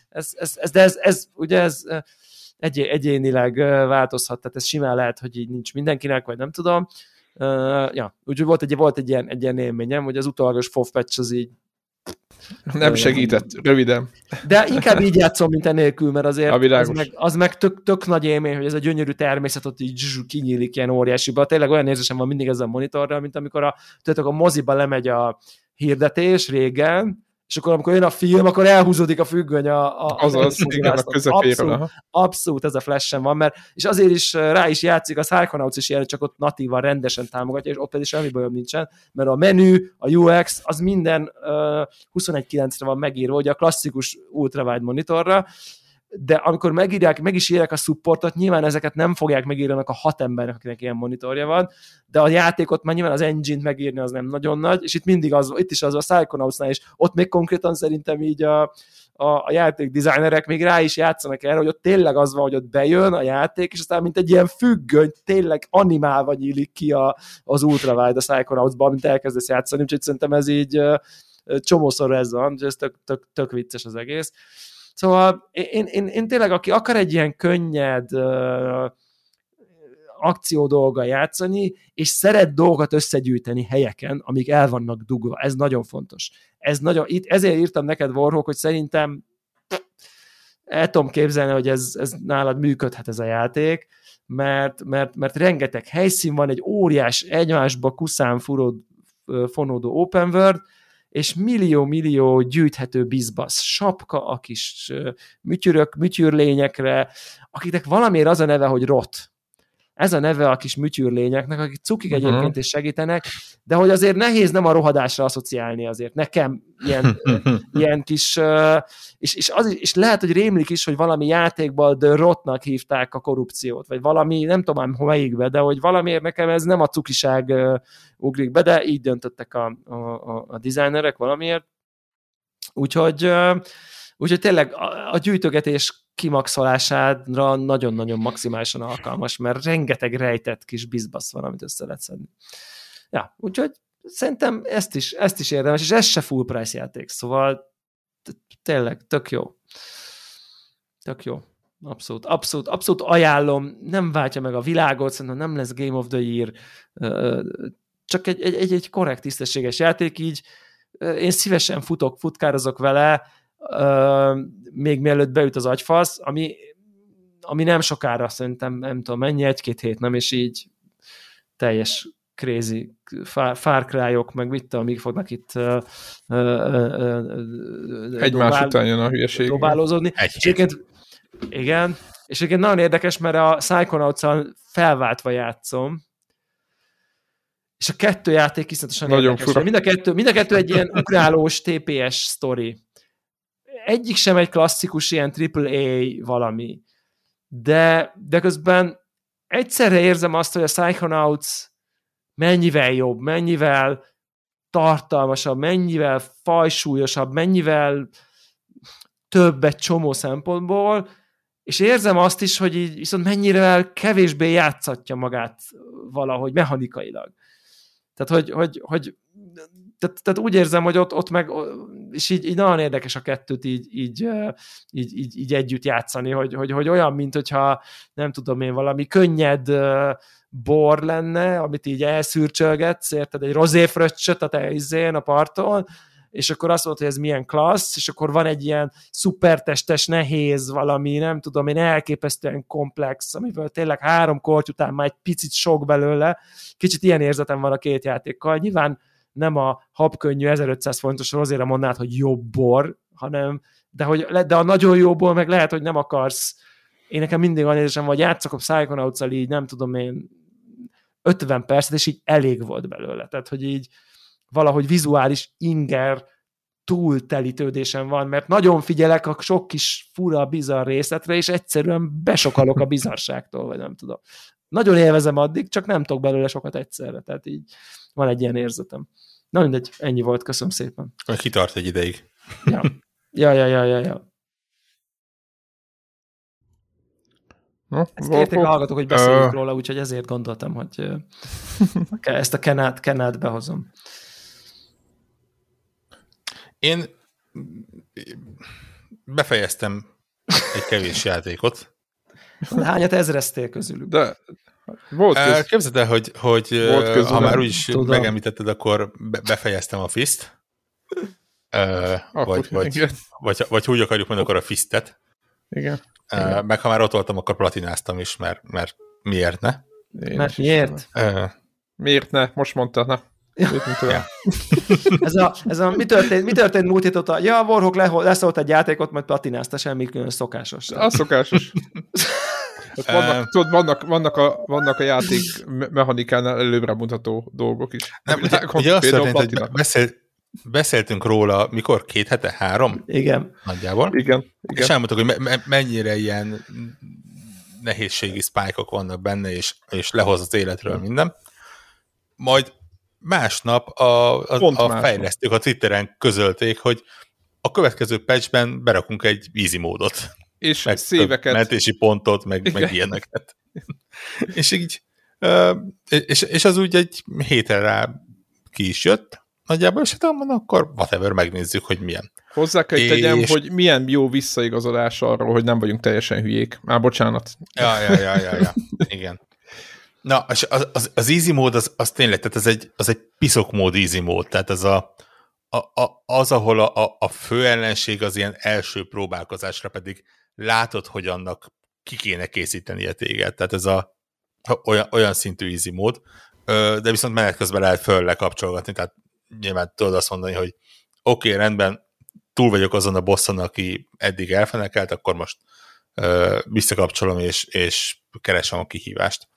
ez egyénileg változhat, tehát ez simán lehet, hogy így nincs mindenkinek, vagy nem tudom. Úgyhogy volt egy ilyen élményem, hogy az utólagos FOV patch az így nem segített, röviden. De inkább így játszom, mint enélkül, mert azért az meg tök nagy élmény, hogy ez a gyönyörű természet ott így kinyílik ilyen óriásiba. Tényleg olyan érzésem van mindig ezzel a monitorral, mint amikor a moziba lemegy a hirdetés régen, és akkor amikor jön a film, akkor elhúzódik a függöny azaz, igen, a közepéről. Abszolút ez a Flash-en van, mert és azért is rá is játszik, a Psychonauts is ilyen, csak ott natívan rendesen támogatja, és ott pedig semmi bajom nincsen, mert a menü, a UX, az minden 21.9-re van megírva, hogy a klasszikus ultrawide monitorra, de amikor meg is írják a supportot, nyilván ezeket nem fogják megírni a 6 embernek, akinek ilyen monitorja van, de a játékot már nyilván az engine-t megírni az nem nagyon nagy, és itt is az a Psychonautsnál is, ott még konkrétan szerintem így a játék designerek még rá is játszanak erre, hogy ott tényleg az van, hogy ott bejön a játék, és aztán mint egy ilyen függöny, tényleg animálva nyílik ki az Ultrawide a Psychonautsban, mint elkezdesz játszani, úgyhogy szerintem ez így csomószor ez van, úgyhogy ez tök vicces az egész. Szóval én tényleg, aki akar egy ilyen könnyed akció dolga játszani, és szeret dolgokat összegyűjteni helyeken, amik el vannak dugva. Ez nagyon fontos. Ezért írtam neked, Warhawk, hogy szerintem el tudom képzelni, hogy ez nálad működhet ez a játék, mert rengeteg helyszín van, egy óriás, egymásba kuszán fonódó open world, és millió gyűjthető bizbasz, sapka a kis műtyürlényekre, akiknek valamiért az a neve, hogy rot. Ez a neve a kis műtyürlényeknek, akik cukik egyébként és segítenek, de hogy azért nehéz nem a rohadásra asszociálni azért. Nekem ilyen kis... És lehet, hogy rémlik is, hogy valami játékban The Rotnak hívták a korrupciót, vagy valami, nem tudom melyikbe, de hogy valamiért nekem ez nem a cukiság ugrik be, de így döntöttek a designerek valamiért. Úgyhogy tényleg a gyűjtögetés kimaxolására nagyon-nagyon maximálisan alkalmas, mert rengeteg rejtett kis bizbasz van, amit össze lehet szedni. Ja, úgyhogy szerintem ezt is érdemes, és ez se full price játék, szóval tényleg tök jó. Tök jó. Abszolút ajánlom, nem váltja meg a világot, szerintem nem lesz Game of the Year, csak egy korrekt, tisztességes játék, így én szívesen futkározok vele, még mielőtt beüt az agyfasz, ami nem sokára szerintem, nem tudom mennyi, 1-2 hét, nem, és így teljes crazy Far Cry-ok, meg mit tudom, amíg fognak itt egymás után jön a hülyeség. Dobálózódni. Igen, és egyébként nagyon érdekes, mert a Psychonauts-al felváltva játszom, és a 2 játék iszonyatosan érdekes. Mind a kettő egy ilyen ugrálós TPS sztori. Egyik sem egy klasszikus ilyen AAA valami. De közben egyszerre érzem azt, hogy a Psychonauts mennyivel jobb, mennyivel tartalmasabb, mennyivel fajsúlyosabb, mennyivel több egy csomó szempontból, és érzem azt is, hogy így viszont mennyire kevésbé játszatja magát valahogy mechanikailag. Tehát úgy érzem, hogy ott meg, és így nagyon érdekes a kettőt így együtt játszani, hogy olyan, mint hogyha nem tudom én, valami könnyed bor lenne, amit így elszürcsölgetsz, érted, egy rozéfröccsöt a parton, és akkor azt mondod, hogy ez milyen klassz, és akkor van egy ilyen szupertestes, nehéz valami, nem tudom én, elképesztően komplex, amiből tényleg 3 korty után már egy picit sok belőle. Kicsit ilyen érzetem van a 2 játékkal. Nyilván nem a habkönnyű 1500 forintos rozéra mondnád, hogy jobb bor, hanem, de a nagyon jóból meg lehet, hogy nem akarsz. Én nekem mindig van érzésem, vagy játszok a Psychonauts-al így, nem tudom én, 50 percet, és így elég volt belőle. Tehát, hogy így valahogy vizuális inger túltelítődésem van, mert nagyon figyelek a sok kis fura, bizarr részletre, és egyszerűen besokalok a bizarságtól, vagy nem tudom. Nagyon élvezem addig, csak nem tudok belőle sokat egyszerre, tehát így van egy ilyen érzetem. Na mindegy, ennyi volt, köszönöm szépen. Kitart egy ideig. Ja. Ezt kérték a hallgatók, hogy beszéljük róla, úgyhogy ezért gondoltam, hogy ezt a Kenát behozom. Én befejeztem egy kevés játékot. De hányat ezreztél közülük? De volt képzeld el, hogy ha már úgyis megemlítetted, akkor befejeztem a Fist. Vagy úgy akarjuk mondani, akkor a Fistet. Igen. Meg ha már ott voltam, akkor platináztam is, mert miért ne? Mert miért? Miért ne? Most mondtad, na. Mi történt múlt hét óta? Ja, Warhawk leszólt egy játékot, majd platinázta, semmi szokásos. Az szokásos. Vannak a játék mechanikánál előbbre mutató dolgok is. Nem, ugye azt történt, hogy beszéltünk róla, mikor? 2 hete? 3? Igen. Nagyjából. Igen. És elmondtuk, hogy mennyire ilyen nehézségi spike-ok vannak benne, és lehoz az életről minden. Majd másnap a fejlesztők a Twitteren közölték, hogy a következő patchben berakunk egy easy módot. És meg szíveket. Mentési pontot, meg ilyeneket. És így, és az úgy egy héten rá ki is jött, nagyjából, és hát akkor whatever, megnézzük, hogy milyen. Hozzá kell tegyem, hogy milyen jó visszaigazolás arról, hogy nem vagyunk teljesen hülyék. Már bocsánat. Ja. Igen. Na, az easy mód az tényleg, tehát az egy piszok mód easy mód, tehát ez az, ahol a fő ellenség az ilyen első próbálkozásra pedig látod, hogy annak ki kéne készítenie téged. Tehát ez a olyan szintű easy mód, de viszont menet közben lehet föl lekapcsolgatni, tehát nyilván tudod azt mondani, hogy oké, rendben, túl vagyok azon a bosson, aki eddig elfenekelt, akkor most visszakapcsolom, és keresem a kihívást.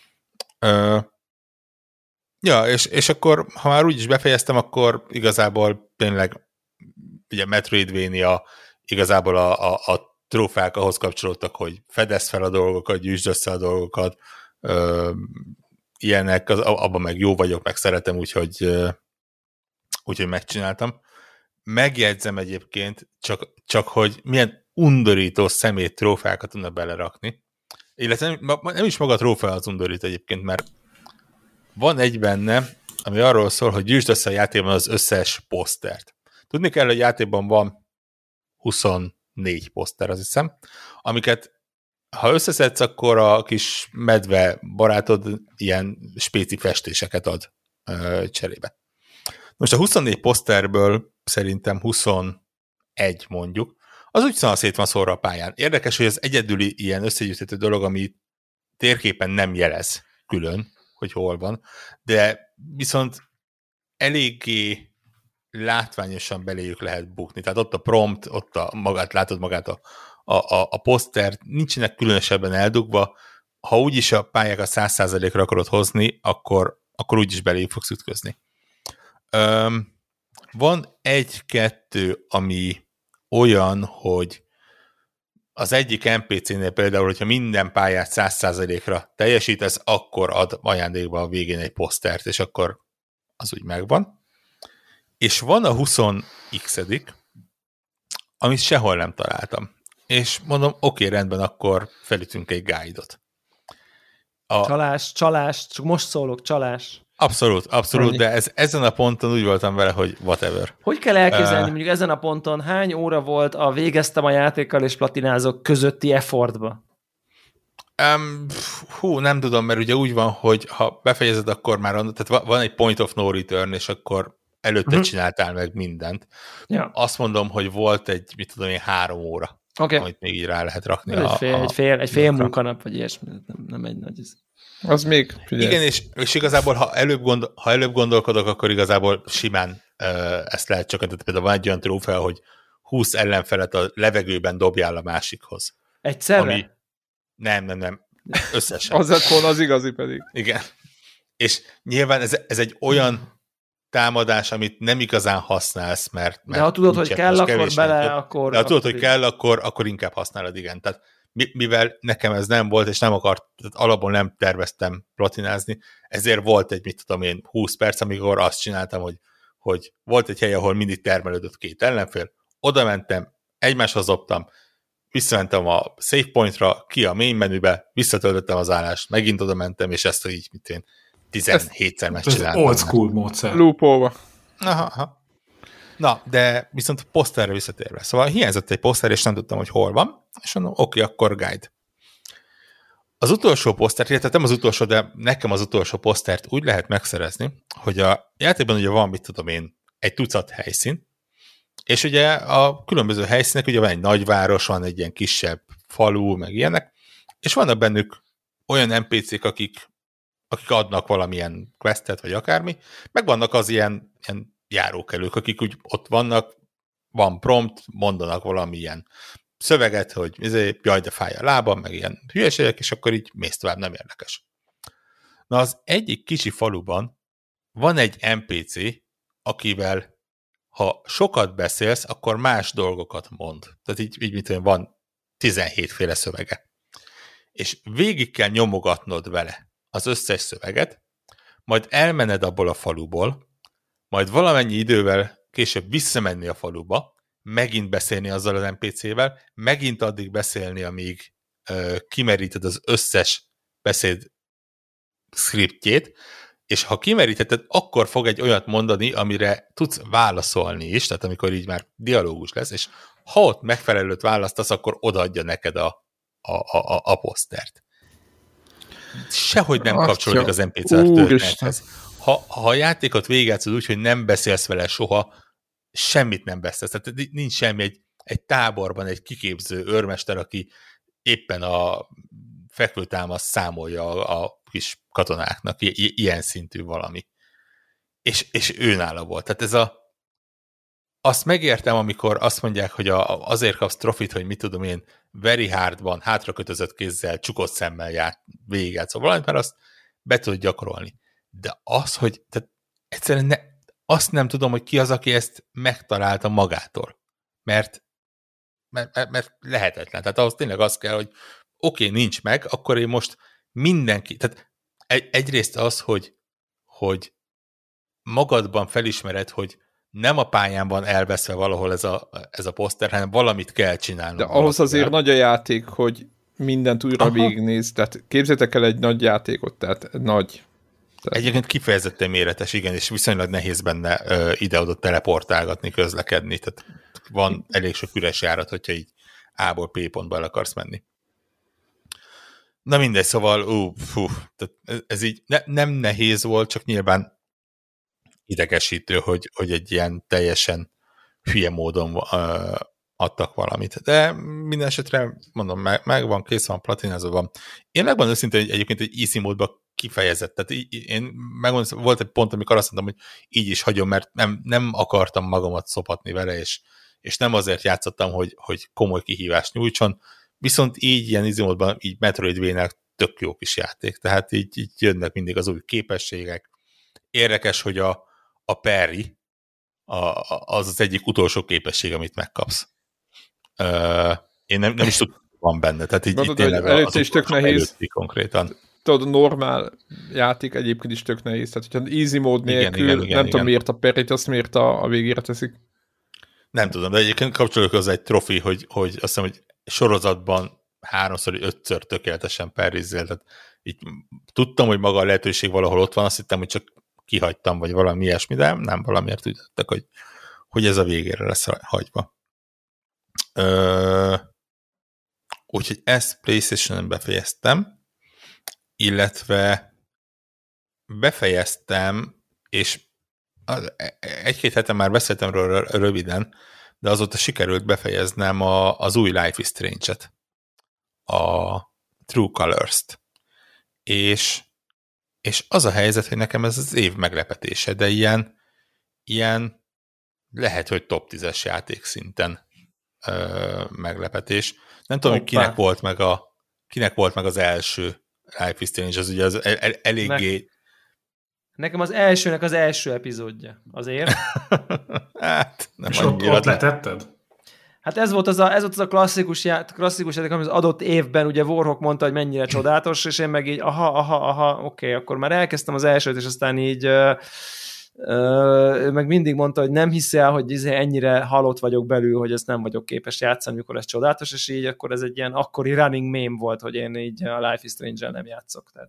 Ja, és akkor, ha már úgyis befejeztem, akkor igazából tényleg ugye Metroidvania, igazából a trófeák ahhoz kapcsolódtak, hogy fedezd fel a dolgokat, gyűjtsd össze a dolgokat, ilyenek, abban meg jó vagyok, meg szeretem, úgyhogy megcsináltam. Megjegyzem egyébként, csak hogy milyen undorító szemét trófeákat tudnak belerakni. Illetve nem is maga a trófea az undorító egyébként, mert van egy benne, ami arról szól, hogy gyűjtsd össze a játékban az összes posztert. Tudni kell, hogy a játékban van 24 poszter, azt hiszem, amiket ha összeszedsz, akkor a kis medve barátod ilyen spéci festéseket ad cserébe. Most a 24 poszterből szerintem 21 mondjuk, az úgy szét van szórva a pályán. Érdekes, hogy az egyedüli ilyen összegyűjthető dolog, ami térképen nem jelez külön, hogy hol van, de viszont eléggé látványosan beléjük lehet bukni. Tehát ott a prompt, ott látod magát a posztert, nincsenek különösebben eldugva. Ha úgyis a pályákat 100%-ra akarod hozni, akkor úgyis beléjük fogsz ütközni. Van egy-kettő, ami olyan, hogy az egyik NPC-nél például, hogyha minden pályát 100%-ra teljesítesz, akkor ad ajándékba a végén egy posztert, és akkor az úgy megvan. És van a 20x-edik, amit sehol nem találtam. És mondom, oké, rendben, akkor felütünk egy guide-ot. Csalás, csak most szólok, csalás. Abszolút, de ezen a ponton úgy voltam vele, hogy whatever. Hogy kell elképzelni, mondjuk ezen a ponton hány óra volt a végeztem a játékkal és platinázok közötti effortba? Nem tudom, mert ugye úgy van, hogy ha befejezed, akkor már tehát van egy point of no return, és akkor előtte csináltál meg mindent. Ja. Azt mondom, hogy volt egy, 3 óra, amit még így rá lehet rakni. Egy fél munkanap, vagy ilyesmi, nem egy nagy... Az még, figyelj. Igen, és igazából, ha előbb gondolkodok, akkor igazából simán ezt lehet csökkenteni. Például van egy olyan trófea, hogy 20 ellenfelet a levegőben dobjál a másikhoz. Egyszerre? Nem. Összesen. Az lett volna az igazi pedig. Igen. És nyilván ez egy olyan támadás, amit nem igazán használsz, mert de ha tudod, hogy kell, akkor bele, akkor... De ha tudod, hogy kell, akkor inkább használod, igen. Tehát mivel nekem ez nem volt, és tehát alapból nem terveztem platinázni, ezért volt egy, 20 perc, amikor azt csináltam, hogy volt egy hely, ahol mindig termelődött 2 ellenfél, oda mentem, egymáshoz dobtam, visszamentem a save pointra, ki a main menübe, visszatöltöttem az állást, megint oda mentem, és ezt így 17-szer megcsináltam. Ez old school módszer. Loopolva. Aha. Na, de viszont a poszterre visszatérve. Szóval hiányzott egy poszter, és nem tudtam, hogy hol van, és mondom, oké, akkor guide. Az utolsó posztert, illetve nem az utolsó, de nekem az utolsó posztert úgy lehet megszerezni, hogy a játékban ugye van, egy tucat helyszín, és ugye a különböző helyszínek, ugye van egy nagyváros, van egy ilyen kisebb falu, meg ilyenek, és vannak bennük olyan NPC-k, akik adnak valamilyen questet, vagy akármi, meg vannak az ilyen járókelők, akik úgy ott vannak, van prompt, mondanak valamilyen szöveget, hogy jaj, de fáj a lábam, meg ilyen hülyeségek, és akkor így mész tovább, nem érdekes. Na, az egyik kicsi faluban van egy NPC, akivel ha sokat beszélsz, akkor más dolgokat mond. Tehát így van 17 féle szövege. És végig kell nyomogatnod vele az összes szöveget, majd elmened abból a faluból, majd valamennyi idővel később visszamenni a faluba, megint beszélni azzal az NPC-vel, megint addig beszélni, amíg kimeríted az összes beszéd scriptjét, és ha kimerítheted, akkor fog egy olyat mondani, amire tudsz válaszolni is, tehát amikor így már dialógus lesz, és ha ott megfelelőt választasz, akkor odaadja neked a posztert. Sehogy nem kapcsolódik az NPC a történethez. Ha a játékot végigjátszod úgy, hogy nem beszélsz vele soha, semmit nem beszélsz. Tehát nincs semmi, egy táborban egy kiképző őrmester, aki éppen a fekvőtámaszt számolja a kis katonáknak, ilyen szintű valami. És őnála volt. Tehát azt megértem, amikor azt mondják, hogy azért kapsz trofit, hogy mit tudom én, very hardban, hátrakötözött kézzel, csukott szemmel végigjátszol valamit, mert azt be tudod gyakorolni. De az, hogy tehát egyszerűen azt nem tudom, hogy ki az, aki ezt megtalálta magától. Mert lehetetlen. Tehát ahhoz tényleg az kell, hogy oké, nincs meg, akkor én most mindenki, tehát egyrészt az, hogy magadban felismered, hogy nem a pályán van elveszve valahol ez a poszter, hanem valamit kell csinálni. De ahhoz azért nagy a játék, hogy mindent újra végignéz. Tehát képzeljétek el egy nagy játékot, tehát nagy. Egyébként kifejezetten méretes, igen, és viszonylag nehéz benne ide-oda teleportálgatni, közlekedni, tehát van elég sok üres járat, hogyha így A-ból P pontba el akarsz menni. Na mindegy, szóval tehát ez így nem nehéz volt, csak nyilván idegesítő, hogy egy ilyen teljesen hülye módon adtak valamit. De minden esetre, mondom, megvan, kész van, platinázva van. Én megmondom őszintén, hogy egyébként egy easy módban kifejezett. Tehát én megmondom, volt egy pont, amikor azt mondtam, hogy így is hagyom, mert nem akartam magamat szopatni vele, és nem azért játszottam, hogy komoly kihívást nyújtson, viszont így ilyen easy módban, így Metroidvania-nek tök jó kis játék. Tehát így jönnek mindig az új képességek. Érdekes, hogy a parry az egyik utolsó képesség, amit megkapsz. Én nem is tudom, van benne. Tehát így tényleg előtte is tök nehéz. Konkrétan. Tudod, a normál játék egyébként is tök nehéz. Tehát, hogyha easy mód nélkül, nem tudom miért a parryt, azt miért a végére teszik. Nem tudom, de egyébként kapcsolódik hozzá egy trofi, hogy azt hiszem, hogy sorozatban 3-5-ször tökéletesen parryzél. Tehát így tudtam, hogy maga a lehetőség valahol ott van, azt hittem, hogy csak kihagytam, vagy valami ilyesmi, de nem valamiért úgy tettek, hogy ez a végére lesz hagyva. Úgyhogy ezt PlayStation-on befejeztem, illetve befejeztem, és egy-két hete már beszéltem róla röviden, de azóta sikerült befejeznem az új Life is Strange-et, a True Colors-t. És az a helyzet, hogy nekem ez az év meglepetése, de ilyen lehet, hogy top 10-es játék szinten meglepetés. Nem tudom, hogy kinek volt meg az első Life is Strange, az ugye az eléggé... Nekem az elsőnek az első epizódja. Azért. Hát, nem és ott letetted? Hát ez volt az a klasszikus játék, ami az adott évben ugye Warhawk mondta, hogy mennyire csodálatos, és én meg így oké, akkor már elkezdtem az elsőt, és aztán így meg mindig mondta, hogy nem hiszel, hogy ennyire halott vagyok belül, hogy ezt nem vagyok képes játszani, amikor ez csodálatos, és így akkor ez egy ilyen akkori running meme volt, hogy én így a Life is Strange-el nem játszok. Tehát,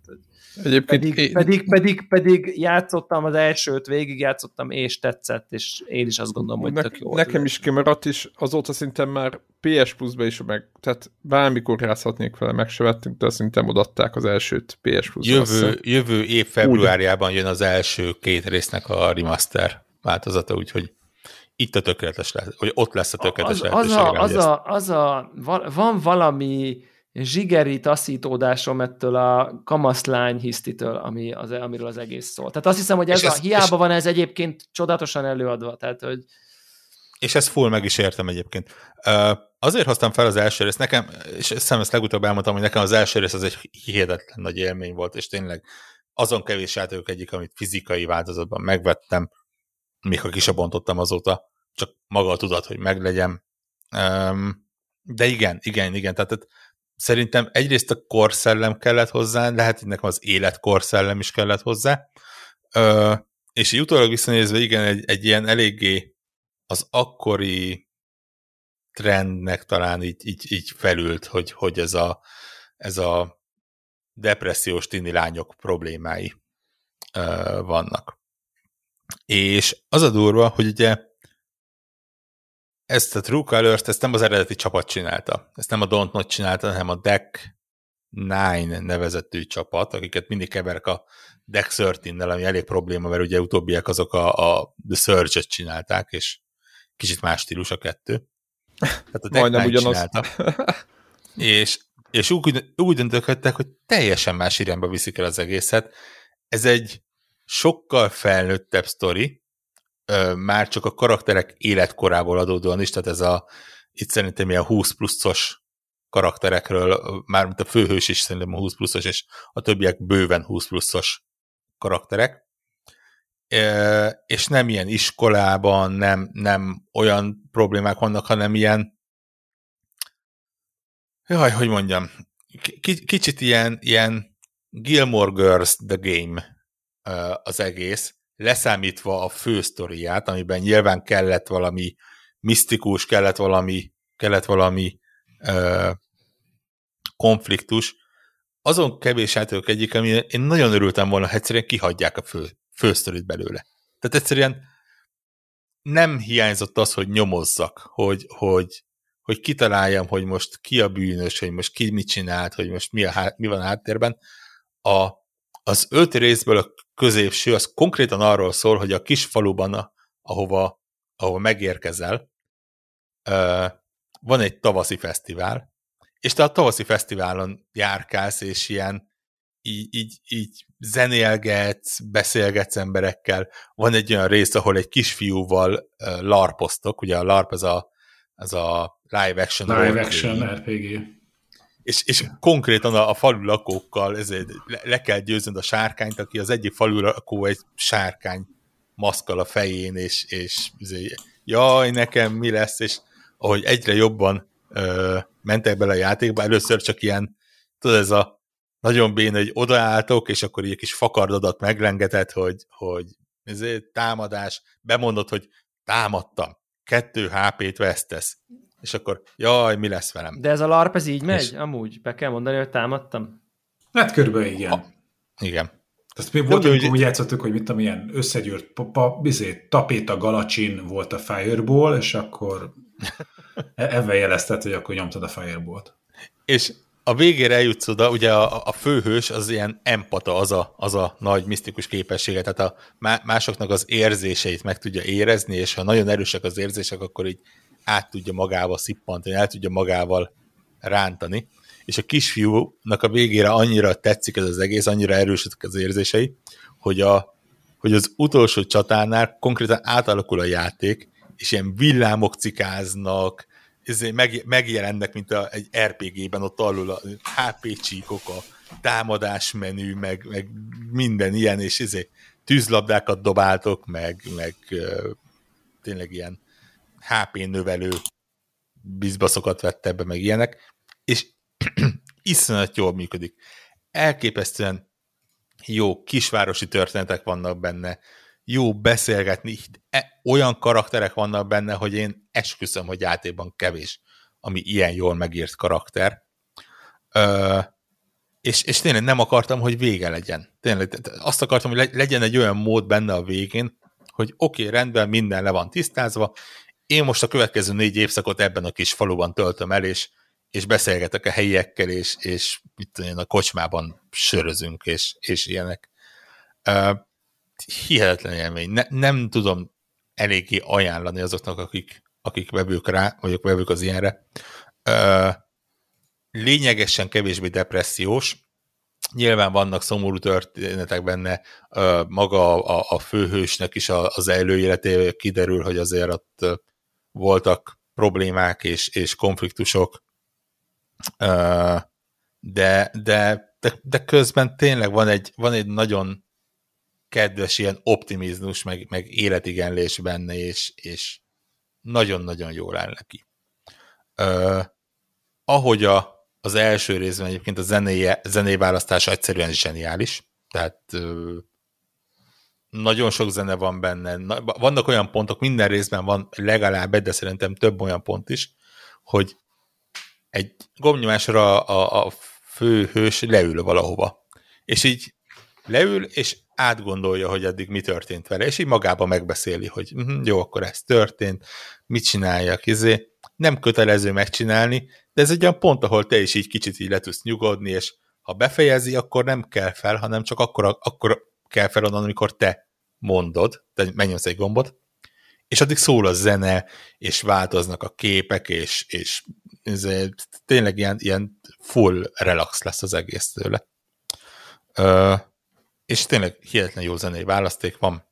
pedig játszottam az elsőt, végig játszottam, és tetszett, és én is azt gondolom, hogy tök jó. Nekem is kimaradt, és azóta szintén már PS Plus-ba is tehát bármikor játszhatnék vele, meg se vettünk, de szerintem odaadták az elsőt PS Plus-ba. Jövő év februárjában jön az első 2 résznek a remaster változata, úgyhogy itt a tökéletes lehet, hogy ott lesz a tökéletes lehetőségre. Van valami zsigeri taszítódásom ettől a kamaszlány hisztitől, amiről az egész szól. Tehát azt hiszem, hogy hiába van ez egyébként csodálatosan előadva. Tehát, hogy... És ezt full meg is értem egyébként. Azért hoztam fel az első részt, nekem, és ezt legutóbb elmondtam, hogy nekem az első rész az egy hihetetlen nagy élmény volt, és tényleg azon kevés játékok egyik, amit fizikai változatban megvettem, még ha ki se bontottam azóta, csak maga a tudat, hogy meglegyen. De igen, tehát szerintem egyrészt a korszellem kellett hozzá, lehet, hogy nekem az életkorszellem is kellett hozzá, és így utólag visszanézve, igen, egy ilyen eléggé az akkori trendnek talán így felült, hogy ez a depressziós tini lányok problémái vannak. És az a durva, hogy ugye ezt a True Colors-t, ezt nem az eredeti csapat csinálta. Ezt nem a Don't Not csinálta, hanem a Deck 9 nevezetű csapat, akiket mindig keverek a Deck 13-nel, ami elég probléma, mert ugye utóbbiak azok a The Surge-et csinálták, és kicsit más stílus a kettő. Tehát a Deck 9 csinálta. és úgy döntöttek, hogy teljesen más irányba viszik el az egészet. Ez egy sokkal felnőttebb sztori, már csak a karakterek életkorából adódóan is, tehát itt szerintem ilyen 20 pluszos karakterekről, mármint a főhős is szerintem a 20 pluszos, és a többiek bőven 20 pluszos karakterek. És nem ilyen iskolában, nem olyan problémák vannak, hanem ilyen, hogy mondjam, kicsit ilyen Gilmore Girls The Game az egész, leszámítva a fő sztoriát, amiben nyilván kellett valami misztikus, kellett valami konfliktus. Azon kevés játékok egyik, ami én nagyon örültem volna, hogy egyszerűen kihagyják a fő sztorit belőle. Tehát egyszerűen nem hiányzott az, hogy nyomozzak, hogy kitaláljam, hogy most ki a bűnös, hogy most ki mit csinált, hogy most mi van a háttérben. Az 5 részből a középső, az konkrétan arról szól, hogy a kis faluban, ahova megérkezel, van egy tavaszi fesztivál, és te a tavaszi fesztiválon járkálsz, és ilyen így zenélgetsz, beszélgetsz emberekkel. Van egy olyan rész, ahol egy kisfiúval larpoztok, ugye a larp ez a live action RPG. És konkrétan a falu lakókkal ezért le kell győznöd a sárkányt, aki az egyik falu lakó egy sárkány maszkal a fején, és jaj, nekem mi lesz, és ahogy egyre jobban mentek bele a játékba, először csak ilyen, tudod, ez a nagyon béna, hogy odaálltok, és akkor egy kis fakardodat meglengetett, hogy ezért támadás, bemondod, hogy támadtam, 2 HP-t vesztesz, és akkor jaj, mi lesz velem? De ez a LARP, ez így megy? Amúgy be kell mondani, hogy támadtam? Hát körülbelül igen. Igen. Tehát mi volt, amikor úgy játszottuk, hogy mit tudom, ilyen összegyűrt tapéta galacsin volt a Fireball, és akkor ebben jelezted, hogy akkor nyomtad a Fireball-t. És a végére eljutsz oda, ugye a főhős az ilyen empata, az a nagy misztikus képessége, tehát a másoknak az érzéseit meg tudja érezni, és ha nagyon erősek az érzések, akkor így át tudja magával szippantani, el tudja magával rántani. És a kisfiúnak a végére annyira tetszik ez az egész, annyira erősek az érzései, hogy az utolsó csatánál konkrétan átalakul a játék, és ilyen villámok cikáznak, megjelennek, mint egy RPG-ben ott alul a HP csíkok, a támadásmenü, meg minden ilyen, és tűzlabdákat dobáltok, meg tényleg ilyen HP növelő bizbaszokat vett ebbe, meg ilyenek, és iszonyat jól működik. Elképesztően jó kisvárosi történetek vannak benne, jó beszélgetni, olyan karakterek vannak benne, hogy én esküszöm, hogy játékban kevés, ami ilyen jól megírt karakter. És tényleg nem akartam, hogy vége legyen. Tényleg azt akartam, hogy legyen egy olyan mód benne a végén, hogy oké, rendben, minden le van tisztázva, én most a következő 4 évszakot ebben a kis faluban töltöm el, és beszélgetek a helyiekkel, és mit tudom, a kocsmában sörözünk, és ilyenek. Hihetetlen élmény. Nem tudom eléggé ajánlani azoknak, akik vevők rá, vagy vevők az ilyenre. Lényegesen kevésbé depressziós. Nyilván vannak szomorú történetek benne, maga a főhősnek is az előéletéből kiderül, hogy azért ott voltak problémák és konfliktusok, de közben tényleg van egy nagyon kedves ilyen optimizmus, meg életigenlés benne, és nagyon-nagyon jól áll neki. Ahogy az első részben egyébként a zenei választása egyszerűen zseniális, tehát nagyon sok zene van benne, vannak olyan pontok, minden részben van legalább egy, de szerintem több olyan pont is, hogy egy gombnyomásra a főhős leül valahova, és így leül, és átgondolja, hogy addig mi történt vele, és így magában megbeszéli, hogy jó, akkor ez történt, mit csináljak, nem kötelező megcsinálni, de ez egy olyan pont, ahol te is így kicsit így le tudsz nyugodni, és ha befejezi, akkor nem kell fel, hanem csak akkor kell fel onnan, amikor te mondod, te megnyomsz egy gombot, és addig szól a zene, és változnak a képek, és tényleg ilyen full relax lesz az egész tőle. És tényleg hihetetlen jó zenei választék van.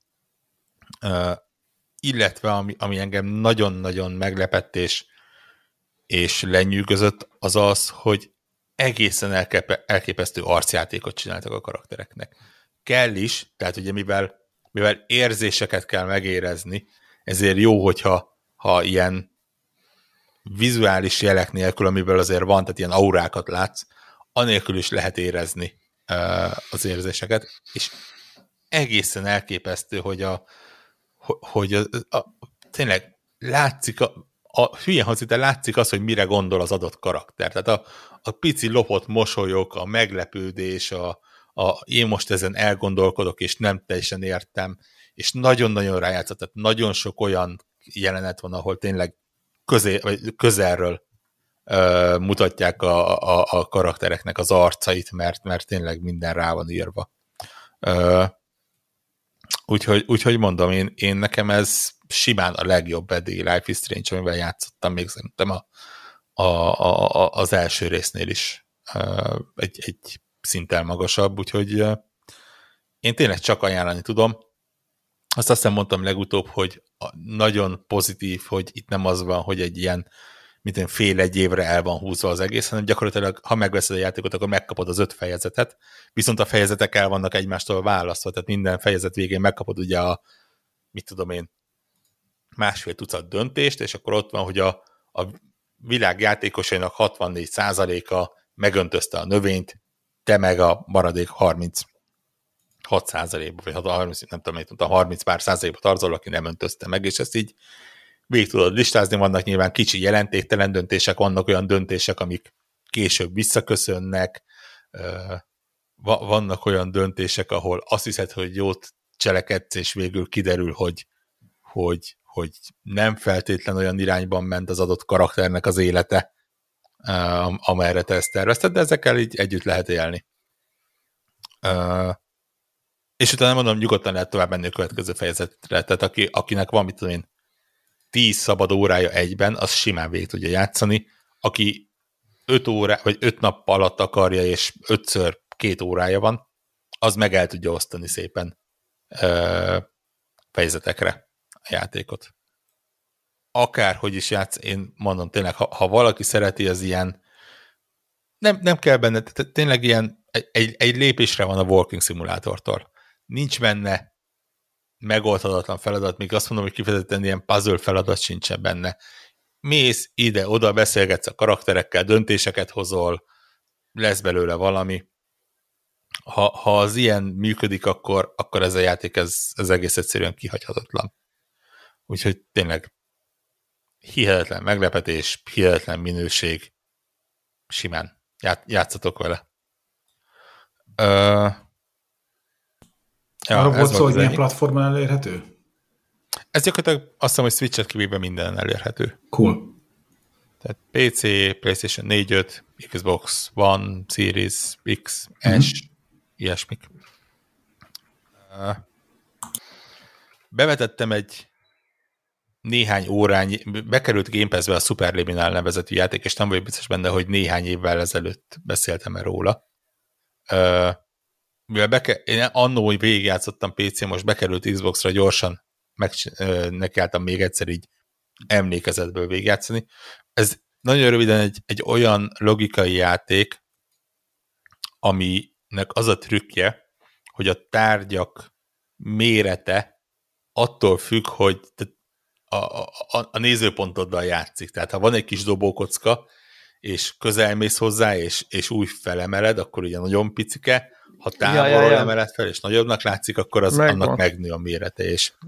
Illetve, ami engem nagyon-nagyon meglepett és lenyűgözött, az az, hogy egészen elképesztő arcjátékot csináltak a karaktereknek. Kell is, tehát ugye mivel érzéseket kell megérezni, ezért jó, hogyha ilyen vizuális jelek nélkül, amiből azért van, tehát ilyen aurákat látsz, anélkül is lehet érezni az érzéseket, és egészen elképesztő, hogy tényleg látszik, hülyen hangzik, látszik az, hogy mire gondol az adott karakter. Tehát a pici lopott mosolyok, a meglepődés, én most ezen elgondolkodok, és nem teljesen értem, és nagyon-nagyon rájátszott, tehát nagyon sok olyan jelenet van, ahol tényleg közelről mutatják a karaktereknek az arcait, mert tényleg minden rá van írva. Úgyhogy mondom, én nekem ez simán a legjobb eddigi Life is Strange, amivel játszottam még szerintem az első résznél is egy szinttel magasabb, úgyhogy én tényleg csak ajánlani tudom. Azt hiszem mondtam legutóbb, hogy nagyon pozitív, hogy itt nem az van, hogy egy ilyen fél-egy évre el van húzva az egész, hanem gyakorlatilag, ha megveszed a játékot, akkor megkapod az 5 fejezetet, viszont a fejezetek el vannak egymástól választva, tehát minden fejezet végén megkapod ugye másfél tucat döntést, és akkor ott van, hogy a világ játékosainak 64%-a megöntözte a növényt, te meg a maradék 36%-ba, vagy 30 pár százalékba tarzol, aki nem öntözte meg, és ezt így végig tudod listázni, vannak nyilván kicsi jelentéktelen döntések, vannak olyan döntések, amik később visszaköszönnek, vannak olyan döntések, ahol azt hiszed, hogy jót cselekedsz, és végül kiderül, hogy nem feltétlen olyan irányban ment az adott karakternek az élete, amerre te ezt tervezted, de ezekkel így együtt lehet élni. És utána mondom, nyugodtan lehet tovább menni a következő fejezetre, tehát akinek van, 10 szabad órája egyben, az simán végig tudja játszani. Aki 5 nap alatt akarja, és 5-ször 2 órája van, az meg el tudja osztani szépen fejezetekre a játékot. Akárhogy is játsz, én mondom tényleg, ha valaki szereti az ilyen, nem kell benne, tényleg ilyen, egy lépésre van a Walking Simulatortól. Nincs benne megoldhatatlan feladat, még azt mondom, hogy kifejezetten ilyen puzzle feladat sincsen benne. Mész ide-oda, beszélgetsz a karakterekkel, döntéseket hozol, lesz belőle valami. Ha az ilyen működik, akkor ez a játék ez egész egyszerűen kihagyhatatlan. Úgyhogy tényleg hihetetlen meglepetés, hihetetlen minőség, simán. Játszatok vele. Arra volt szó, hogy milyen platformon elérhető? Ez gyakorlatilag azt hiszem, hogy Switch-et kívülben minden elérhető. Cool. Tehát PC, PlayStation 4, Xbox One, Series, X, S, ilyesmik. Bevetettem egy néhány órányi, bekerült Game Pass-be a Superliminal nevezetű játék, és nem vagyok biztos benne, hogy néhány évvel ezelőtt beszéltem róla. Mivel én annó végigjátszottam PC-n, most bekerült Xbox-ra gyorsan, nekiálltam még egyszer így emlékezetből végigjátszani. Ez nagyon röviden egy olyan logikai játék, aminek az a trükkje, hogy a tárgyak mérete attól függ, hogy a nézőpontoddal játszik. Tehát ha van egy kis dobókocka, és közelmész hozzá, és úgy felemeled, akkor ugye nagyon picike, ha távolról emeled fel, és nagyobbnak látszik, akkor annak megnő a mérete,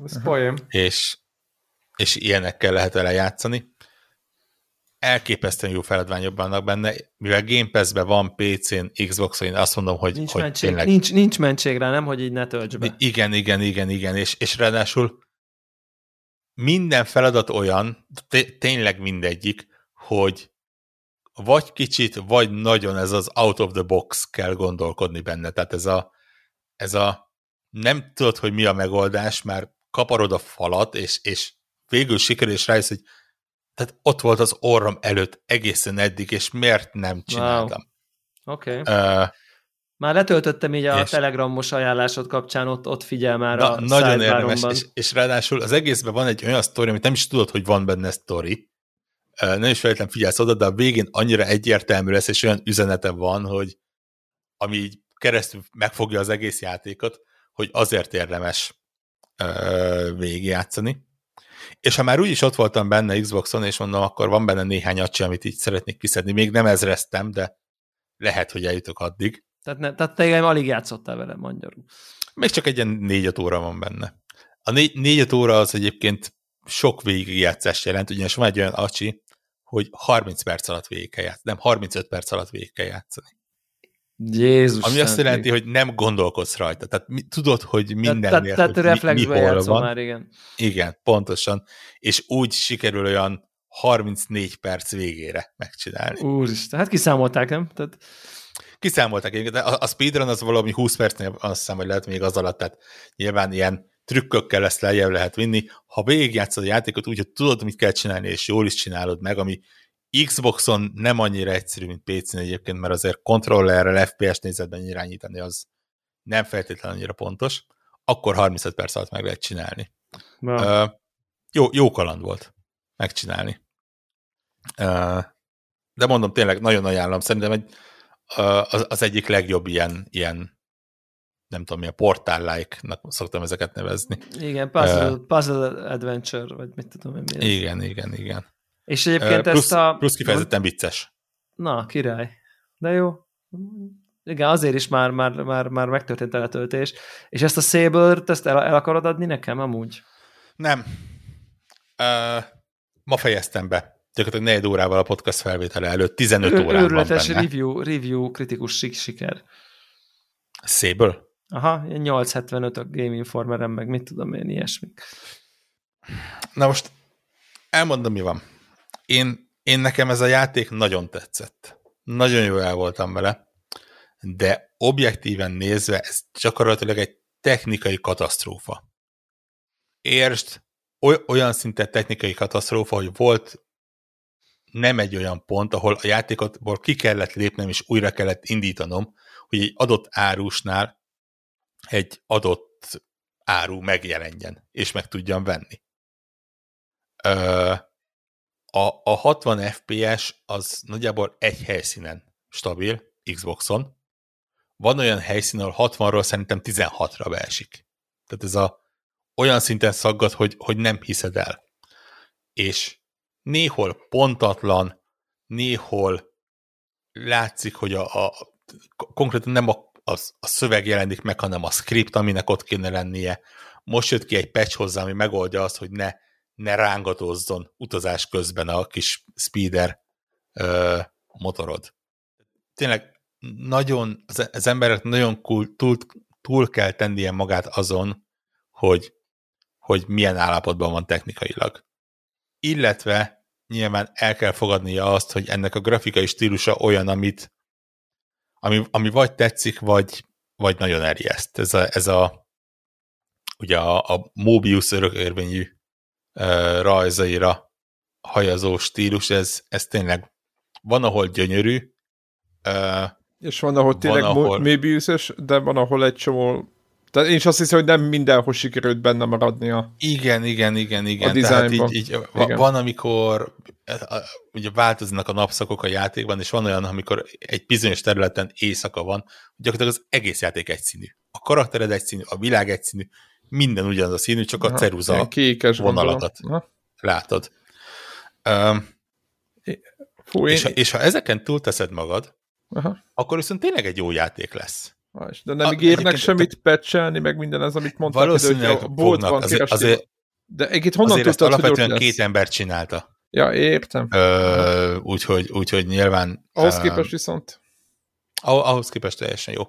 és ilyenekkel lehet vele játszani. Elképesztően jó feladványok vannak benne, mivel Game Pass-ben van PC-n, Xbox-on, én azt mondom, hogy tényleg... Nincs mentség rá, nem, hogy így ne tölts be. Igen, és ráadásul minden feladat olyan, tényleg mindegyik, hogy vagy kicsit, vagy nagyon ez az out of the box kell gondolkodni benne. Tehát ez a nem tudod, hogy mi a megoldás, már kaparod a falat, és végül sikerül, és rájössz, hogy tehát ott volt az orrom előtt egészen eddig, és miért nem csináltam? Wow. Oké. Már letöltöttem így a Telegramos ajánlásod kapcsán, ott figyel már a nagyon érdemes, és ráadásul az egészben van egy olyan sztori, amit nem is tudod, hogy van benne sztori. Nem is feltétlenül figyelsz oda, de a végén annyira egyértelmű lesz, és olyan üzenete van, hogy ami így keresztül megfogja az egész játékot, hogy azért érdemes végigjátszani. És ha már úgyis ott voltam benne Xboxon, és mondom, akkor van benne néhány acsi, amit így szeretnék kiszedni. Még nem ezreztem, de lehet, hogy eljutok addig. Tehát te alig játszottál vele, magyarul. Még csak egy ilyen 4-5 óra van benne. A 4-5 óra az egyébként sok végigjátszást jelent, ugyanis van egy olyan acsi, hogy 30 perc alatt végig kell játszani, nem 35 perc alatt végig kell játszani. Jézus ami azt jelenti, hogy nem gondolkodsz rajta. Tehát tudod, hogy mindennél, tehát reflexbe játszol már, igen. Igen, pontosan. És úgy sikerül olyan 34 perc végére megcsinálni. Úristen, hát kiszámolták, nem? Tehát... Kiszámolták, de a speedrun az valami 20 percnél azt hiszem, hogy lehet még az alatt, tehát nyilván ilyen trükkökkel ezt lejjebb lehet vinni. Ha végigjátszod a játékot úgy, hogy tudod, mit kell csinálni, és jól is csinálod meg, ami Xboxon nem annyira egyszerű, mint PC-n egyébként, mert azért kontrollerrel FPS nézetben irányítani az nem feltétlenül annyira pontos, akkor 35 perc alatt meg lehet csinálni. Jó kaland volt megcsinálni. De mondom, tényleg nagyon ajánlom, szerintem az egyik legjobb ilyen nem tudom, milyen portál-like-nak szoktam ezeket nevezni. Igen, puzzle adventure, vagy mit tudom én. Igen. És egyébként plusz kifejezetten vicces. Na, király. De jó. Igen, azért is már megtörtént a letöltés. És ezt a Sable-t, ezt el akarod adni nekem amúgy? Nem. Ma fejeztem be. Gyakorlatilag 4 órával a podcast felvétele előtt, 15 órán van benne. Őrületes review kritikus siker. Sable? Aha, 875 a Game Informerem, meg mit tudom én, ilyesmik. Na most elmondom, mi van. Én nekem ez a játék nagyon tetszett. Nagyon jól el voltam vele, de objektíven nézve ez gyakorlatilag egy technikai katasztrófa. Értsd, olyan szinten technikai katasztrófa, hogy volt nem egy olyan pont, ahol a játékotból ki kellett lépnem, és újra kellett indítanom, hogy egy adott árusnál egy adott áru megjelenjen, és meg tudjam venni. A 60 FPS az nagyjából egy helyszínen stabil, Xboxon. Van olyan helyszín, ahol 60-ról szerintem 16-ra beesik. Tehát ez olyan szinten szaggat, hogy nem hiszed el. És néhol pontatlan, néhol látszik, hogy konkrétan nem a szöveg jelenik meg, hanem a script, aminek ott kéne lennie. Most jött ki egy patch hozzá, ami megoldja azt, hogy ne rángatózzon utazás közben a kis speeder motorod. Tényleg nagyon, az emberek nagyon túl kell tennie magát azon, hogy milyen állapotban van technikailag. Illetve nyilván el kell fogadnia azt, hogy ennek a grafikai stílusa olyan, ami vagy tetszik, vagy nagyon erijeszt. Ugye a Mobius örökérvényű rajzaira hajazó stílus, ez tényleg van, ahol gyönyörű. És van, ahol tényleg Mobius-ös, de van, ahol egy csomó... Tehát én is azt hiszem, hogy nem mindenhol sikerült benne maradnia. Igen. A dizájnban. Tehát van, amikor ugye változnak a napszakok a játékban, és van olyan, amikor egy bizonyos területen éjszaka van, gyakorlatilag az egész játék egyszínű. A karaktered egyszínű, a világ egyszínű, minden ugyanaz a színű, csak a ceruza vonalakat látod. És ha ezeken túlteszed magad, akkor viszont tényleg egy jó játék lesz. De nem ígérnek semmit patchelni, meg minden az, amit mondtad. Valószínűleg fognak. Azért, de egyébként honnan azért tudtad, ezt alapvetően 2 ember csinálta. Ja, értem. Úgyhogy nyilván... Ahhoz képest viszont? Ahhoz képest teljesen jó.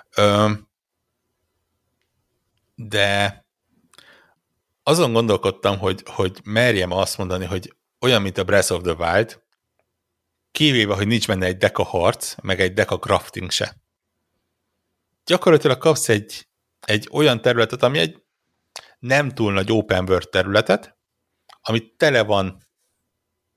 De azon gondolkodtam, hogy merjem azt mondani, hogy olyan, mint a Breath of the Wild, kivéve, hogy nincs benne egy deka harc, meg egy deka crafting se. Gyakorlatilag kapsz egy olyan területet, ami egy nem túl nagy open world területet, ami tele van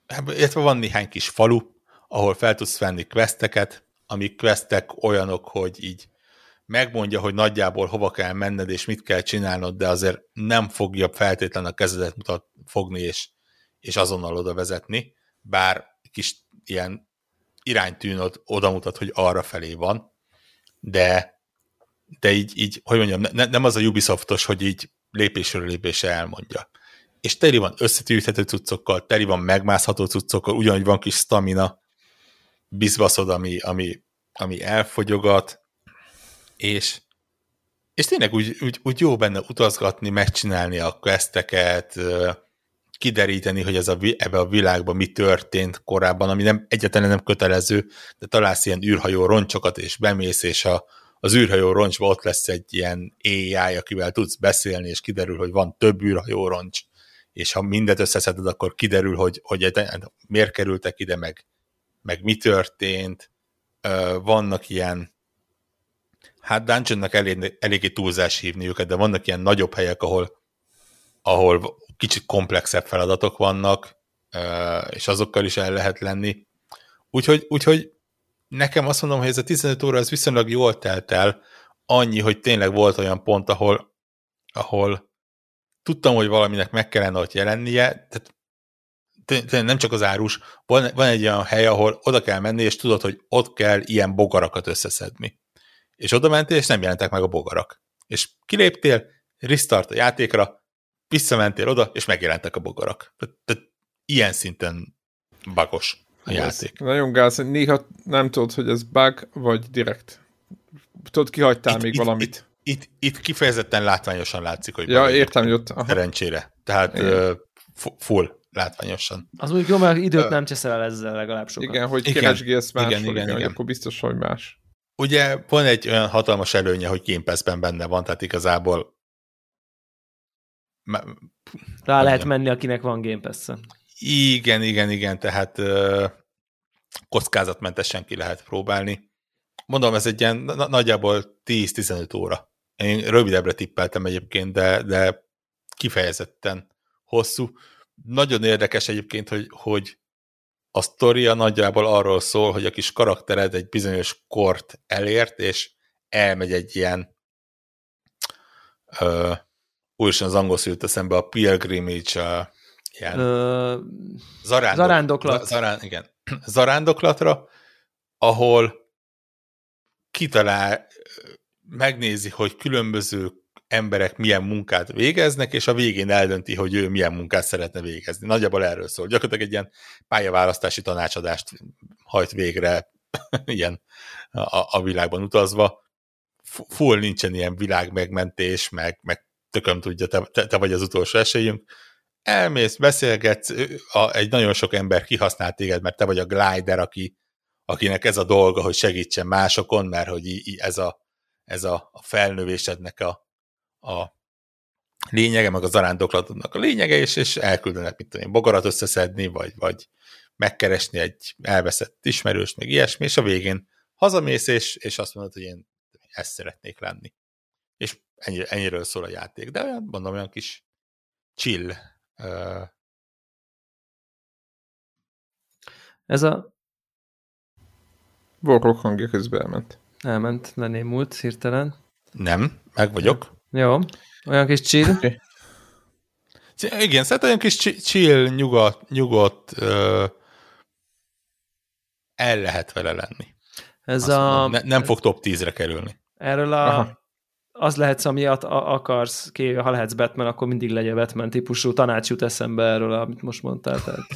illetve van néhány kis falu, ahol fel tudsz venni questeket, amik questek olyanok, hogy így megmondja, hogy nagyjából hova kell menned, és mit kell csinálnod, de azért nem fogja feltétlenül a kezedet fogni, és azonnal oda vezetni, bár kis ilyen iránytűn oda mutat, hogy arra felé van, de így hogy mondjam, nem az a Ubisoftos, hogy így lépésről lépésre elmondja. És teli van összetűrhető cuccokkal, teli van megmászható cuccokkal, ugyanúgy van kis stamina, bizbaszod, ami elfogyogat, és tényleg úgy jó benne utazgatni, megcsinálni a questeket, kideríteni, hogy ebbe a világban mi történt korábban, ami egyáltalán nem kötelező, de találsz ilyen űrhajó roncsokat, és bemész, és az űrhajó roncsban ott lesz egy ilyen AI, akivel tudsz beszélni, és kiderül, hogy van több űrhajó roncs, és ha mindet összeszeded, akkor kiderül, hogy miért kerültek ide, meg mi történt. Vannak ilyen, hát dungeonnak eléggé túlzás hívni őket, de vannak ilyen nagyobb helyek, ahol kicsit komplexebb feladatok vannak, és azokkal is el lehet lenni. Úgyhogy nekem azt mondom, hogy ez a 15 óra az viszonylag jól telt el, annyi, hogy tényleg volt olyan pont, ahol tudtam, hogy valaminek meg kellene ott jelennie, tehát nem csak az árus, van egy olyan hely, ahol oda kell menni, és tudod, hogy ott kell ilyen bogarakat összeszedni. És oda mentél, és nem jelentek meg a bogarak. És kiléptél, restart a játékra, visszamentél oda, és megjelentek a bogarak. Tehát ilyen szinten bugos a játék. Nagyon gáz, néha nem tudod, hogy ez bug, vagy direkt. Tudod, kihagytál még valamit. Itt kifejezetten látványosan látszik, hogy ja, értem, jött. Szerencsére. Tehát full látványosan. Az mondjuk jó, mert időt nem cseszel el ezzel legalább sokat. Igen, hogy keresgélsz máshol, igen. akkor biztos, hogy más. Ugye van egy olyan hatalmas előnye, hogy Game Pass-ben benne van, tehát igazából rá lehet menni, akinek van Game Pass-e. Igen, tehát kockázatmentesen ki lehet próbálni. Mondom, ez egy ilyen nagyjából 10-15 óra. Én rövidebbre tippeltem egyébként, de kifejezetten hosszú. Nagyon érdekes egyébként, hogy a sztoria nagyjából arról szól, hogy a kis karaktered egy bizonyos kort elért, és elmegy egy ilyen újra az angol szült eszembe, a pilgrimage, ilyen zarándoklatra, ahol megnézi, hogy különböző emberek milyen munkát végeznek, és a végén eldönti, hogy ő milyen munkát szeretne végezni. Nagyjából erről szól. Gyakorlatilag egy ilyen pályaválasztási tanácsadást hajt végre ilyen a világban utazva. Full nincsen ilyen világmegmentés, meg tököm tudja, te vagy az utolsó esélyünk. Elmész, beszélgetsz, egy nagyon sok ember kihasznál téged, mert te vagy a glider, akinek ez a dolga, hogy segítsen másokon, mert hogy ez a felnövésednek a lényege, meg a zarándoklatodnak a lényege, és elküldenek, mit tudom én, bogarat összeszedni, vagy megkeresni egy elveszett ismerőst, meg ilyesmi, és a végén hazamész, és azt mondod, hogy én ezt szeretnék lenni. És ennyiről szól a játék. De olyan, mondom, olyan kis chill. Ez a... Volklok hangja közben elment. Elment, lenémult hirtelen. Nem, meg vagyok. Jó, olyan kis chill. Okay. Igen, szerintem olyan kis chill, nyugodt, el lehet vele lenni. Ez nem fog top 10-re kerülni. Erről az lehetsz, ami akarsz, ha lehetsz Batman, akkor mindig legyen Batman típusú tanács jut eszembe erről, amit most mondtál. Tehát.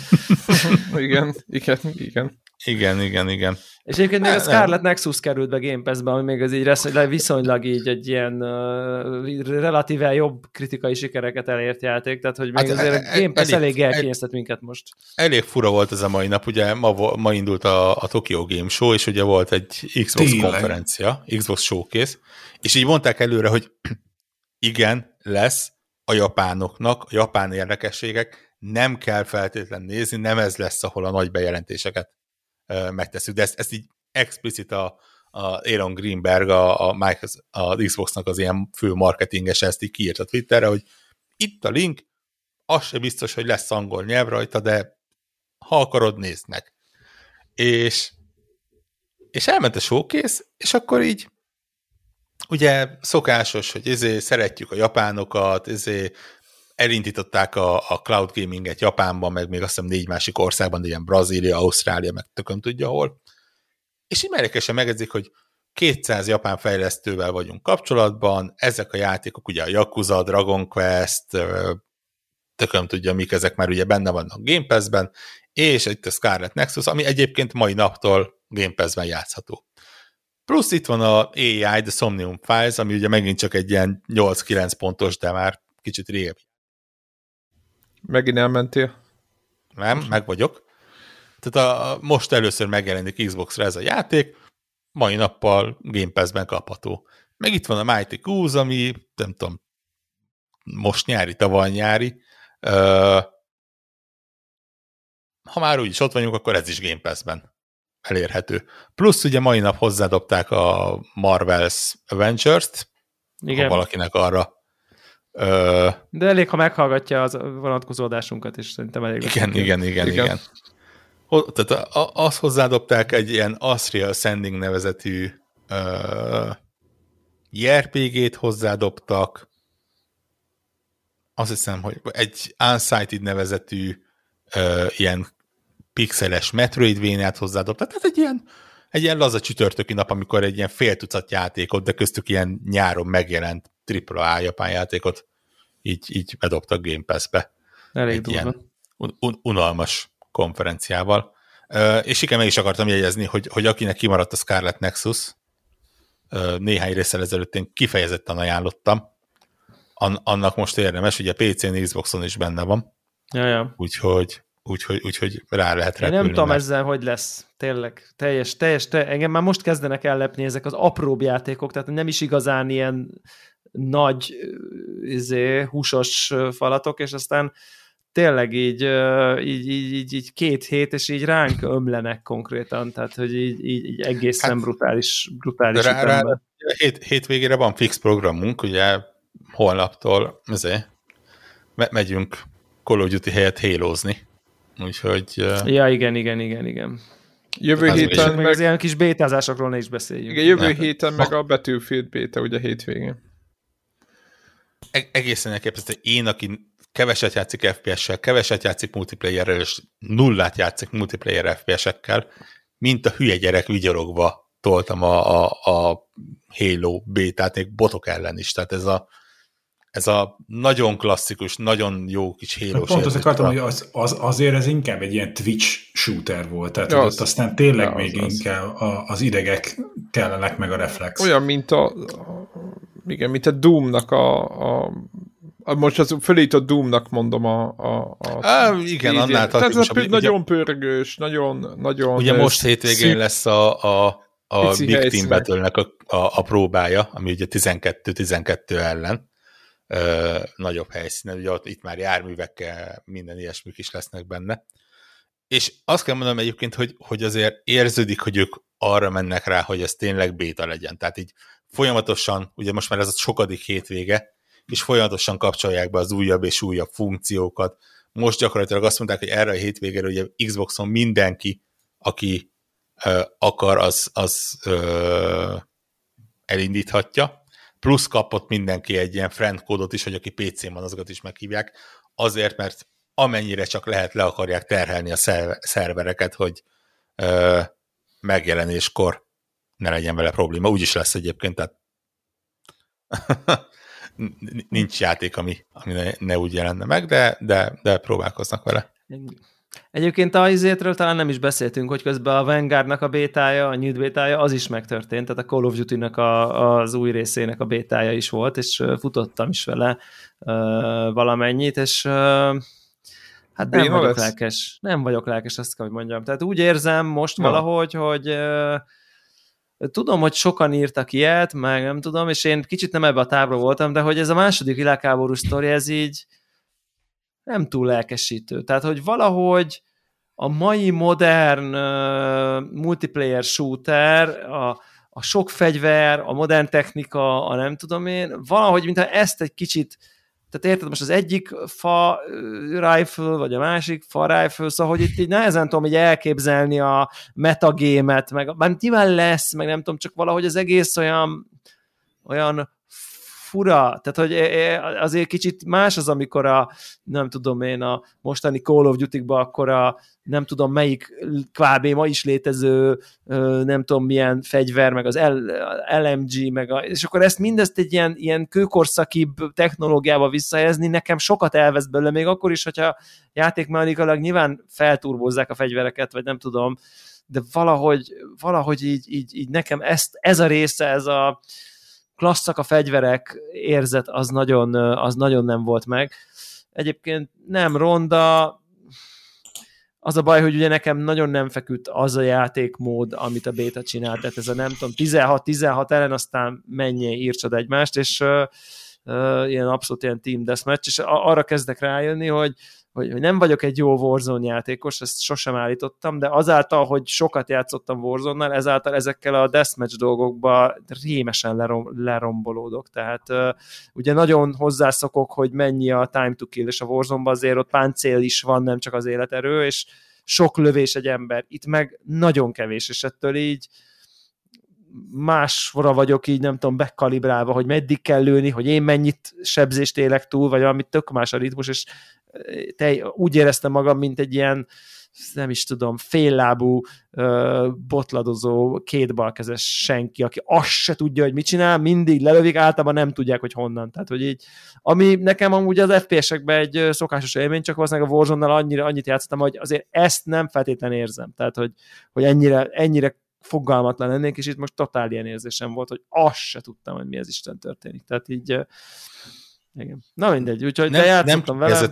Igen. És egyébként még a Scarlet Nexus került be Game Pass-be, ami még az így viszonylag így egy ilyen relatíve jobb kritikai sikereket elért játék, tehát hogy még azért a Game Pass elég elkényeztet minket most. Elég fura volt ez a mai nap, ugye ma indult a Tokyo Game Show, és ugye volt egy Xbox konferencia, Xbox Showcase, és így mondták előre, hogy igen, lesz a japánoknak, a japán érdekességek, nem kell feltétlen nézni, nem ez lesz, ahol a nagy bejelentéseket megtesszük, de ezt így explicit a Aaron Greenberg, a Xboxnak az ilyen fő marketinges, ezt így kiírt a Twitterre, hogy itt a link, az se biztos, hogy lesz angol nyelv rajta, de ha akarod, nézd meg. És elment a showcase, és akkor így ugye szokásos, hogy szeretjük a japánokat, elindították a cloud gaminget Japánban, meg még azt hiszem 4 másik országban, de ilyen Brazília, Ausztrália, meg tököm tudja hol. És így mellékesen megedzik, hogy 200 japán fejlesztővel vagyunk kapcsolatban, ezek a játékok, ugye a Yakuza, Dragon Quest, tököm tudja, mik ezek már ugye benne vannak Game Pass-ben, és itt a Scarlet Nexus, ami egyébként mai naptól Game Pass-ben játszható. Plusz itt van a AI, The Somnium Files, ami ugye megint csak egy ilyen 8-9 pontos, de már kicsit régebbi. Megint elmentél? Nem, meg vagyok. Tehát most először megjelenik Xbox-ra ez a játék, mai nappal Game Pass-ben kapható. Meg itt van a Mighty Goose, ami nem tudom, most nyári, tavaly nyári. Ha már úgyis ott vagyunk, akkor ez is Game Pass-ben elérhető. Plusz ugye mai nap hozzádobták a Marvel's Avengers-t, igen. Ha valakinek arra de elég, ha meghallgatja az vonatkozó adásunkat is, szerintem elég. Igen. Tehát azt hozzádobták egy ilyen Asriel Sending nevezetű JRPG-t hozzádobtak, azt hiszem, hogy egy Unsighted nevezetű ilyen pixeles Metroidvania-t hozzádobtak, tehát egy ilyen laza csütörtöki nap, amikor egy ilyen fél tucat játékot, de köztük ilyen nyáron megjelent AAA japán játékot így bedobtak Game Pass-be. Elég durva. Unalmas konferenciával. És igen, meg is akartam jegyezni, hogy akinek kimaradt a Scarlet Nexus, néhány részsel ezelőtt én kifejezetten ajánlottam. Annak most érdemes, ugye PC-n, Xboxon is benne van. Ja. Úgyhogy rá lehet repülni. Én nem tudom ezzel, hogy lesz. Tényleg. Teljes. Engem már most kezdenek ellepni ezek az apróbb játékok, tehát nem is igazán ilyen nagy húsos falatok, és aztán tényleg így 2 hét, és így ránk ömlenek konkrétan, tehát hogy így egészen brutális ütemben. Hétvégére van fix programunk, ugye holnaptól megyünk Call of Duty helyett halo-zni. Úgyhogy... Ja, igen. Jövő héten meg az ilyen kis bétázásokról ne is beszéljünk. Igen, jövő héten meg a Battlefield béta, ugye hétvégén. Egészen elképesztő, hogy én, aki keveset játszik FPS-sel, keveset játszik multiplayerrel, és nullát játszik multiplayer FPS-ekkel, mint a hülye gyerek vigyorogva toltam a Halo bétát, még botok ellen is. Tehát ez a nagyon klasszikus, nagyon jó kis Halo. Pont azt akartam, hogy azért ez inkább egy ilyen Twitch shooter volt, tehát ott aztán tényleg még inkább az idegek kellenek meg a reflex. Olyan, mint mint a Doom-nak most az fölított Doom-nak mondom igen, annál tehát ez nagyon pörgős, nagyon ugye most hétvégén lesz a Big Team Battle-nek a próbája, ami ugye 12 ellen nagyobb helyszínen, ugye itt már járművekkel minden ilyesmik is lesznek benne. És azt kell mondanom egyébként, hogy azért érződik, hogy ők arra mennek rá, hogy ez tényleg béta legyen. Tehát így folyamatosan, ugye most már ez a sokadik hétvége, és folyamatosan kapcsolják be az újabb és újabb funkciókat. Most gyakorlatilag azt mondták, hogy erre a hétvégére ugye Xboxon mindenki, aki akar, az elindíthatja. Plusz kapott mindenki egy ilyen friend kódot is, hogy aki PC-n van, azokat is meghívják. Azért, mert amennyire csak lehet, le akarják terhelni a szervereket, hogy megjelenéskor ne legyen vele probléma. Úgyis lesz egyébként, tehát nincs játék, ami ne úgy jelenne meg, de próbálkoznak vele. Egyébként a izétről talán nem is beszéltünk, hogy közben a Vanguardnak a bétája, a nyílt bétája, az is megtörtént, tehát a Call of Duty-nak az új részének a bétája is volt, és futottam is vele valamennyit, és hát nem vagyok lelkes, azt kell, hogy mondjam. Tehát úgy érzem most valahogy, hogy tudom, hogy sokan írtak ilyet, meg nem tudom, és én kicsit nem ebbe a tábla voltam, de hogy ez a második világháború sztori, ez így nem túl lelkesítő. Tehát, hogy valahogy a mai modern multiplayer shooter, a sok fegyver, a modern technika, a nem tudom én, valahogy, mintha ezt egy kicsit Tehát érted, most az egyik fa rifle, vagy a másik fa rifle, szóval, hogy itt így nehezen tudom így elképzelni a metagémet, meg nyilván lesz, meg nem tudom, csak valahogy az egész olyan fura, tehát hogy azért kicsit más az, amikor nem tudom én, a mostani Call of Duty-ba akkor nem tudom melyik kb. Ma is létező nem tudom milyen fegyver, meg az LMG, és akkor mindezt egy ilyen kőkorszakibb technológiába visszahelyezni, nekem sokat elvesz belőle, még akkor is, hogyha játékmechanikailag nyilván felturbózzák a fegyvereket, vagy nem tudom, de valahogy így nekem ez a része, ez a klasszak a fegyverek érzet, az nagyon nem volt meg. Egyébként nem ronda, az a baj, hogy ugye nekem nagyon nem feküdt az a játékmód, amit a béta csinált, tehát ez a nem tudom, 16 ellen, aztán menjél, írtsad egymást, és ilyen abszolút ilyen team deathmatch, és arra kezdek rájönni, hogy nem vagyok egy jó Warzone játékos, ezt sosem állítottam, de azáltal, hogy sokat játszottam Warzone-nal, ezáltal ezekkel a deathmatch dolgokba rémesen lerombolódok, tehát ugye nagyon hozzászokok, hogy mennyi a time to kill, és a Warzone-ban azért ott páncél is van, nem csak az életerő, és sok lövés egy ember. Itt meg nagyon kevés, és ettől így másra vagyok így, nem tudom, bekalibrálva, hogy meddig kell lőni, hogy én mennyit sebzést élek túl, vagy amit tök más a ritmus, és úgy éreztem magam, mint egy ilyen, nem is tudom, féllábú, botladozó, kétbalkezes senki, aki azt se tudja, hogy mit csinál, mindig lelövik, általában nem tudják, hogy honnan. Tehát, hogy így, ami nekem amúgy az FPS-ekben egy szokásos élmény, csak valószínűleg a Warzone-nal annyit játszottam, hogy azért ezt nem feltétlenül érzem. Tehát, hogy ennyire fogalmatlan lennék, és itt most totál ilyen érzésem volt, hogy azt se tudtam, hogy mi az Isten történik. Tehát így, igen. Na mindegy, úgyhogy de játszottam vele.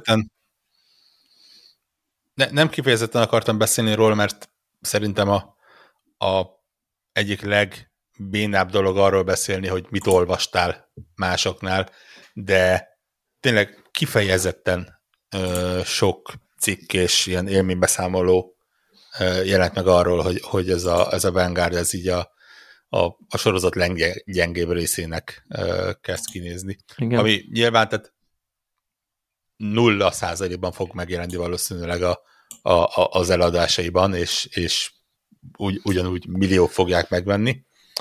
Nem kifejezetten akartam beszélni róla, mert szerintem a egyik legbénább dolog arról beszélni, hogy mit olvastál másoknál, de tényleg kifejezetten sok cikk és ilyen élménybeszámoló jelent meg arról, hogy ez a Vanguard, ez így a sorozat leggyengébb részének kezd kinézni. Igen. Ami nyilván tehát 0%-ban fog megjelenni valószínűleg az eladásaiban, és ugyanúgy milliók fogják megvenni.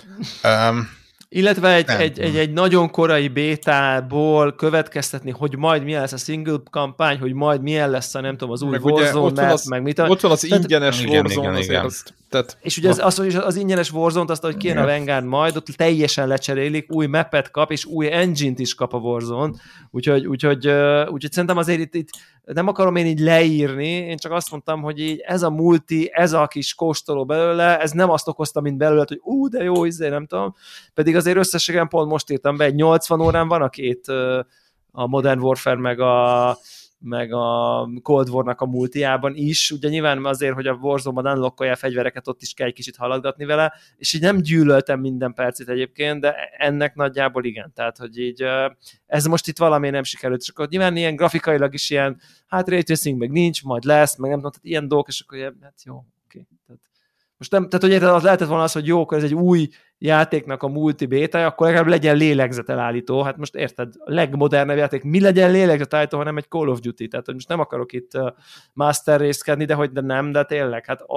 Illetve egy nagyon korai bétából következtetni, hogy majd milyen lesz a single kampány, hogy majd milyen lesz a, nem tudom, az új Warzone map, meg mit. Ott van az ingyenes Warzone azért. És ugye az ingyenes Warzone-t azt, hogy kijön a Vanguard majd, ott teljesen lecserélik, új mapet kap, és új engine-t is kap a Warzone. Úgyhogy szerintem azért itt nem akarom én így leírni, én csak azt mondtam, hogy így ez a multi, ez a kis kóstoló belőle, ez nem azt okozta, mint belőle, hogy de jó, nem tudom. Pedig azért összességében pont most írtam be, egy 80 órán van a két, a Modern Warfare meg a Cold War-nak a multiában is, ugye nyilván azért, hogy a Warzone-ban unlockolja a fegyvereket, ott is kell egy kicsit haladgatni vele, és így nem gyűlöltem minden percet egyébként, de ennek nagyjából igen, tehát, hogy így ez most itt valami nem sikerült, és akkor nyilván ilyen grafikailag is ilyen, hát ray tracing meg nincs, majd lesz, meg nem tudom, tehát ilyen dolgok, és akkor hát jó, oké. Most nem, tehát hogy az lehetett volna az, hogy jó, akkor ez egy új játéknak a multi bétája, akkor legalább legyen lélegzetelállító. Hát most érted, a legmodernebb játék, mi legyen lélegzetelállító, hanem egy Call of Duty. Tehát most nem akarok itt master race-kedni, de nem, de tényleg, hát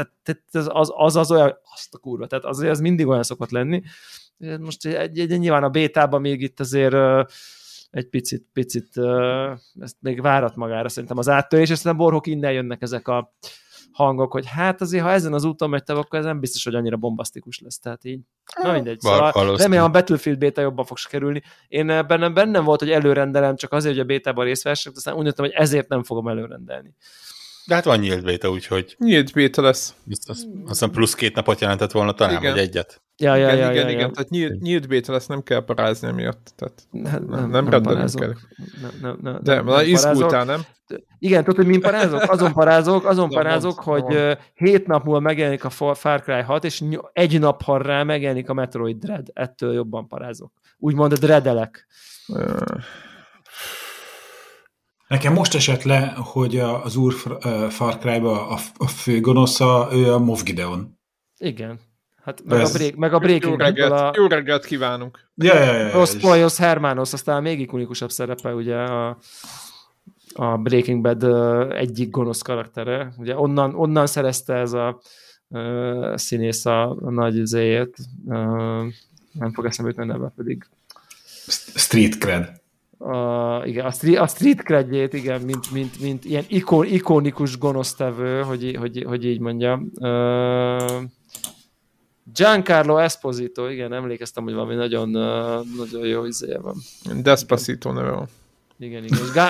az olyan, azt a kurva, tehát azért az mindig olyan szokott lenni. Most nyilván a bétában még itt azért egy picit ezt még várat magára szerintem az áttörés, és szerintem Borhok innen jönnek ezek a hangok, hogy hát azért, ha ezen az úton megy akkor ez nem biztos, hogy annyira bombasztikus lesz. Tehát így, na mindegy. Szóval remélem a Battlefield béta jobban fog kerülni. Én bennem volt, hogy előrendelem csak azért, hogy a bétában részt vessek, aztán úgy jöttem, hogy ezért nem fogom előrendelni. De hát van nyílt béta, úgyhogy... Nyílt béta lesz. Biztos. Aztán plusz 2 napot jelentett volna talán, igen. Vagy egyet. Igen. Tehát nyílt béta lesz, nem kell parázni emiatt. Tehát nem rendelünk kell. De már izgultál, nem? Igen, tudod, hogy min parázok? Azon parázok, hogy 7 nap múlva megjelenik a Far Cry 6, és egy nap rá megjelenik a Metroid Dread. Ettől jobban parázok. Úgymond dreadelek. Nekem most esett le, hogy az úr Far Cry-ba a fő gonosza, ő a Moff Gideon. Igen. Hát meg a Breaking Badből Jó reggelt kívánunk! Ja. Polyos Hermanos, aztán még ikonikusabb szerepe, ugye a Breaking Bad egyik gonosz karaktere. Ugye onnan szerezte ez a színész a nagy izéjét. Nem fog eszembe jutni a neve, pedig Street cred. Igen, a street credjét, igen, mint ilyen ikonikus gonosztevő, hogy így mondjam. Giancarlo Esposito, igen, emlékeztem, hogy valami nagyon, nagyon jó izéje van. Despacito neve van. Igen.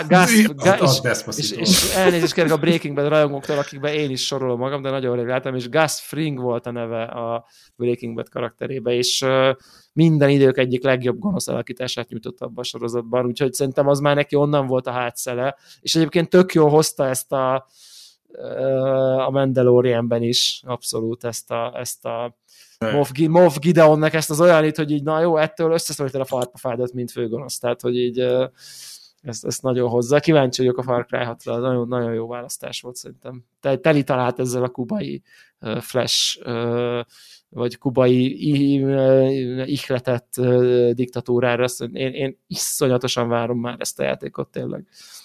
És elnézést kérek a Breaking Bad rajongóktól, akikben én is sorolom magam, de nagyon rég láttam, és Gus Fring volt a neve a Breaking Bad karakterébe, és minden idők egyik legjobb gonosz alakítását nyújtott abban a sorozatban, úgyhogy szerintem az már neki onnan volt a hátszele, és egyébként tök jól hozta ezt a Mandalorianben is, abszolút ezt a Moff Gideonnek ezt az olyanit, hogy így na jó, ettől összeszorítani a farpafádat, mint főgonosz, tehát hogy így ezt nagyon hozzá. Kíváncsi vagyok a Far Cry 6-ra, nagyon, nagyon jó választás volt szerintem. Teli talált ezzel a kubai flash, vagy kubai ihletett diktatúrára. Én iszonyatosan várom már ezt a játékot tényleg.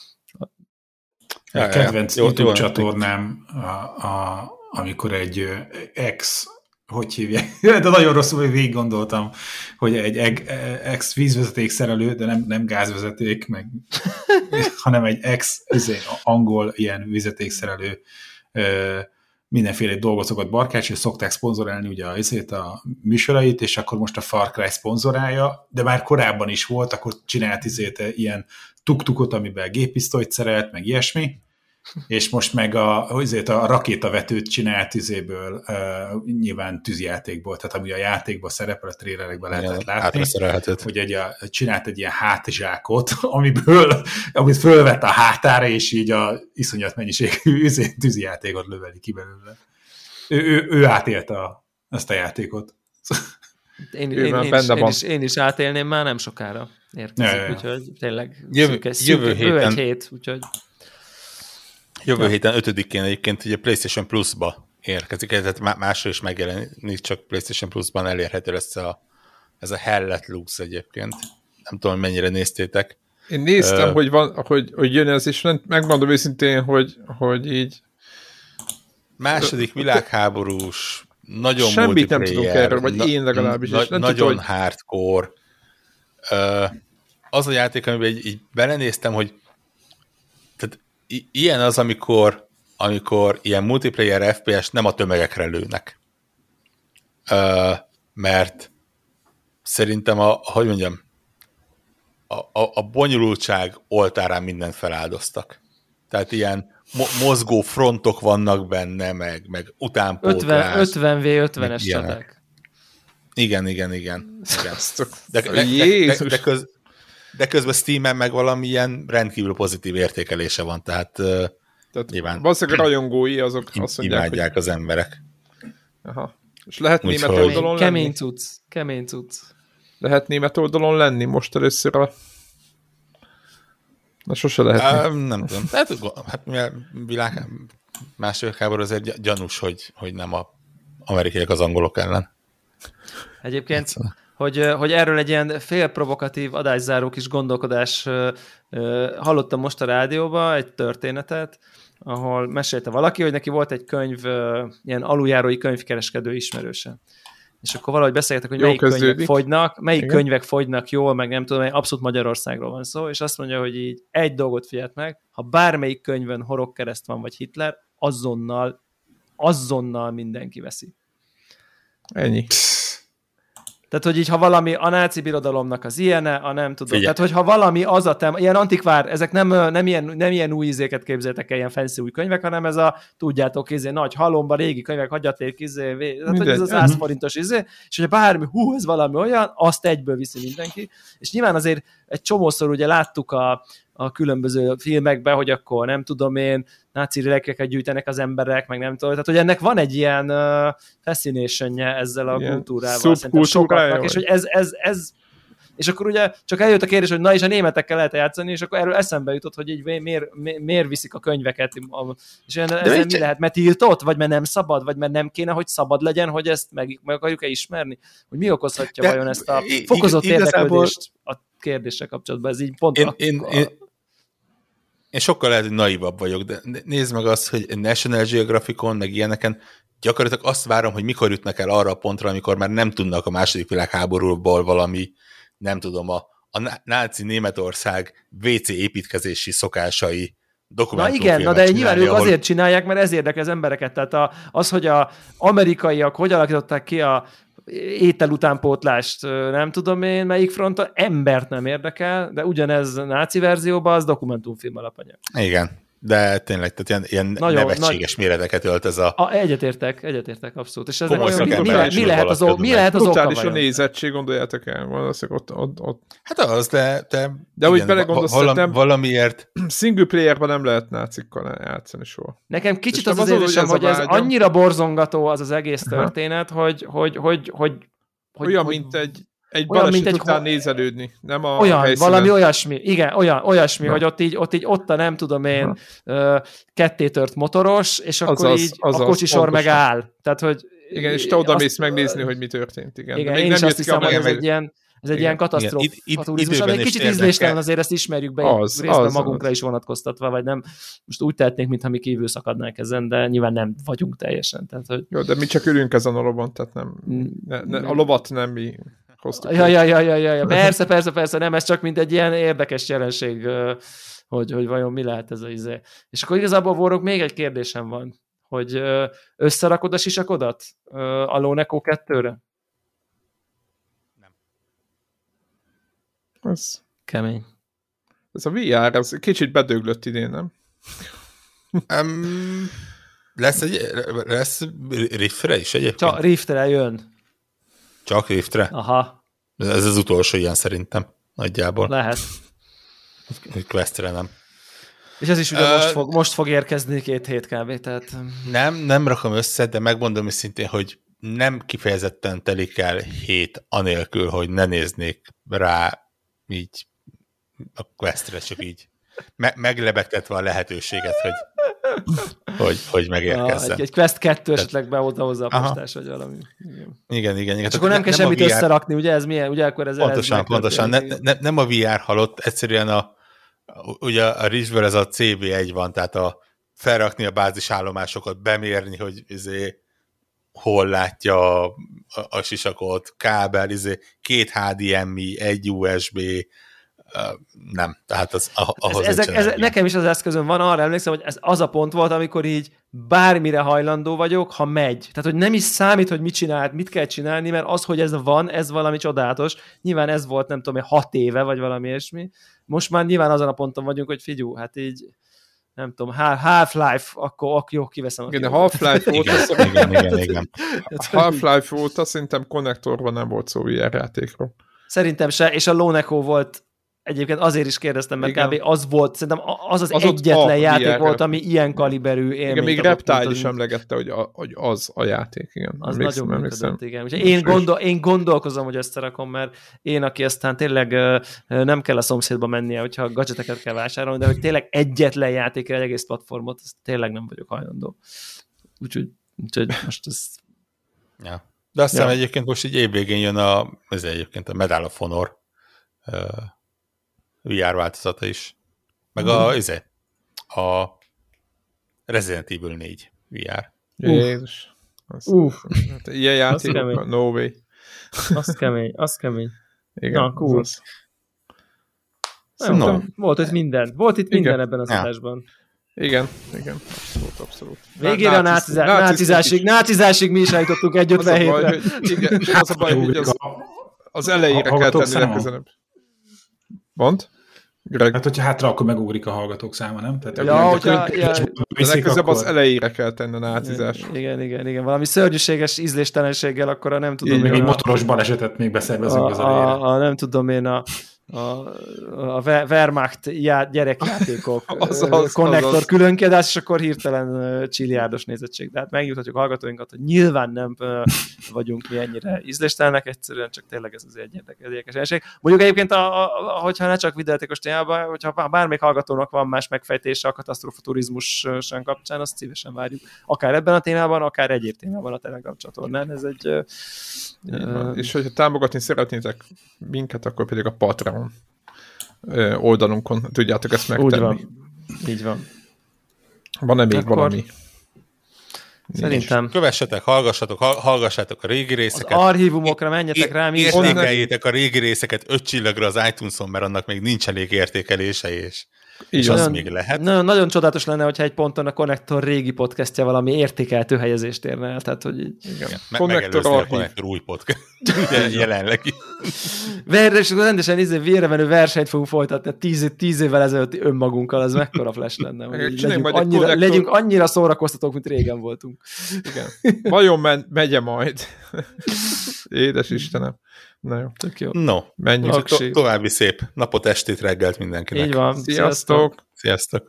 A kedvenc YouTube csatornám, amikor egy hogy hívják? De nagyon rosszul, hogy végig gondoltam, hogy egy ex-vízvezeték-szerelő, de nem gázvezeték, hanem egy angol ilyen vezetékszerelő mindenféle dolgot szokott barkács, és szokták szponzorálni ugye a műsorait, és akkor most a Far Cry szponzorálja, de már korábban is volt, akkor csinált ilyen tuk-tukot, amiben géppisztolyt szerelt, meg ilyesmi, és most meg a rakétavetőt csinált nyilván tűzjátékból, tehát ami a játékban szerepel, a trélerekben lehetett látni, hogy csinált egy ilyen hátizsákot, amit fölvett a hátára, és így a iszonyat mennyiségű tűzjátékot löveli ki belőle. Ő átélte ezt a játékot. Én is átélném, már nem sokára érkezik, úgyhogy tényleg jövő héten, egy hét, úgyhogy jövő héten 5-én egyébként ugye PlayStation Plus-ba érkezik, tehát másra is megjelenik, csak PlayStation Plus-ban elérhető lesz ez a Hell Let Loose egyébként. Nem tudom, mennyire néztétek. Én néztem, hogy jön ez, és megmondom őszintén, hogy így második világháborús, nagyon semmit multiplayer, nem tudok erről, vagy én legalábbis. Nagyon hardcore. Az a játék, amiben így belenéztem, hogy tehát ilyen az, amikor ilyen multiplayer FPS nem a tömegekre lőnek. Mert szerintem a bonyolultság oltárán mindent feláldoztak. Tehát ilyen mozgó frontok vannak benne, meg utánpótlás. 50v50-es csaták. Igen. De közben Steamen meg valamilyen rendkívül pozitív értékelése van, tehát nyilván valószínűleg a rajongói azok azt mondják, imádják hogy az emberek. Aha. És lehet német oldalon lenni? Kemény cucc. Lehet német oldalon lenni most először sose lehet. Nem tudom. Hát mivel második háború azért gyanús, hogy nem az amerikaiak az angolok ellen. Egyébként hogy erről egy ilyen félprovokatív adászáró kis gondolkodás hallottam most a rádióban egy történetet, ahol mesélte valaki, hogy neki volt egy könyv, ilyen aluljárói könyvkereskedő ismerőse. És akkor valahogy beszélgetek, hogy melyik könyvek fogynak jól, meg nem tudom, abszolút Magyarországról van szó, és azt mondja, hogy így egy dolgot figyelt meg, ha bármelyik könyvön horogkereszt van, vagy Hitler, azonnal mindenki veszi. Ennyi. Tehát, hogy így, ha valami a náci birodalomnak az ilyene, a nem tudom. Tehát, hogy ha valami az a téma, ilyen antikvár, ezek nem ilyen új izéket képzeltek el, ilyen fancy új könyvek, hanem ez a, tudjátok, nagy halomba, régi könyvek, hagyaték, tehát, hogy ez az 100 forintos és hogyha bármi, ez valami olyan, azt egyből viszi mindenki. És nyilván azért egy csomószor ugye láttuk a különböző filmekben, hogy akkor nem tudom én, náci relikviákat gyűjtenek az emberek, meg nem tudom, tehát hogy ennek van egy ilyen fascination-je ezzel a kultúrával, szerintem sokaknak, és hogy ez És akkor ugye csak eljött a kérdés, hogy na és a németekkel lehet játszani, és akkor erről eszembe jutott, hogy így miért viszik a könyveket, és ezzel mi lehet, mert tiltott, vagy mert nem szabad, vagy mert nem kéne, hogy szabad legyen, hogy ezt meg akarjuk-e ismerni? Hogy mi okozhatja vajon ezt a fokozott érdeklődést a kérdéssel kapcsolatban? Ez így pont Én sokkal lehet, hogy naivabb vagyok, de nézd meg azt, hogy National Geographicon, meg ilyeneken gyakorlatilag azt várom, hogy mikor jutnak el arra a pontra, amikor már nem tudnak a második világháborúból valami, nem tudom, a náci Németország WC építkezési szokásai dokumentumfilmet. Na igen, de nyilván ők azért csinálják, mert ez érdekel az embereket. Tehát az, hogy az amerikaiak hogy alakították ki a étel utánpótlást, nem tudom én, melyik fronton, embert nem érdekel, de ugyanez náci verzióban az dokumentumfilm alapanyag. Igen, de tényleg, tehát ilyen nevetséges méreteket ölt ez a... Egyetértek, abszolút. És ezek olyan, mi lehet az oka? Brutális a nézettség, gondoljátok el. Valószínűleg ott. Hát az, de úgy belegondolsz, valamiért... Single playerben nem lehet nácikkal játszani soha. Nekem kicsit az érzésem, hogy ez annyira borzongató az egész történet, hogy olyan, mint egy baleset után nézelődni, nem a helyszínen. Valami olyasmi, igen, olyasmi, hogy ott a nem tudom én kettétört motoros, és akkor a kocsisor megáll. Tehát, hogy igen, és te oda mész megnézni, hogy mi történt. Igen, én is azt hiszem, hogy ez egy ilyen katasztrófa turizmus, ami egy kicsit ízléstelen, azért ezt ismerjük be, részben magunkra is vonatkoztatva, vagy nem. Most úgy tehetnénk, mintha mi kívül szakadnánk ezen, de nyilván nem vagyunk teljesen. Tehát, hogy... Jó, de mi csak ülünk ezen a lovon, tehát a lovat nem mi hoztuk. Ja. Persze, nem, ez csak mint egy ilyen érdekes jelenség, hogy vajon mi lehet ez a izé. És akkor igazából vorog még egy kérdésem van, hogy összerakod a sisakodat a Lóneko 2-re? Ez kemény. Ez a VR, ez kicsit bedöglött idén, nem? Lesz Riftre is egyébként? Csak Riftre jön. Csak Riftre? Aha. Ez az utolsó ilyen szerintem, nagyjából. Lehet. Questre nem. És ez is ugye most fog érkezni 2 hét kb. Tehát... Nem rakom össze, de megmondom szintén, hogy nem kifejezetten telik el 7 anélkül, hogy ne néznék rá így a Questre, csak így meglebegtetve a lehetőséget, hogy megérkezzen. Egy Quest 2 esetleg behozza a postás, vagy valami. Igen. És akkor nem kell semmit összerakni, ugye ez milyen? Ugye akkor ez pontosan. Nem a VR halott, egyszerűen ugye a Ridge-ből ez a CB1 van, tehát felrakni a bázisállomásokat, bemérni, hogy hol látja a sisakot, kábel, 2 HDMI, 1 USB, nem, tehát nekem is az eszközön van, arra emlékszem, hogy ez az a pont volt, amikor így bármire hajlandó vagyok, ha megy. Tehát, hogy nem is számít, hogy mit kell csinálni, mert az, hogy ez van, ez valami csodálatos. Nyilván ez volt, nem tudom, 6 éve, vagy valami ilyesmi. Most már nyilván azon a ponton vagyunk, hogy figyú, hát így nem tudom, Half-Life, akkor jó, kiveszem. Igen, a Half-Life óta igen. A Half-Life óta szerintem konnektorban nem volt szó VR játékról. Szerintem se, és a Lóneko volt, egyébként azért is kérdeztem, mert kb. Az volt, szerintem az egyetlen játék volt, ami ilyen kaliberű élményt. Igen, még Reptile is emlegette, hogy az a játék, igen. Az nagyon működött, igen. Úgyhogy én gondolkozom, hogy összerakom, mert én, aki aztán tényleg nem kell a szomszédba mennie, hogyha gadgeteket kell vásárolni, de hogy tényleg egyetlen játékra egy egész platformot, azt tényleg nem vagyok hajlandó. Úgyhogy most ez... Ja. De azt hiszem egyébként most így évvégén jön egyébként a Medal of Honor VR változata is. Meg a Resident Evil 4 VR. Jézus. Ilyen játékok, no way. Az kemény. Igen, na, cool. Volt itt minden. Volt itt minden ebben az adásban. Igen. Abszolút. Végére a nácizásig mi is eljutottunk 1.57-re. Igen, az a baj, hogy az elejére kell tenni legközelebb. Mondd? Greg. Hát, hogyha hátra, akkor megugrik a hallgatók száma, nem? Tehát, legközelebb az elejére kell tenni a nácizás. Igen. Valami szörnyűséges ízléstelenséggel, akkor nem tudom... Még egy motoros balesetet még beszervezünk az elejére. Nem tudom én, a Wehrmacht gyerekjátékok Azaz. konnektor különkiadás, és akkor hirtelen csiliárdos nézettség. De hát megnyugtatjuk hallgatóinkat, hogy nyilván nem vagyunk mi ennyire ízléstelenek, egyszerűen csak tényleg ez azért egy érdekes jelenség. Mondjuk egyébként, hogyha ne csak videójátékos témában, hogyha bármelyik hallgatónak van más megfejtése a katasztrofaturizmus kapcsán, azt szívesen várjuk. Akár ebben a témában, akár egyéb témában a Telegram csatornán. Ez egy... És hogyha támogatni szeretnétek minket, akkor pedig a Patreon oldalunkon tudjátok ezt megtenni. Úgy van. Így van. Van-e még akkor valami? Szerintem. Kövessetek, hallgassátok a régi részeket. Az archívumokra menjetek rá. Értékeljétek a régi részeket 5 csillagra az iTunes-on, mert annak még nincs elég értékelése, és az még lehet. Nagyon csodálatos lenne, hogyha egy ponton a Konnektor régi podcastja valami értékeltő helyezést érne el. Tehát, hogy Megelőzni a Konnektor új podcast. Jelenleg. És rendesen vérre menő versenyt fogunk folytatni 10 évvel ezelőtt önmagunkkal, az mekkora flash lenne. Hogy legyünk annyira szórakoztatók, mint régen voltunk. Igen. Vajon megye majd? Édes Istenem. Na jó. Tök jó. No, menjünk. További szép napot, estét, reggelt mindenkinek. Így van. Sziasztok! Sziasztok!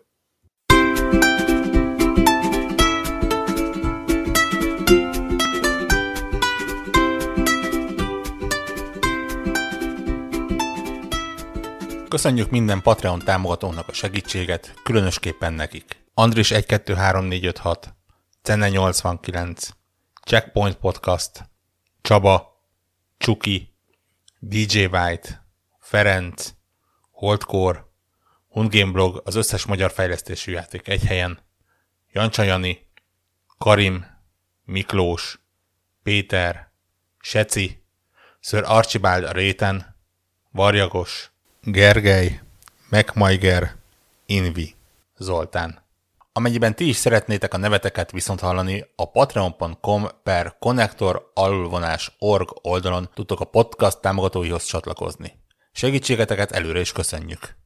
Köszönjük minden Patreon támogatónak a segítséget, különösképpen nekik. Andris 123456, Cenne 89, Checkpoint Podcast, Csaba, Csuki, DJ White, Ferenc, Holdcore, Hundgame Blog, az összes magyar fejlesztésű játék egy helyen, Jancsa Jani, Karim, Miklós, Péter, Seci, Sir Archibald a réten, Varjagos, Gergely, MacMaiger, Invi, Zoltán. Amennyiben ti is szeretnétek a neveteket viszont hallani, a patreon.com/konnektor_org oldalon tudtok a podcast támogatóihoz csatlakozni. Segítségeteket előre is köszönjük!